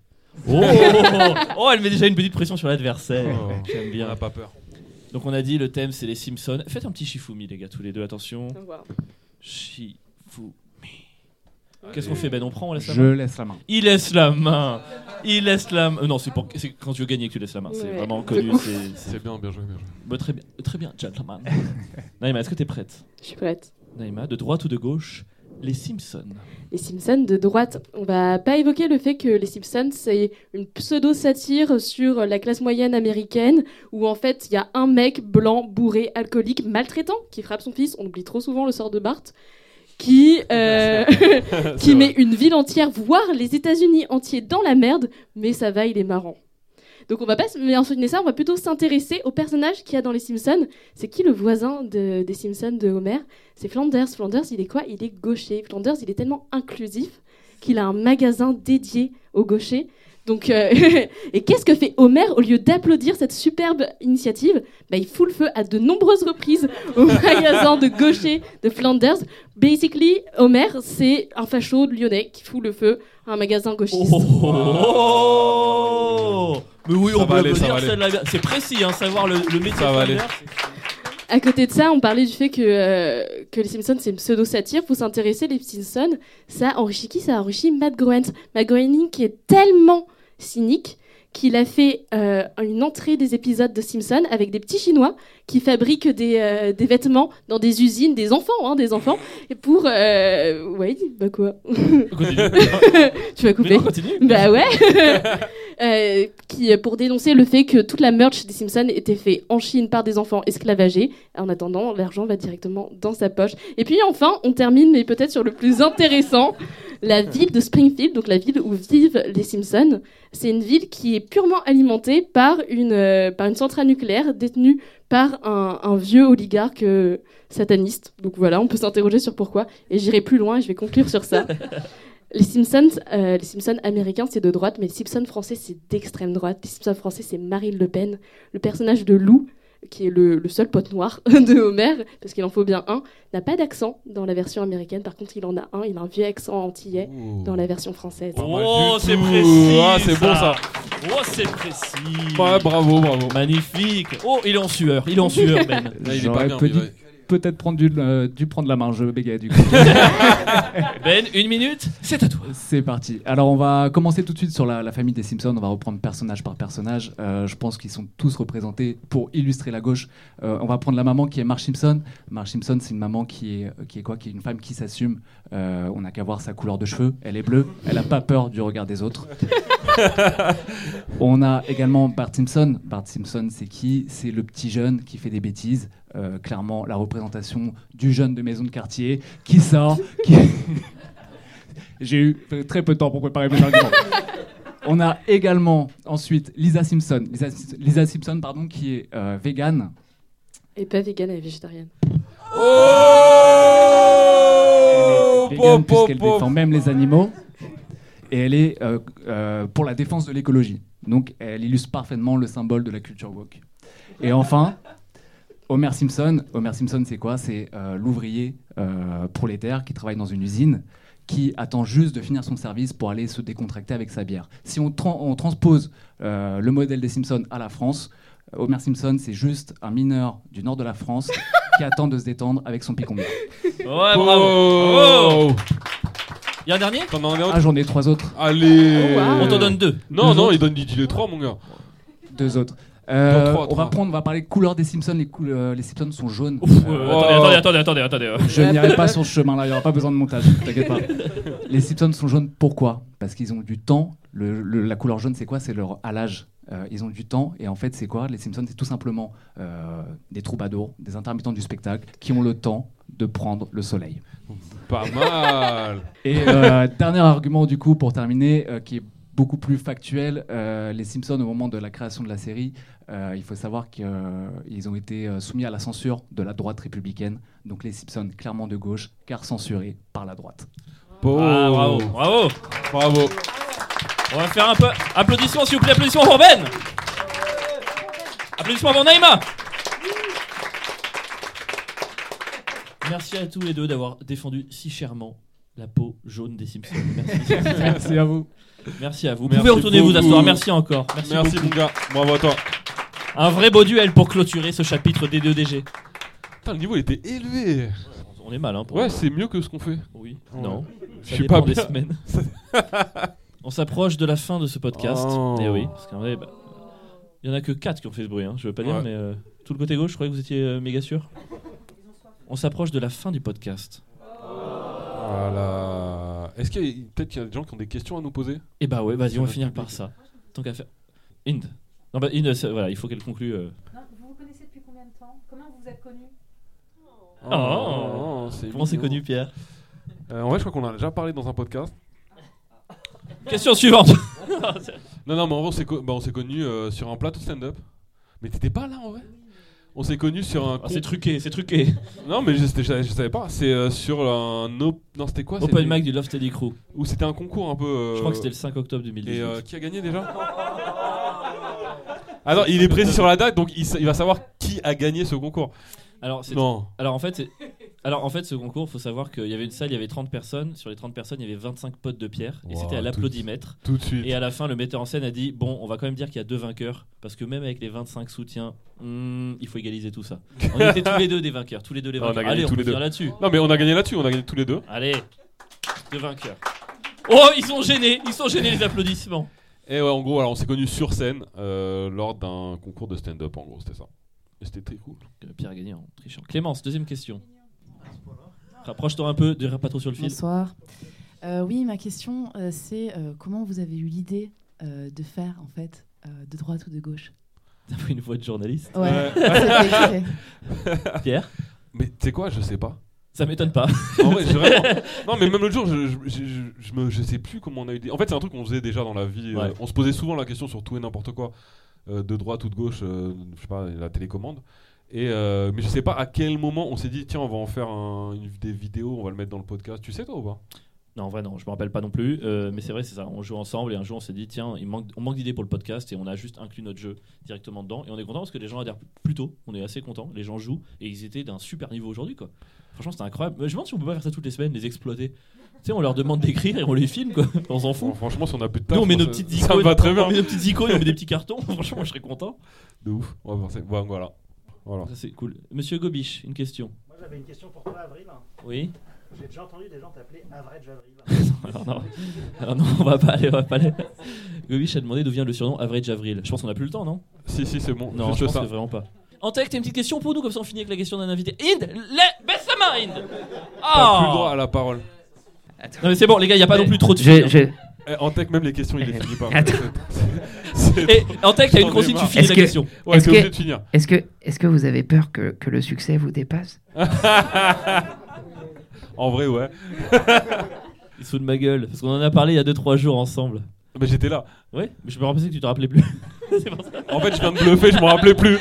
Oh, elle met déjà une petite pression sur l'adversaire. J'aime bien. On n'a pas peur. Donc on a dit le thème c'est les Simpsons. Faites un petit Shifumi les gars tous les deux, attention. Wow. Shifumi. Qu'est-ce qu'on fait Ben? On prend, on laisse la main? Je laisse la main. Il laisse la main. Non, c'est quand tu veux gagner que tu laisses la main. C'est vraiment connu. C'est bien joué. Bon, très bien, gentleman. Naïma, est-ce que t'es prête? Je suis prête. Naïma, de droite ou de gauche? Les Simpsons. Les Simpsons de droite. On va pas évoquer le fait que les Simpsons, c'est une pseudo-satire sur la classe moyenne américaine, où en fait, il y a un mec blanc, bourré, alcoolique, maltraitant, qui frappe son fils. On oublie trop souvent le sort de Bart. Qui met une ville entière, voire les États-Unis entiers dans la merde, mais ça va, il est marrant. Donc on va pas se mentionner ça, on va plutôt s'intéresser au personnage qu'il y a dans les Simpsons. C'est qui le voisin des Simpsons de Homer? C'est Flanders. Flanders, il est quoi? Il est gaucher. Flanders, il est tellement inclusif qu'il a un magasin dédié aux gauchers. Donc, et qu'est-ce que fait Homer au lieu d'applaudir cette superbe initiative? Il fout le feu à de nombreuses reprises au magasin de gauchers de Flanders. Basically, Homer, c'est un facho lyonnais qui fout le feu à un magasin gauchiste. Mais oui, on peut applaudir celle-là. C'est précis, savoir le métier de Flanders. À côté de ça, on parlait du fait que les Simpsons, c'est une pseudo-satire. Faut s'intéresser, les Simpsons, ça a enrichi qui? Ça a enrichi Matt Groening. Matt Groening qui est tellement cynique qu'il a fait une entrée des épisodes de Simpsons avec des petits Chinois qui fabriquent des vêtements dans des usines, des enfants, et pour... Ouais, bah quoi? Tu vas couper? Bah ouais. Pour dénoncer le fait que toute la merch des Simpsons était faite en Chine par des enfants esclavagés. En attendant, l'argent va directement dans sa poche. Et puis enfin, on termine, mais peut-être sur le plus intéressant, la ville de Springfield, donc la ville où vivent les Simpsons. C'est une ville qui est purement alimentée par une centrale nucléaire détenue par un vieux oligarque sataniste. Donc voilà, on peut s'interroger sur pourquoi. Et j'irai plus loin et je vais conclure sur ça. Les Simpsons américains, c'est de droite, mais les Simpsons français, c'est d'extrême droite. Les Simpsons français, c'est Marine Le Pen, le personnage de Lou, qui est le seul pote noir de Homer, parce qu'il en faut bien un, n'a pas d'accent dans la version américaine. Par contre, il en a un, il a un vieux accent antillais dans la version française. Oh, c'est précis. C'est bon ça. Oh, c'est précis. Ouais, bravo. Magnifique. Oh, il est en sueur, Ben. Là, il est pas bien. Peut-être dû prendre la main, je bégaye du coup. Ben, 1 minute, c'est à toi. C'est parti. Alors on va commencer tout de suite sur la famille des Simpsons, on va reprendre personnage par personnage. Je pense qu'ils sont tous représentés pour illustrer la gauche. On va prendre la maman qui est Marge Simpson. Marge Simpson, c'est une maman qui est une femme qui s'assume. On n'a qu'à voir sa couleur de cheveux, elle est bleue, elle n'a pas peur du regard des autres. On a également Bart Simpson. Bart Simpson, c'est qui? C'est le petit jeune qui fait des bêtises. Clairement, la représentation du jeune de maison de quartier qui sort. J'ai eu très peu de temps pour préparer mes arguments. On a également ensuite Lisa Simpson. Lisa Simpson, qui est végane. Et pas végane, elle est végétarienne. Elle est végane puisqu'elle défend même les animaux. Et elle est pour la défense de l'écologie. Donc elle illustre parfaitement le symbole de la culture woke. Et enfin, Homer Simpson, c'est quoi? C'est l'ouvrier prolétaire qui travaille dans une usine, qui attend juste de finir son service pour aller se décontracter avec sa bière. Si on transpose le modèle des Simpsons à la France, Homer Simpson, c'est juste un mineur du nord de la France qui attend de se détendre avec son picon bière. Ouais, bravo. Il y a un dernier? Ah, j'en ai 3 autres. Allez. On t'en donne 2. Non, il donne les 3, mon gars. 2 autres. On va parler couleur des Simpsons. Les Simpsons sont jaunes. Attendez. Je n'irai pas sur ce chemin-là, il n'y aura pas besoin de montage, t'inquiète pas. Les Simpsons sont jaunes, pourquoi? Parce qu'ils ont du temps. La couleur jaune, c'est quoi? C'est leur halage. Ils ont du temps, et en fait, c'est quoi? Les Simpsons, c'est tout simplement des troubadours, des intermittents du spectacle qui ont le temps de prendre le soleil. Pas mal. Et dernier argument, du coup, pour terminer, qui est beaucoup plus factuel, les Simpsons, au moment de la création de la série, il faut savoir qu'ils ont été soumis à la censure de la droite républicaine. Donc les Simpsons, clairement de gauche, car censurés par la droite. Bravo. On va faire un peu. Applaudissements, s'il vous plaît, applaudissements pour Ben. Applaudissements pour Naïma. Merci à tous les deux d'avoir défendu si chèrement la peau jaune des Simpsons. Merci. Merci à vous. Merci à vous. Vous pouvez retourner vous asseoir. Merci encore. Merci mon gars. Bravo à toi. Un vrai beau duel pour clôturer ce chapitre des 2DG. Putain, le niveau il était élevé. On est mal, hein. Ouais, c'est mieux que ce qu'on fait. Oui. Ouais. Non. Je suis pas des bien. Semaines. On s'approche de la fin de ce podcast. Et oui, parce qu'en vrai, il y en a que 4 qui ont fait ce bruit. Hein. Je veux pas dire, mais tout le côté gauche, je croyais que vous étiez méga sûr. On s'approche de la fin du podcast. Voilà. Est-ce qu'il y a peut-être qu'il y a des gens qui ont des questions à nous poser? Eh bah ouais, vas-y, on va finir par ça. Tant qu'à faire. Inde. Non, Inde, voilà, il faut qu'elle conclue. Non, vous vous connaissez depuis combien de temps? Comment vous vous êtes connus? Comment c'est connu, Pierre? En vrai, je crois qu'on en a déjà parlé dans un podcast. Question suivante. Non, mais en vrai, on s'est connus sur un plateau de stand-up. Mais t'étais pas là en vrai? On s'est connus sur un. C'est truqué. Non, mais je savais pas. C'est sur un. Non, c'était quoi? Open mic du Love Steady Crew. Où c'était un concours un peu. Je crois que c'était le 5 octobre 2018. Et qui a gagné déjà? Ah non, il est précis sur la date, donc il va savoir qui a gagné ce concours. Alors en fait, ce concours, faut savoir qu'il y avait une salle, il y avait 30 personnes. Sur les 30 personnes, il y avait 25 potes de Pierre. Et c'était à l'applaudimètre. Tout de suite. Et à la fin, le metteur en scène a dit bon, on va quand même dire qu'il y a 2 vainqueurs. Parce que même avec les 25 soutiens, il faut égaliser tout ça. On était tous les deux des vainqueurs. Tous les deux les vainqueurs. Allez, on peut finir là-dessus. Non, mais on a gagné là-dessus. On a gagné tous les deux. Allez, 2 vainqueurs. Oh, ils sont gênés les applaudissements. Et ouais, en gros, alors on s'est connus sur scène lors d'un concours de stand-up. En gros, c'était ça. Et c'était très cool. Pierre a gagné en trichant. Clémence, deuxième question. Rapproche-toi un peu, ne pas trop sur le fil. Bonsoir. Oui, ma question, c'est comment vous avez eu l'idée de faire, en fait, de droite ou de gauche? T'as pris une voix de journaliste? Ouais. Pierre? Mais tu sais quoi, je sais pas. Ça m'étonne pas. En vrai, vraiment... Non, mais même l'autre jour, je sais plus comment on a eu l'idée. En fait, c'est un truc qu'on faisait déjà dans la vie. Ouais. On se posait souvent la question sur tout et n'importe quoi. De droite ou de gauche, je sais pas, la télécommande. Mais je sais pas à quel moment on s'est dit tiens, on va en faire des vidéos, on va le mettre dans le podcast. Tu sais toi ou pas? Non, en vrai, non, je me rappelle pas non plus. Mais c'est vrai, c'est ça. On joue ensemble et un jour on s'est dit tiens, on manque d'idées pour le podcast et on a juste inclus notre jeu directement dedans. Et on est content parce que les gens adhèrent plus tôt. On est assez content. Les gens jouent et ils étaient d'un super niveau aujourd'hui, quoi. Franchement, c'était incroyable. Je me demande si on peut pas faire ça toutes les semaines, les exploiter. Tu sais, on leur demande d'écrire et on les filme, quoi. On s'en fout. Franchement, si on a plus de temps, nous, on met nos petites icônes. Ça va très bien. On met nos petites icônes, on met des petits cartons. Franchement, je serais content. De ouf. On va voir ça. Bon, voilà. Ça, c'est cool. Monsieur Gobiche, une question. Moi, j'avais une question pour toi, Avril. Oui. J'ai déjà entendu des gens t'appeler Average Avril. Alors non, on va pas aller. Gobiche a demandé d'où vient le surnom Average Avril. Je pense qu'on a plus le temps, non? Si, c'est bon. Non, je pense que vraiment pas. Antec, t'as une petite question pour nous, comme ça on finit avec la question d'un invité. Inde, baisse la main, Inde. T'as plus le droit à la parole. Non mais c'est bon, les gars, y a pas non plus trop de filles. Antec, même les questions, il les finit pas. Et Antec, t'as une consigne, tu finis la question. Ouais, c'est obligé de finir. Est-ce que vous avez peur que le succès vous dépasse? En vrai, ouais. Il se fout de ma gueule, parce qu'on en a parlé il y a 2-3 jours ensemble. Mais j'étais là. Ouais, mais je me rappelais que tu te rappelais plus. C'est pour ça. En fait, je viens de bluffer, je m'en rappelais plus.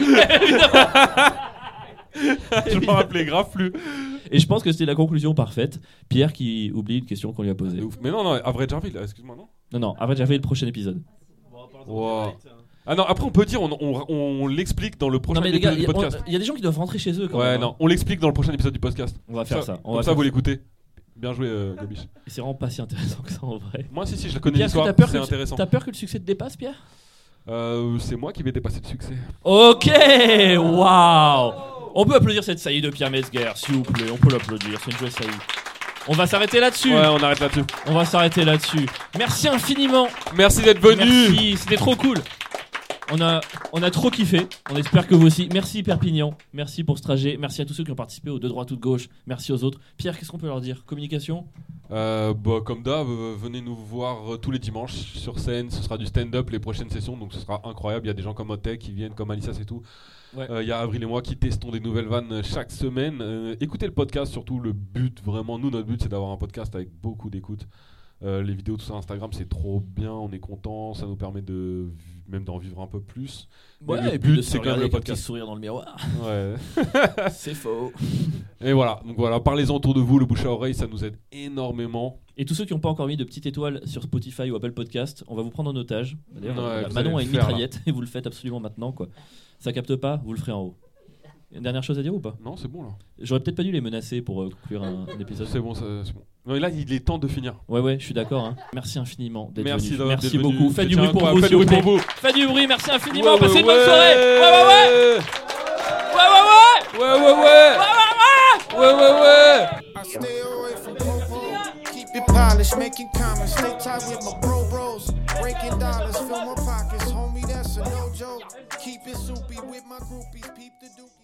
Je m'en rappelais grave plus. Et je pense que c'était la conclusion parfaite. Pierre qui oublie une question qu'on lui a posée. Mais non, Average Avril, excuse-moi, non? Non, Average Avril, le prochain épisode. Wow. Ah non, après on peut dire, on l'explique dans le prochain épisode du podcast. Il y a des gens qui doivent rentrer chez eux quand même. Ouais, non, on l'explique dans le prochain épisode du podcast. On va faire ça. Comme ça, vous l'écoutez. Bien joué, Gabiche. C'est vraiment pas si intéressant que ça en vrai. Moi, si, je la connais l'histoire, c'est intéressant. T'as peur que le succès te dépasse, Pierre ? C'est moi qui vais dépasser le succès. Ok, waouh. On peut applaudir cette saillie de Pierre Metzger, s'il vous plaît. On peut l'applaudir, c'est une jolie saillie. On va s'arrêter là-dessus. Ouais, on arrête là-dessus. On va s'arrêter là-dessus. Merci infiniment. Merci d'être venu. Merci, c'était trop cool. On a trop kiffé. On espère que vous aussi. Merci Perpignan. Merci pour ce trajet. Merci à tous ceux qui ont participé aux 2 droites ou de gauche. Merci aux autres. Pierre, qu'est-ce qu'on peut leur dire ? Communication ? Comme d'hab, venez nous voir tous les dimanches sur scène. Ce sera du stand-up les prochaines sessions, donc ce sera incroyable. Il y a des gens comme Otek qui viennent, comme Alissa, c'est tout. Il y a Avril et moi qui testons des nouvelles vannes chaque semaine. Écoutez le podcast, surtout le but, vraiment, notre but c'est d'avoir un podcast avec beaucoup d'écoute. Les vidéos tout ça Instagram c'est trop bien, on est content, ça nous permet même d'en vivre un peu plus. Ouais, le et puis but de c'est quand même le podcast. Petit sourire dans le miroir. Ouais. C'est faux. Et voilà, donc voilà, parlez-en autour de vous, le bouche à oreille, ça nous aide énormément. Et tous ceux qui n'ont pas encore mis de petites étoiles sur Spotify ou Apple Podcast, on va vous prendre en otage. D'ailleurs, Manon a une mitraillette et vous le faites absolument maintenant, quoi. Ça capte pas, vous le ferez en haut. Une dernière chose à dire ou pas ? Non, c'est bon là. J'aurais peut-être pas dû les menacer pour conclure un épisode. C'est bon, c'est bon. Non, là, il est temps de finir. Ouais, je suis d'accord. Hein. Merci infiniment d'être venu. Merci beaucoup. Faites du bruit pour vous. Faites du bruit pour vous. Faites du bruit, merci infiniment. Passez une bonne soirée. Ouais. I stay away from keep it polished, making comments, stay tight with my bros, breaking dollars, fill my pockets, homie, that's a no joke. Keep it soupy with my groupies, peep the dookie.